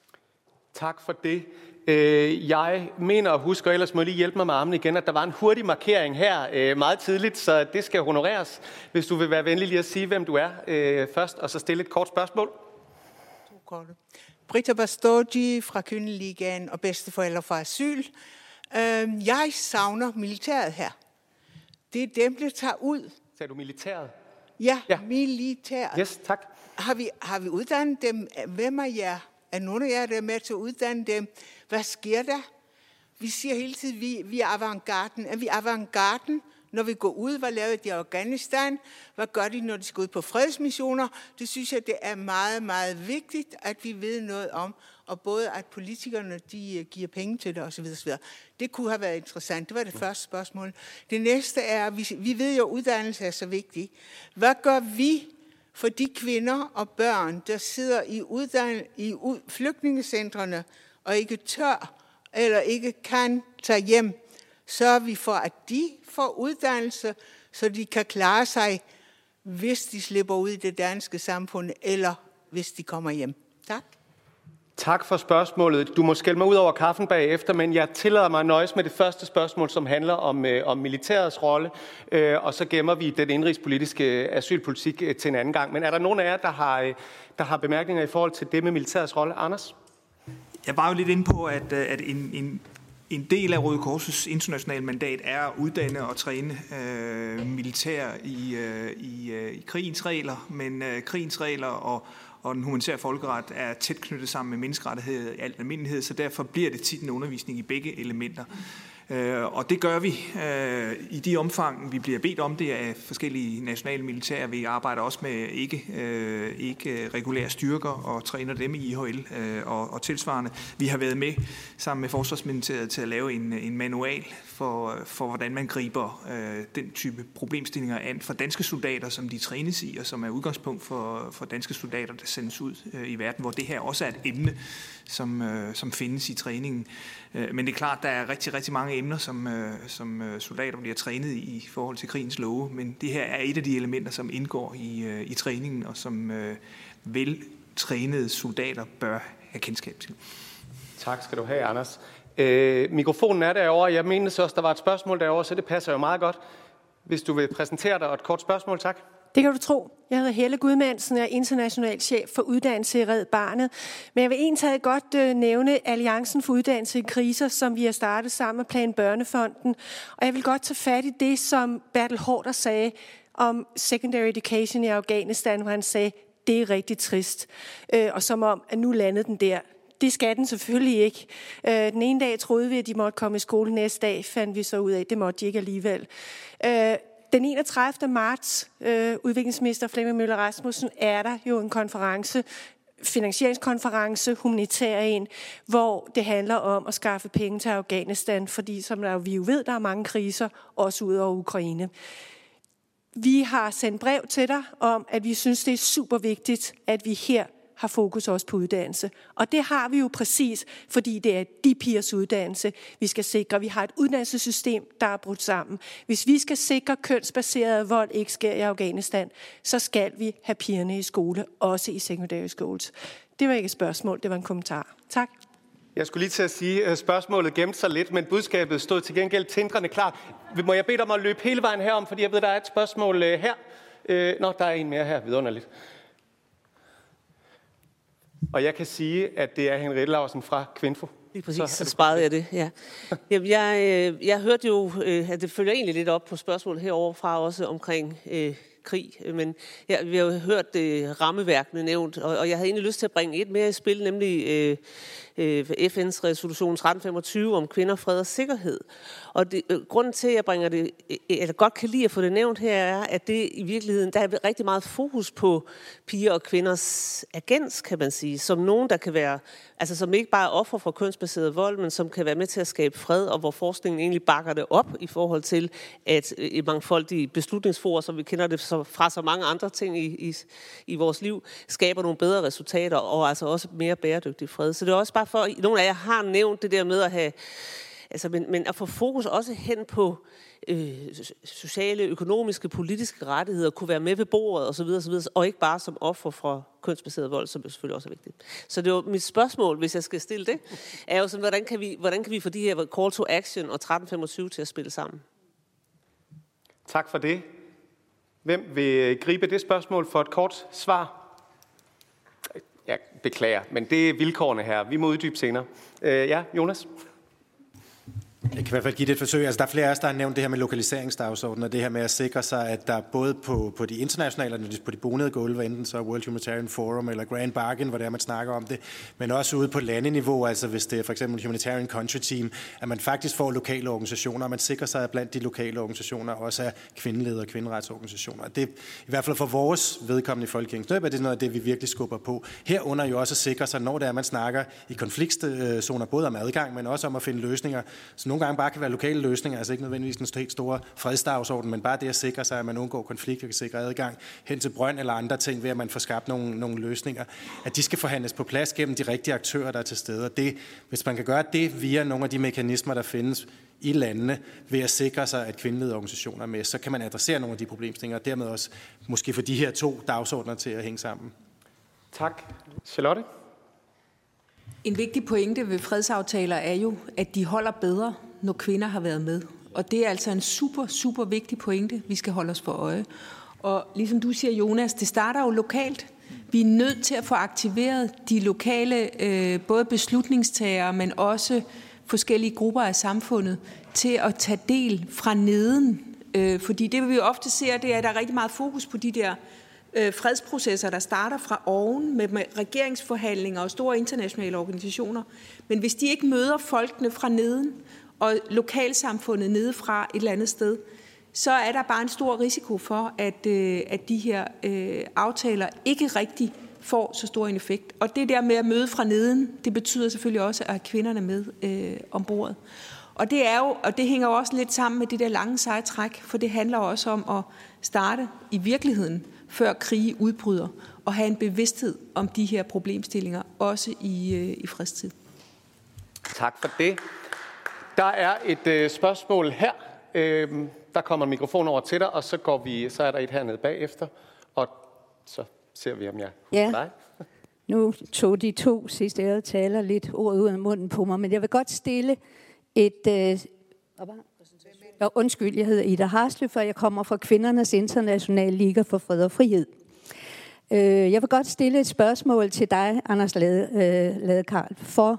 Tak for det. Øh, jeg mener at huske, og ellers må jeg lige hjælpe mig med armen igen, at der var en hurtig markering her øh, meget tidligt, så det skal honoreres. Hvis du vil være venlig lige at sige, hvem du er øh, først, og så stille et kort spørgsmål. To korte. Britta Bastogi fra Kvinneligaen og bedsteforældre fra Asyl. Jeg savner militæret her. Det er dem, der tager ud. Sagde du militæret? Ja, ja. militæret. Yes, tak. Har vi, har vi uddannet dem? Hvem af jer? Er nogen af jer, der er med til at uddanne dem? Hvad sker der? Vi siger hele tiden, vi, vi er avantgarden. Er vi avantgarden, når vi går ud? Hvad laver de i Afghanistan? Hvad gør de, når de skal ud på fredsmissioner? Det synes jeg, det er meget, meget vigtigt, at vi ved noget om. Og både at politikerne, de giver penge til det osv. osv. Det kunne have været interessant. Det var det første spørgsmål. Det næste er, vi, vi ved jo, at uddannelse er så vigtig. Hvad gør vi for de kvinder og børn, der sidder i, uddann- i ud- flygtningecentrene og ikke tør eller ikke kan tage hjem? Sørger vi for, at de får uddannelse, så de kan klare sig, hvis de slipper ud i det danske samfund, eller hvis de kommer hjem. Tak. Tak for spørgsmålet. Du må skælde mig ud over kaffen bagefter, men jeg tillader mig at nøjes med det første spørgsmål, som handler om, øh, om militærets rolle, øh, og så gemmer vi den indrigspolitiske asylpolitik øh, til en anden gang. Men er der nogen af jer, der har, øh, der har bemærkninger i forhold til det med militærets rolle? Anders? Jeg var jo lidt inde på, at, at en, en, en del af Røde Korsets internationale mandat er at uddanne og træne øh, militær i, øh, i, øh, i krigens regler, men øh, krigens regler og, og den humanitære folkeret er tæt knyttet sammen med menneskerettighed i al almindelighed, så derfor bliver det tit en undervisning i begge elementer. Og det gør vi øh, i de omfang, vi bliver bedt om det af forskellige nationale militære. Vi arbejder også med ikke, øh, ikke regulære styrker og træner dem i I H L øh, og, og tilsvarende. Vi har været med sammen med Forsvarsministeriet til at lave en, en manual for, for, hvordan man griber øh, den type problemstillinger an for danske soldater, som de trænes i, og som er udgangspunkt for, for danske soldater, der sendes ud øh, i verden, hvor det her også er et emne, som, øh, som findes i træningen. Øh, men det er klart, der er rigtig, rigtig mange emner, som, øh, som soldater bliver trænet i i forhold til krigens love, men det her er et af de elementer, som indgår i, øh, i træningen, og som øh, veltrænede soldater bør have kendskab til. Tak skal du have, Anders. Øh, mikrofonen er derovre. Jeg mener så også, der var et spørgsmål derovre, så det passer jo meget godt. Hvis du vil præsentere dig og et kort spørgsmål, tak. Det kan du tro. Jeg hedder Helle Gudmandsen og er international chef for uddannelse i Red Barnet. Men jeg vil egentlig godt øh, nævne Alliancen for Uddannelse i Kriser, som vi har startet sammen med Plan Børnefonden. Og jeg vil godt tage fat i det, som Bertel Haarder sagde om secondary education i Afghanistan, hvor han sagde, det er rigtig trist. Øh, og som om, at nu landede den der. Det skal den selvfølgelig ikke. Øh, den ene dag troede vi, at de måtte komme i skole, næste dag fandt vi så ud af, at det måtte de ikke alligevel. Øh, Den enogtredivte marts, øh, udviklingsminister Flemming Møller Rasmussen, er der jo en konference, finansieringskonference, humanitær en, hvor det handler om at skaffe penge til Afghanistan, fordi som der, vi jo ved, der er mange kriser, også ud over Ukraine. Vi har sendt brev til dig om, at vi synes, det er super vigtigt, at vi her har fokus også på uddannelse. Og det har vi jo præcis, fordi det er de pigers uddannelse, vi skal sikre. Vi har et uddannelsessystem, der er brudt sammen. Hvis vi skal sikre kønsbaseret vold ikke sker i Afghanistan, så skal vi have pigerne i skole, også i secondary schools. Det var ikke et spørgsmål, det var en kommentar. Tak. Jeg skulle lige til at sige, at spørgsmålet gemte sig lidt, men budskabet stod til gengæld tindrende klart. Må jeg bede dig om at løbe hele vejen herom, fordi jeg ved, der er et spørgsmål her. Nå, der er en mere her, vidunderligt. Og jeg kan sige, at det er Henriette Laursen fra Kvinfo. Lige præcis, så, så sparede jeg det, ja. Jamen, jeg, jeg hørte jo, at det følger egentlig lidt op på spørgsmålet herovre fra også omkring øh, krig, men jeg, vi har jo hørt øh, rammeværkene nævnt, og, og jeg havde egentlig lyst til at bringe et mere i spil, nemlig øh, øh, F N's resolution tretten femogtyve om kvinder, fred og sikkerhed. Og det, øh, grunden til, at jeg bringer det, eller godt kan lide at få det nævnt her, er, at det i virkeligheden, der er rigtig meget fokus på piger og kvinders agens, kan man sige, som nogen, der kan være, altså som ikke bare er offer for kønsbaseret vold, men som kan være med til at skabe fred, og hvor forskningen egentlig bakker det op i forhold til, at et mangfoldigt beslutningsforum, som vi kender det fra så mange andre ting i, i, i vores liv, skaber nogle bedre resultater, og altså også mere bæredygtig fred. Så det er også bare for, nogle af jer har nævnt det der med at have, altså, men, men at få fokus også hen på øh, sociale, økonomiske, politiske rettigheder, kunne være med ved bordet osv., osv., og ikke bare som offer for kønsbaseret vold, som selvfølgelig også er vigtigt. Så det var mit spørgsmål, hvis jeg skal stille det, er jo sådan, hvordan kan vi, hvordan kan vi få de her call to action og tretten femogtyve til at spille sammen? Tak for det. Hvem vil gribe det spørgsmål for et kort svar? Jeg beklager, men det er vilkårene her. Vi må uddybe senere. Øh, ja, Jonas? Jeg kan i hvert fald give det et forsøg. Altså, der er flere af os, der har nævnt det her med lokaliseringsdagsordenen, og det her med at sikre sig, at der både på, på de internationale og på de bonede gulve, enten så World Humanitarian Forum eller Grand Bargain, hvor det er, man snakker om det, men også ude på landeniveau, altså hvis det er for eksempel Humanitarian Country Team, at man faktisk får lokale organisationer, og man sikrer sig, at blandt de lokale organisationer også er kvindeledere og kvinderetsorganisationer. Det er i hvert fald for vores vedkommende i Folkekirkens Nøb, er det noget af det, vi virkelig skubber på. Herunder jo også at sikre sig, når det er, man snakker i konfliktzoner, både om adgang, men også om at finde løsninger, så nogle gange bare kan være lokale løsninger, altså ikke nødvendigvis en helt store fredsdagsorden, men bare det at sikre sig, at man undgår konflikt og kan sikre adgang hen til brønd eller andre ting, ved at man får skabt nogle, nogle løsninger, at de skal forhandles på plads gennem de rigtige aktører, der er til stede. Og det, hvis man kan gøre det via nogle af de mekanismer, der findes i landene, ved at sikre sig, at kvindelige organisationer er med, så kan man adressere nogle af de problemstillinger, og dermed også måske få de her to dagsordner til at hænge sammen. Tak. Charlotte? En vigtig pointe ved fredsaftaler er jo, at de holder bedre, når kvinder har været med. Og det er altså en super, super vigtig pointe, vi skal holde os for øje. Og ligesom du siger, Jonas, det starter jo lokalt. Vi er nødt til at få aktiveret de lokale, øh, både beslutningstagere, men også forskellige grupper af samfundet, til at tage del fra neden. Øh, fordi det, vi jo ofte ser, det er, at der er rigtig meget fokus på de der øh, fredsprocesser, der starter fra oven med, med regeringsforhandlinger og store internationale organisationer. Men hvis de ikke møder folkene fra neden og lokalsamfundet nedefra et eller andet sted, så er der bare en stor risiko for, at, øh, at de her øh, aftaler ikke rigtig får så stor en effekt. Og det der med at møde fra neden, det betyder selvfølgelig også at have kvinderne med øh, om bordet. Og det, er jo, og det hænger jo også lidt sammen med det der lange seje træk, for det handler også om at starte i virkeligheden, før krige udbryder, og have en bevidsthed om de her problemstillinger, også i, øh, i fredstid. Tak for det. Der er et øh, spørgsmål her. Øh, der kommer en mikrofon over til dig, og så, går vi, så er der et hernede bagefter, og så ser vi, om jeg ja. dig. Nu tog de to sidste ærede taler lidt ordet ud af munden på mig, men jeg vil godt stille et... Øh, og undskyld, jeg hedder Ida Harslev, for jeg kommer fra Kvindernes Internationale Liga for Fred og Frihed. Øh, jeg vil godt stille et spørgsmål til dig, Anders Lade, øh, Ladekarl, for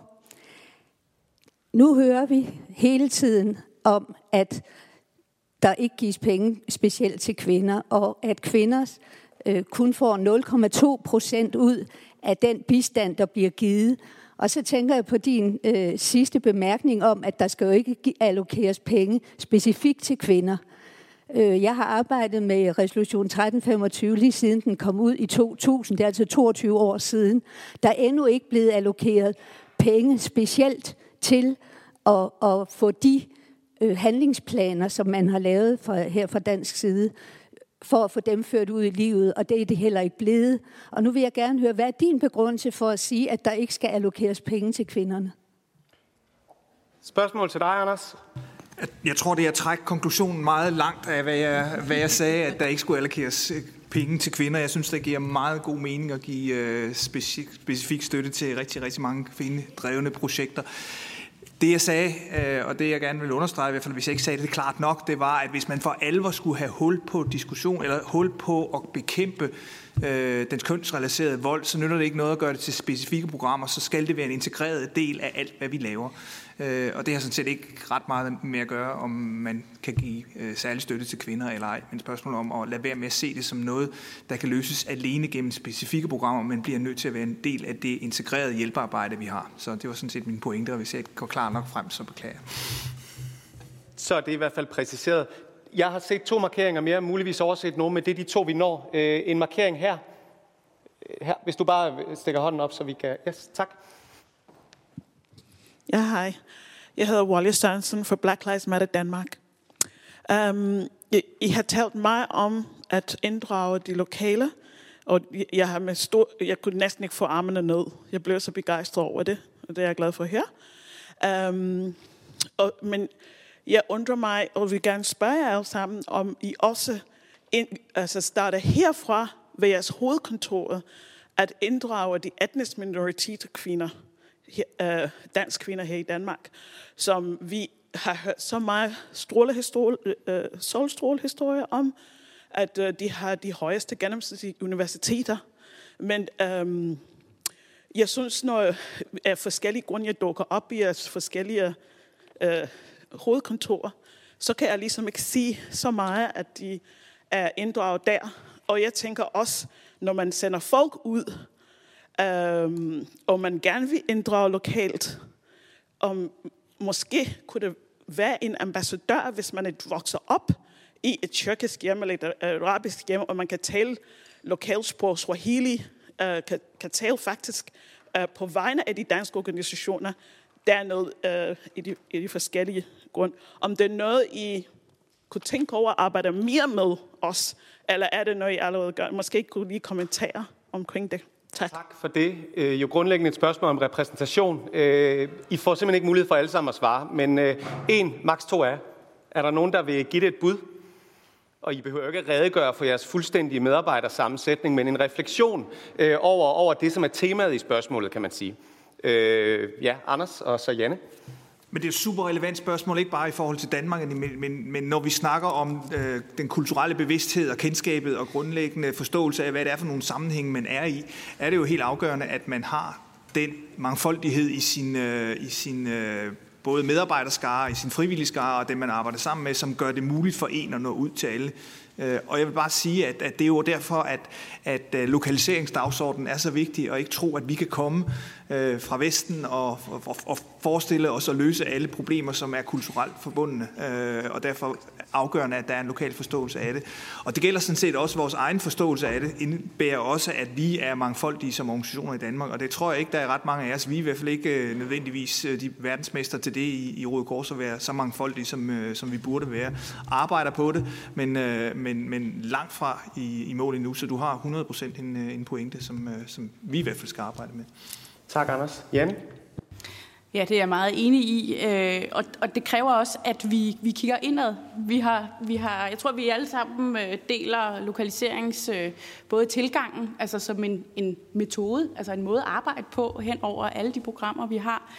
nu hører vi hele tiden om, at der ikke gives penge specielt til kvinder, og at kvinder øh, kun får nul komma to procent ud af den bistand, der bliver givet. Og så tænker jeg på din øh, sidste bemærkning om, at der skal jo ikke allokeres penge specifikt til kvinder. Øh, jeg har arbejdet med resolution tretten femogtyve lige siden den kom ud i to tusind, det er altså toogtyve år siden. Der er endnu ikke blevet allokeret penge specielt til at, at få de øh, handlingsplaner, som man har lavet fra, her fra dansk side, for at få dem ført ud i livet, og det er det heller ikke blevet. Og nu vil jeg gerne høre, hvad er din begrundelse for at sige, at der ikke skal allokeres penge til kvinderne? Spørgsmål til dig, Anders. Jeg tror, det er at trække konklusionen meget langt af, hvad jeg, hvad jeg sagde, at der ikke skulle allokeres penge til kvinder. Jeg synes, det giver meget god mening at give specifik, specifik støtte til rigtig, rigtig mange kvindedrevne projekter. Det jeg sagde, og det jeg gerne vil understrege, i hvert fald hvis jeg ikke sagde det klart nok, det var, at hvis man for alvor skulle have hul på diskussion, eller hul på at bekæmpe øh, den kønsrelaterede vold, så nytter det ikke noget at gøre det til specifikke programmer, så skal det være en integreret del af alt, hvad vi laver. Øh, og det har sådan set ikke ret meget med at gøre, om man kan give øh, særlig støtte til kvinder eller ej, men spørgsmål om at lade være med at se det som noget, der kan løses alene gennem specifikke programmer, men bliver nødt til at være en del af det integrerede hjælpearbejde, vi har. Så det var sådan set min pointe, og hvis jeg ikke går klar nok frem, så beklager. Så er det i hvert fald præciseret. Jeg har set to markeringer mere, muligvis overset nogle, men det er de to, vi når. Øh, en markering her. her. Hvis du bare stikker hånden op, så vi kan... Yes, tak. Ja, hej. Jeg hedder Wally Sørensen fra Black Lives Matter Danmark. Um, I, I har talt mig om at inddrage de lokale, og jeg, har med stor, jeg kunne næsten ikke få armene ned. Jeg blev så begejstret over det, og det er jeg glad for her. Um, og, men jeg undrer mig, og vil gerne spørge jer alle sammen, om I også ind, altså starter herfra ved jeres hovedkontor at inddrage de etniske minoritetskvinder, uh, dansk kvinder her i Danmark, som vi har hørt så meget uh, solstrålehistorie om, at uh, de har de højeste gennemsnitlige universiteter. Men um, jeg synes, når af forskellige grunde jeg dukker op i jeres forskellige uh, hovedkontorer, så kan jeg ligesom ikke sige så meget, at de er inddraget der. Og jeg tænker også, når man sender folk ud, um, og man gerne vil inddrage lokalt, om måske kunne det være en ambassadør, hvis man er vokset op i et tyrkisk hjem eller et arabisk hjem, og man kan tale lokalsprog, Swahili, uh, kan, kan tale faktisk uh, på vegne af de danske organisationer, dernede uh, i, de, i de forskellige grund. Om det er noget, I kunne tænke over at arbejde mere med os, eller er det noget, I allerede gør? Måske ikke kunne lige kommentere omkring det. Tak. Tak for det. Øh, jo grundlæggende et spørgsmål om repræsentation. Øh, I får simpelthen ikke mulighed for alle sammen at svare, men øh, en, maks to er. Er der nogen, der vil give det et bud? Og I behøver ikke at redegøre for jeres fuldstændige medarbejdersammensætning, men en refleksion øh, over, over det, som er temaet i spørgsmålet, kan man sige. Øh, ja, Anders og så Janne. Men det er et super relevant spørgsmål, ikke bare i forhold til Danmark, men, men, men når vi snakker om øh, den kulturelle bevidsthed og kendskabet og grundlæggende forståelse af, hvad det er for nogle sammenhænge, man er i, er det jo helt afgørende, at man har den mangfoldighed i sin, øh, i sin øh, både medarbejderskare, i sin frivillige skare og dem, man arbejder sammen med, som gør det muligt for en at nå ud til alle. Og jeg vil bare sige, at, at det er jo derfor, at, at lokaliseringsdagsordenen er så vigtig, og ikke tro, at vi kan komme øh, fra Vesten og, og, og forestille os at løse alle problemer, som er kulturelt forbundne. Øh, og derfor afgørende, at der er en lokal forståelse af det. Og det gælder sådan set også vores egen forståelse af det, indebærer også, at vi er mangfoldige som organisationer i Danmark. Og det tror jeg ikke, der er ret mange af os. Vi er i hvert fald ikke nødvendigvis de verdensmester til det i, i Røde Kors at være så mangfoldige, som, som vi burde være. Arbejder på det, men, men, men langt fra i, i mål endnu. Så du har hundrede procent en, en pointe, som, som vi i hvert fald skal arbejde med. Tak, Anders. Jan? Ja, det er jeg meget enig i, øh, og, og det kræver også, at vi, vi kigger indad. Vi har, vi har, jeg tror, vi alle sammen øh, deler lokaliserings, øh, både tilgangen, altså som en, en metode, altså en måde at arbejde på hen over alle de programmer, vi har.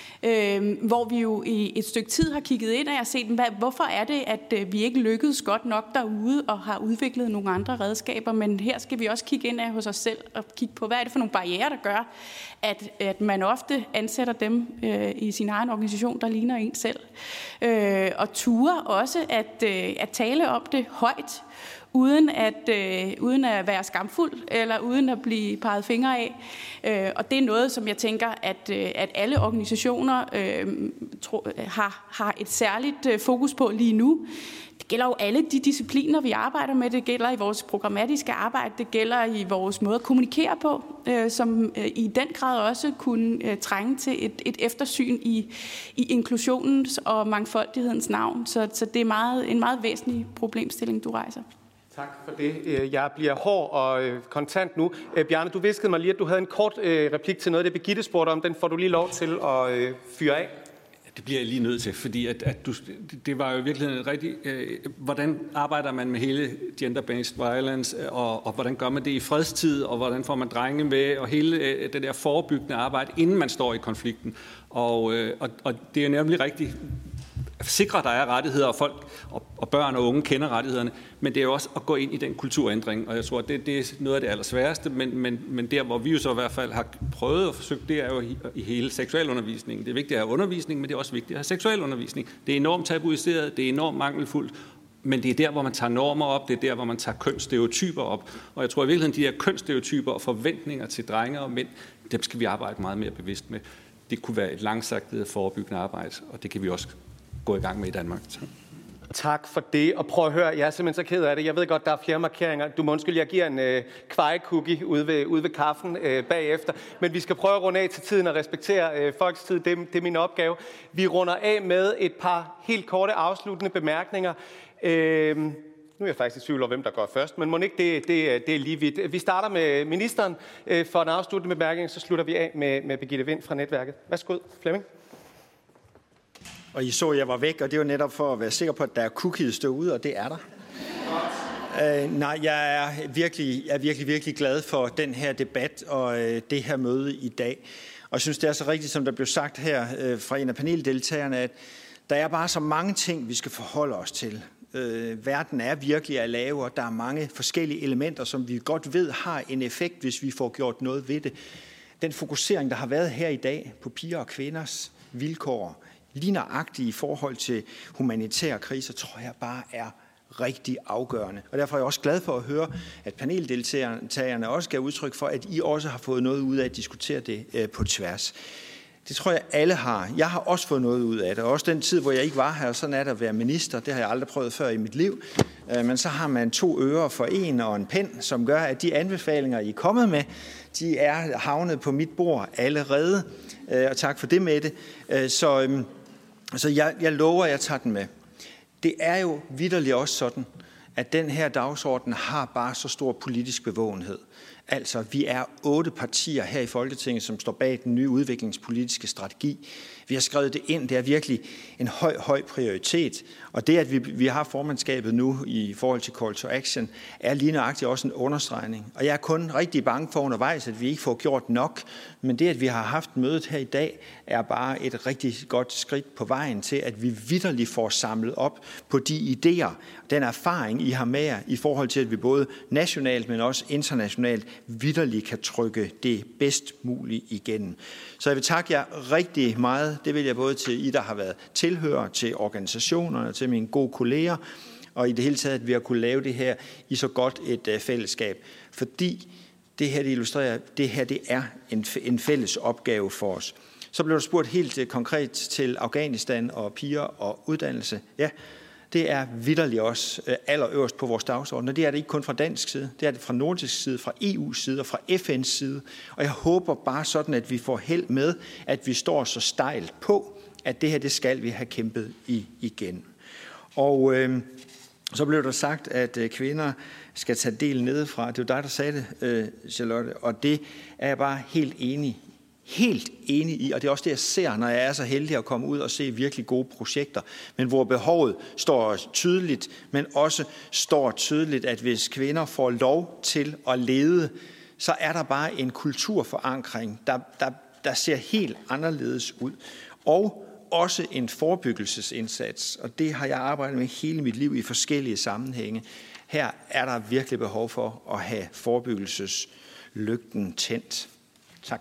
Øh, hvor vi jo i et stykke tid har kigget ind og set, hvad, hvorfor er det, at øh, vi ikke lykkedes godt nok derude og har udviklet nogle andre redskaber, men her skal vi også kigge ind af hos os selv og kigge på, hvad er det for nogle barrierer, der gør, at, at man ofte ansætter dem øh, i sin egen organisation, der ligner en selv. Øh, og ture også at, øh, at tale om det højt, uden at, øh, uden at være skamfuld, eller uden at blive peget fingre af. Øh, og det er noget, som jeg tænker, at, øh, at alle organisationer øh, tro, har, har et særligt øh, fokus på lige nu. Det gælder jo alle de discipliner, vi arbejder med. Det gælder i vores programmatiske arbejde. Det gælder i vores måde at kommunikere på, øh, som øh, i den grad også kunne øh, trænge til et, et eftersyn i, i inklusionens og mangfoldighedens navn. Så, så det er meget, en meget væsentlig problemstilling, du rejser. Tak for det. Jeg bliver hård og kontant nu. Bjarne, du viskede mig lige, at du havde en kort replik til noget, det Birgitte spurgte om. Den får du lige lov til at fyre af. Det bliver jeg lige nødt til, fordi at, at du, det var jo i virkeligheden rigtig, øh, hvordan arbejder man med hele gender-based violence, og, og hvordan gør man det i fredstid, og hvordan får man drenge med, og hele øh, det der forebyggende arbejde, inden man står i konflikten. Og, øh, og, og det er nemlig rigtigt at sikre, at der er rettigheder, og folk og, og børn og unge kender rettighederne, men det er jo også at gå ind i den kulturændring, og jeg tror, at det, det er noget af det allersværeste, men, men, men der, hvor vi jo så i hvert fald har prøvet og forsøgt, det er jo i, i hele seksualundervisningen. Det er vigtigt at have undervisning, men det er også vigtigt at have seksualundervisning. Det er enormt tabuiseret, det er enormt mangelfuldt, men det er der, hvor man tager normer op, det er der, hvor man tager kønsstereotyper op, og jeg tror i virkeligheden, de her kønsstereotyper og forventninger til drenge og mænd, dem skal vi arbejde meget mere bevidst med. Det kunne være et langsagtet forebyggende arbejde, og det kan vi også gå i gang med i Danmark. Tak for det, og prøv at høre, jeg er simpelthen så ked af det. Jeg ved godt, der er flere markeringer. Du må undskylde, jeg giver en øh, kveje-cookie ude ved, ude ved kaffen øh, bagefter. Men vi skal prøve at runde af til tiden og respektere øh, folks tid. Det, det er min opgave. Vi runder af med et par helt korte afsluttende bemærkninger. Øh, nu er jeg faktisk i tvivl om, hvem der går først, men må ikke det, det, det er lige vidt. Vi starter med ministeren øh, for en afsluttende bemærkning, så slutter vi af med, med Birgitte Vind fra netværket. Værsgo, Flemming. Og I så, at jeg var væk, og det var netop for at være sikker på, at der er cookies derude, og det er der. Uh, nej, jeg er virkelig, jeg er virkelig, virkelig glad for den her debat og uh, det her møde i dag. Og jeg synes, det er så rigtigt, som der blev sagt her uh, fra en af paneldeltagerne, at der er bare så mange ting, vi skal forholde os til. Uh, verden er virkelig at lave, og der er mange forskellige elementer, som vi godt ved har en effekt, hvis vi får gjort noget ved det. Den fokusering, der har været her i dag på piger og kvinders vilkår, lige nøjagtigt i forhold til humanitære kriser, tror jeg bare er rigtig afgørende. Og derfor er jeg også glad for at høre, at paneldeltagerne også gav udtryk for, at I også har fået noget ud af at diskutere det øh, på tværs. Det tror jeg, alle har. Jeg har også fået noget ud af det. Også den tid, hvor jeg ikke var her, sådan er det at være minister. Det har jeg aldrig prøvet før i mit liv. Men så har man to ører for en og en pen, som gør, at de anbefalinger, I er kommet med, de er havnet på mit bord allerede. Og tak for det, Mette. Så, så jeg, jeg lover, at jeg tager den med. Det er jo vitterligt også sådan, at den her dagsorden har bare så stor politisk bevågenhed. Altså, vi er otte partier her i Folketinget, som står bag den nye udviklingspolitiske strategi. Vi har skrevet det ind. Det er virkelig en høj, høj prioritet. Og det, at vi, vi har formandskabet nu i forhold til Call to Action, er lige nøjagtigt også en understregning. Og jeg er kun rigtig bange for undervejs, at vi ikke får gjort nok. Men det, at vi har haft mødet her i dag, er bare et rigtig godt skridt på vejen til, at vi vitterligt får samlet op på de idéer, den erfaring, I har med jer, i forhold til, at vi både nationalt, men også internationalt vitterligt kan trykke det bedst muligt igennem. Så jeg vil takke jer rigtig meget. Det vil jeg både til I, der har været tilhører, til organisationerne, til mine gode kolleger, og i det hele taget, at vi har kunne lave det her i så godt et uh, fællesskab. Fordi det her, det illustrerer, det her det er en, en fælles opgave for os. Så blev der spurgt helt uh, konkret til Afghanistan og piger og uddannelse. Ja, det er vitterligt også uh, allerøverst på vores dagsorden, og det er det ikke kun fra dansk side, det er det fra nordisk side, fra E U's side og fra F N's side. Og jeg håber bare sådan, at vi får held med, at vi står så stejlt på, at det her, det skal vi have kæmpet i igen. Og øh, så blev der sagt, at øh, kvinder skal tage del nedefra. Det var dig, der sagde det, øh, Charlotte, og det er jeg bare helt enig Helt enig i, og det er også det, jeg ser, når jeg er så heldig at komme ud og se virkelig gode projekter, men hvor behovet står tydeligt, men også står tydeligt, at hvis kvinder får lov til at lede, så er der bare en kulturforankring, der, der, der ser helt anderledes ud. Og også en forebyggelsesindsats, og det har jeg arbejdet med hele mit liv i forskellige sammenhænge. Her er der virkelig behov for at have forebyggelseslygten tændt. Tak.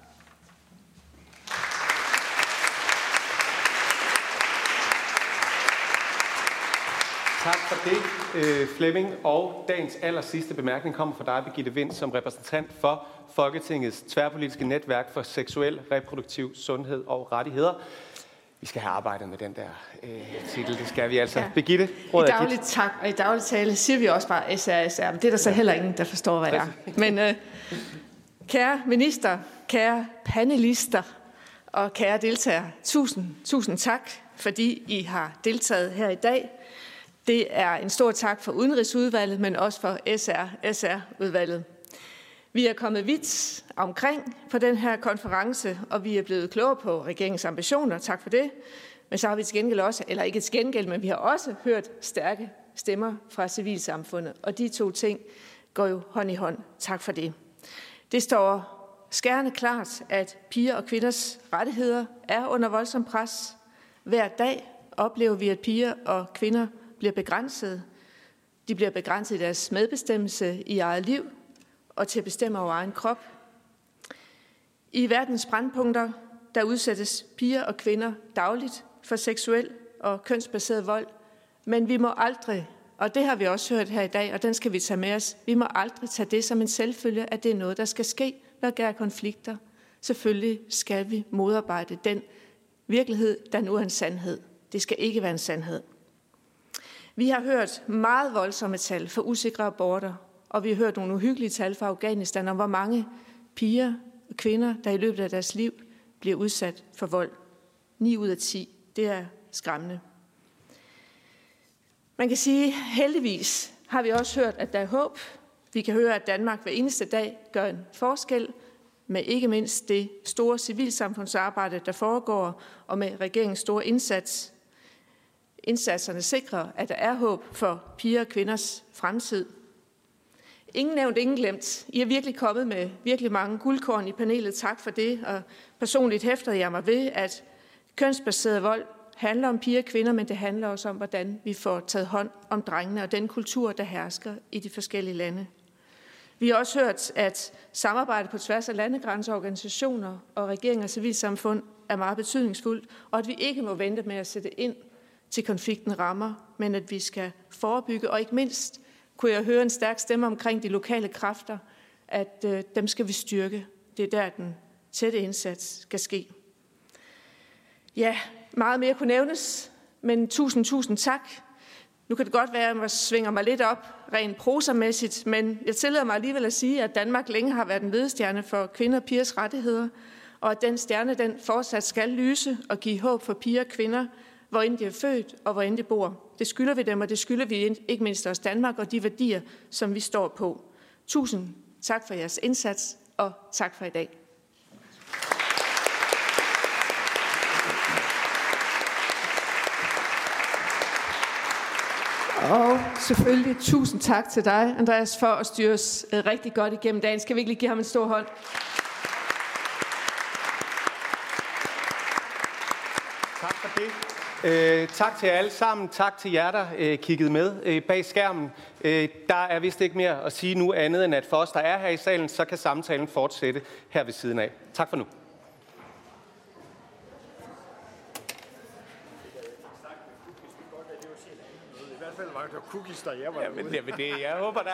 Tak for det, Flemming. Og dagens aller sidste bemærkning kommer fra dig, Birgitte Vind, som repræsentant for Folketingets tværpolitiske netværk for seksuel reproduktiv sundhed og rettigheder. Vi skal have arbejdet med den der øh, titel, det skal vi altså. Ja. Birgitte, råd I dagligt tak, og i dagligt tale siger vi også bare S R S R, men det er der så heller ingen, der forstår, hvad det er. Men øh, kære minister, kære panelister og kære deltagere, tusind, tusind tak, fordi I har deltaget her i dag. Det er en stor tak for Udenrigsudvalget, men også for S R S R-udvalget. Vi er kommet vidt omkring på den her konference, og vi er blevet klogere på regeringens ambitioner. Tak for det. Men så har vi til gengæld også, eller ikke et gengæld, men vi har også hørt stærke stemmer fra civilsamfundet. Og de to ting går jo hånd i hånd. Tak for det. Det står skærende klart, at piger og kvinders rettigheder er under voldsom pres. Hver dag oplever vi, at piger og kvinder bliver begrænset. De bliver begrænset i deres medbestemmelse i eget liv og til at bestemme over egen krop. I verdens brandpunkter, der udsættes piger og kvinder dagligt for seksuel og kønsbaseret vold, men vi må aldrig, og det har vi også hørt her i dag, og den skal vi tage med os, vi må aldrig tage det som en selvfølge, at det er noget, der skal ske, når der er konflikter. Selvfølgelig skal vi modarbejde den virkelighed, der nu er en sandhed. Det skal ikke være en sandhed. Vi har hørt meget voldsomme tal for usikre aborter, og vi har hørt nogle uhyggelige tal fra Afghanistan om, hvor mange piger og kvinder, der i løbet af deres liv bliver udsat for vold. ni ud af ti. Det er skræmmende. Man kan sige, heldigvis har vi også hørt, at der er håb. Vi kan høre, at Danmark hver eneste dag gør en forskel med ikke mindst det store civilsamfundsarbejde, der foregår, og med regeringens store indsats. Indsatserne sikrer, at der er håb for piger og kvinders fremtid. Ingen nævnt, ingen glemt. I er virkelig kommet med virkelig mange guldkorn i panelet. Tak for det. Og personligt hæfter jeg mig ved, at kønsbaseret vold handler om piger og kvinder, men det handler også om, hvordan vi får taget hånd om drengene og den kultur, der hersker i de forskellige lande. Vi har også hørt, at samarbejde på tværs af landegrænser, organisationer og regeringer og civilsamfund er meget betydningsfuldt, og at vi ikke må vente med at sætte ind til konflikten rammer, men at vi skal forebygge, og ikke mindst kunne jeg høre en stærk stemme omkring de lokale kræfter, at øh, dem skal vi styrke. Det er der, den tætte indsats skal ske. Ja, meget mere kunne nævnes, men tusind, tusind tak. Nu kan det godt være, at jeg svinger mig lidt op, rent prosamæssigt, men jeg tillader mig alligevel at sige, at Danmark længe har været en ledestjerne for kvinder og pigers rettigheder, og at den stjerne, den fortsat skal lyse og give håb for piger og kvinder, hvor end de er født og hvor end de bor. Det skylder vi dem, og det skylder vi ikke mindst også Danmark og de værdier, som vi står på. Tusind tak for jeres indsats, og tak for i dag. Og selvfølgelig tusind tak til dig, Andreas, for at styre os rigtig godt igennem dagen. Skal vi ikke lige give ham en stor hånd? Tak for det. Øh, tak til jer alle sammen. Tak til jer, der øh, kiggede med øh, bag skærmen. Øh, der er vist ikke mere at sige nu andet, end at for os, der er her i salen, så kan samtalen fortsætte her ved siden af. Tak for nu. I hvert fald var der cookies, der jeg var ja, men det, det, jeg håber, der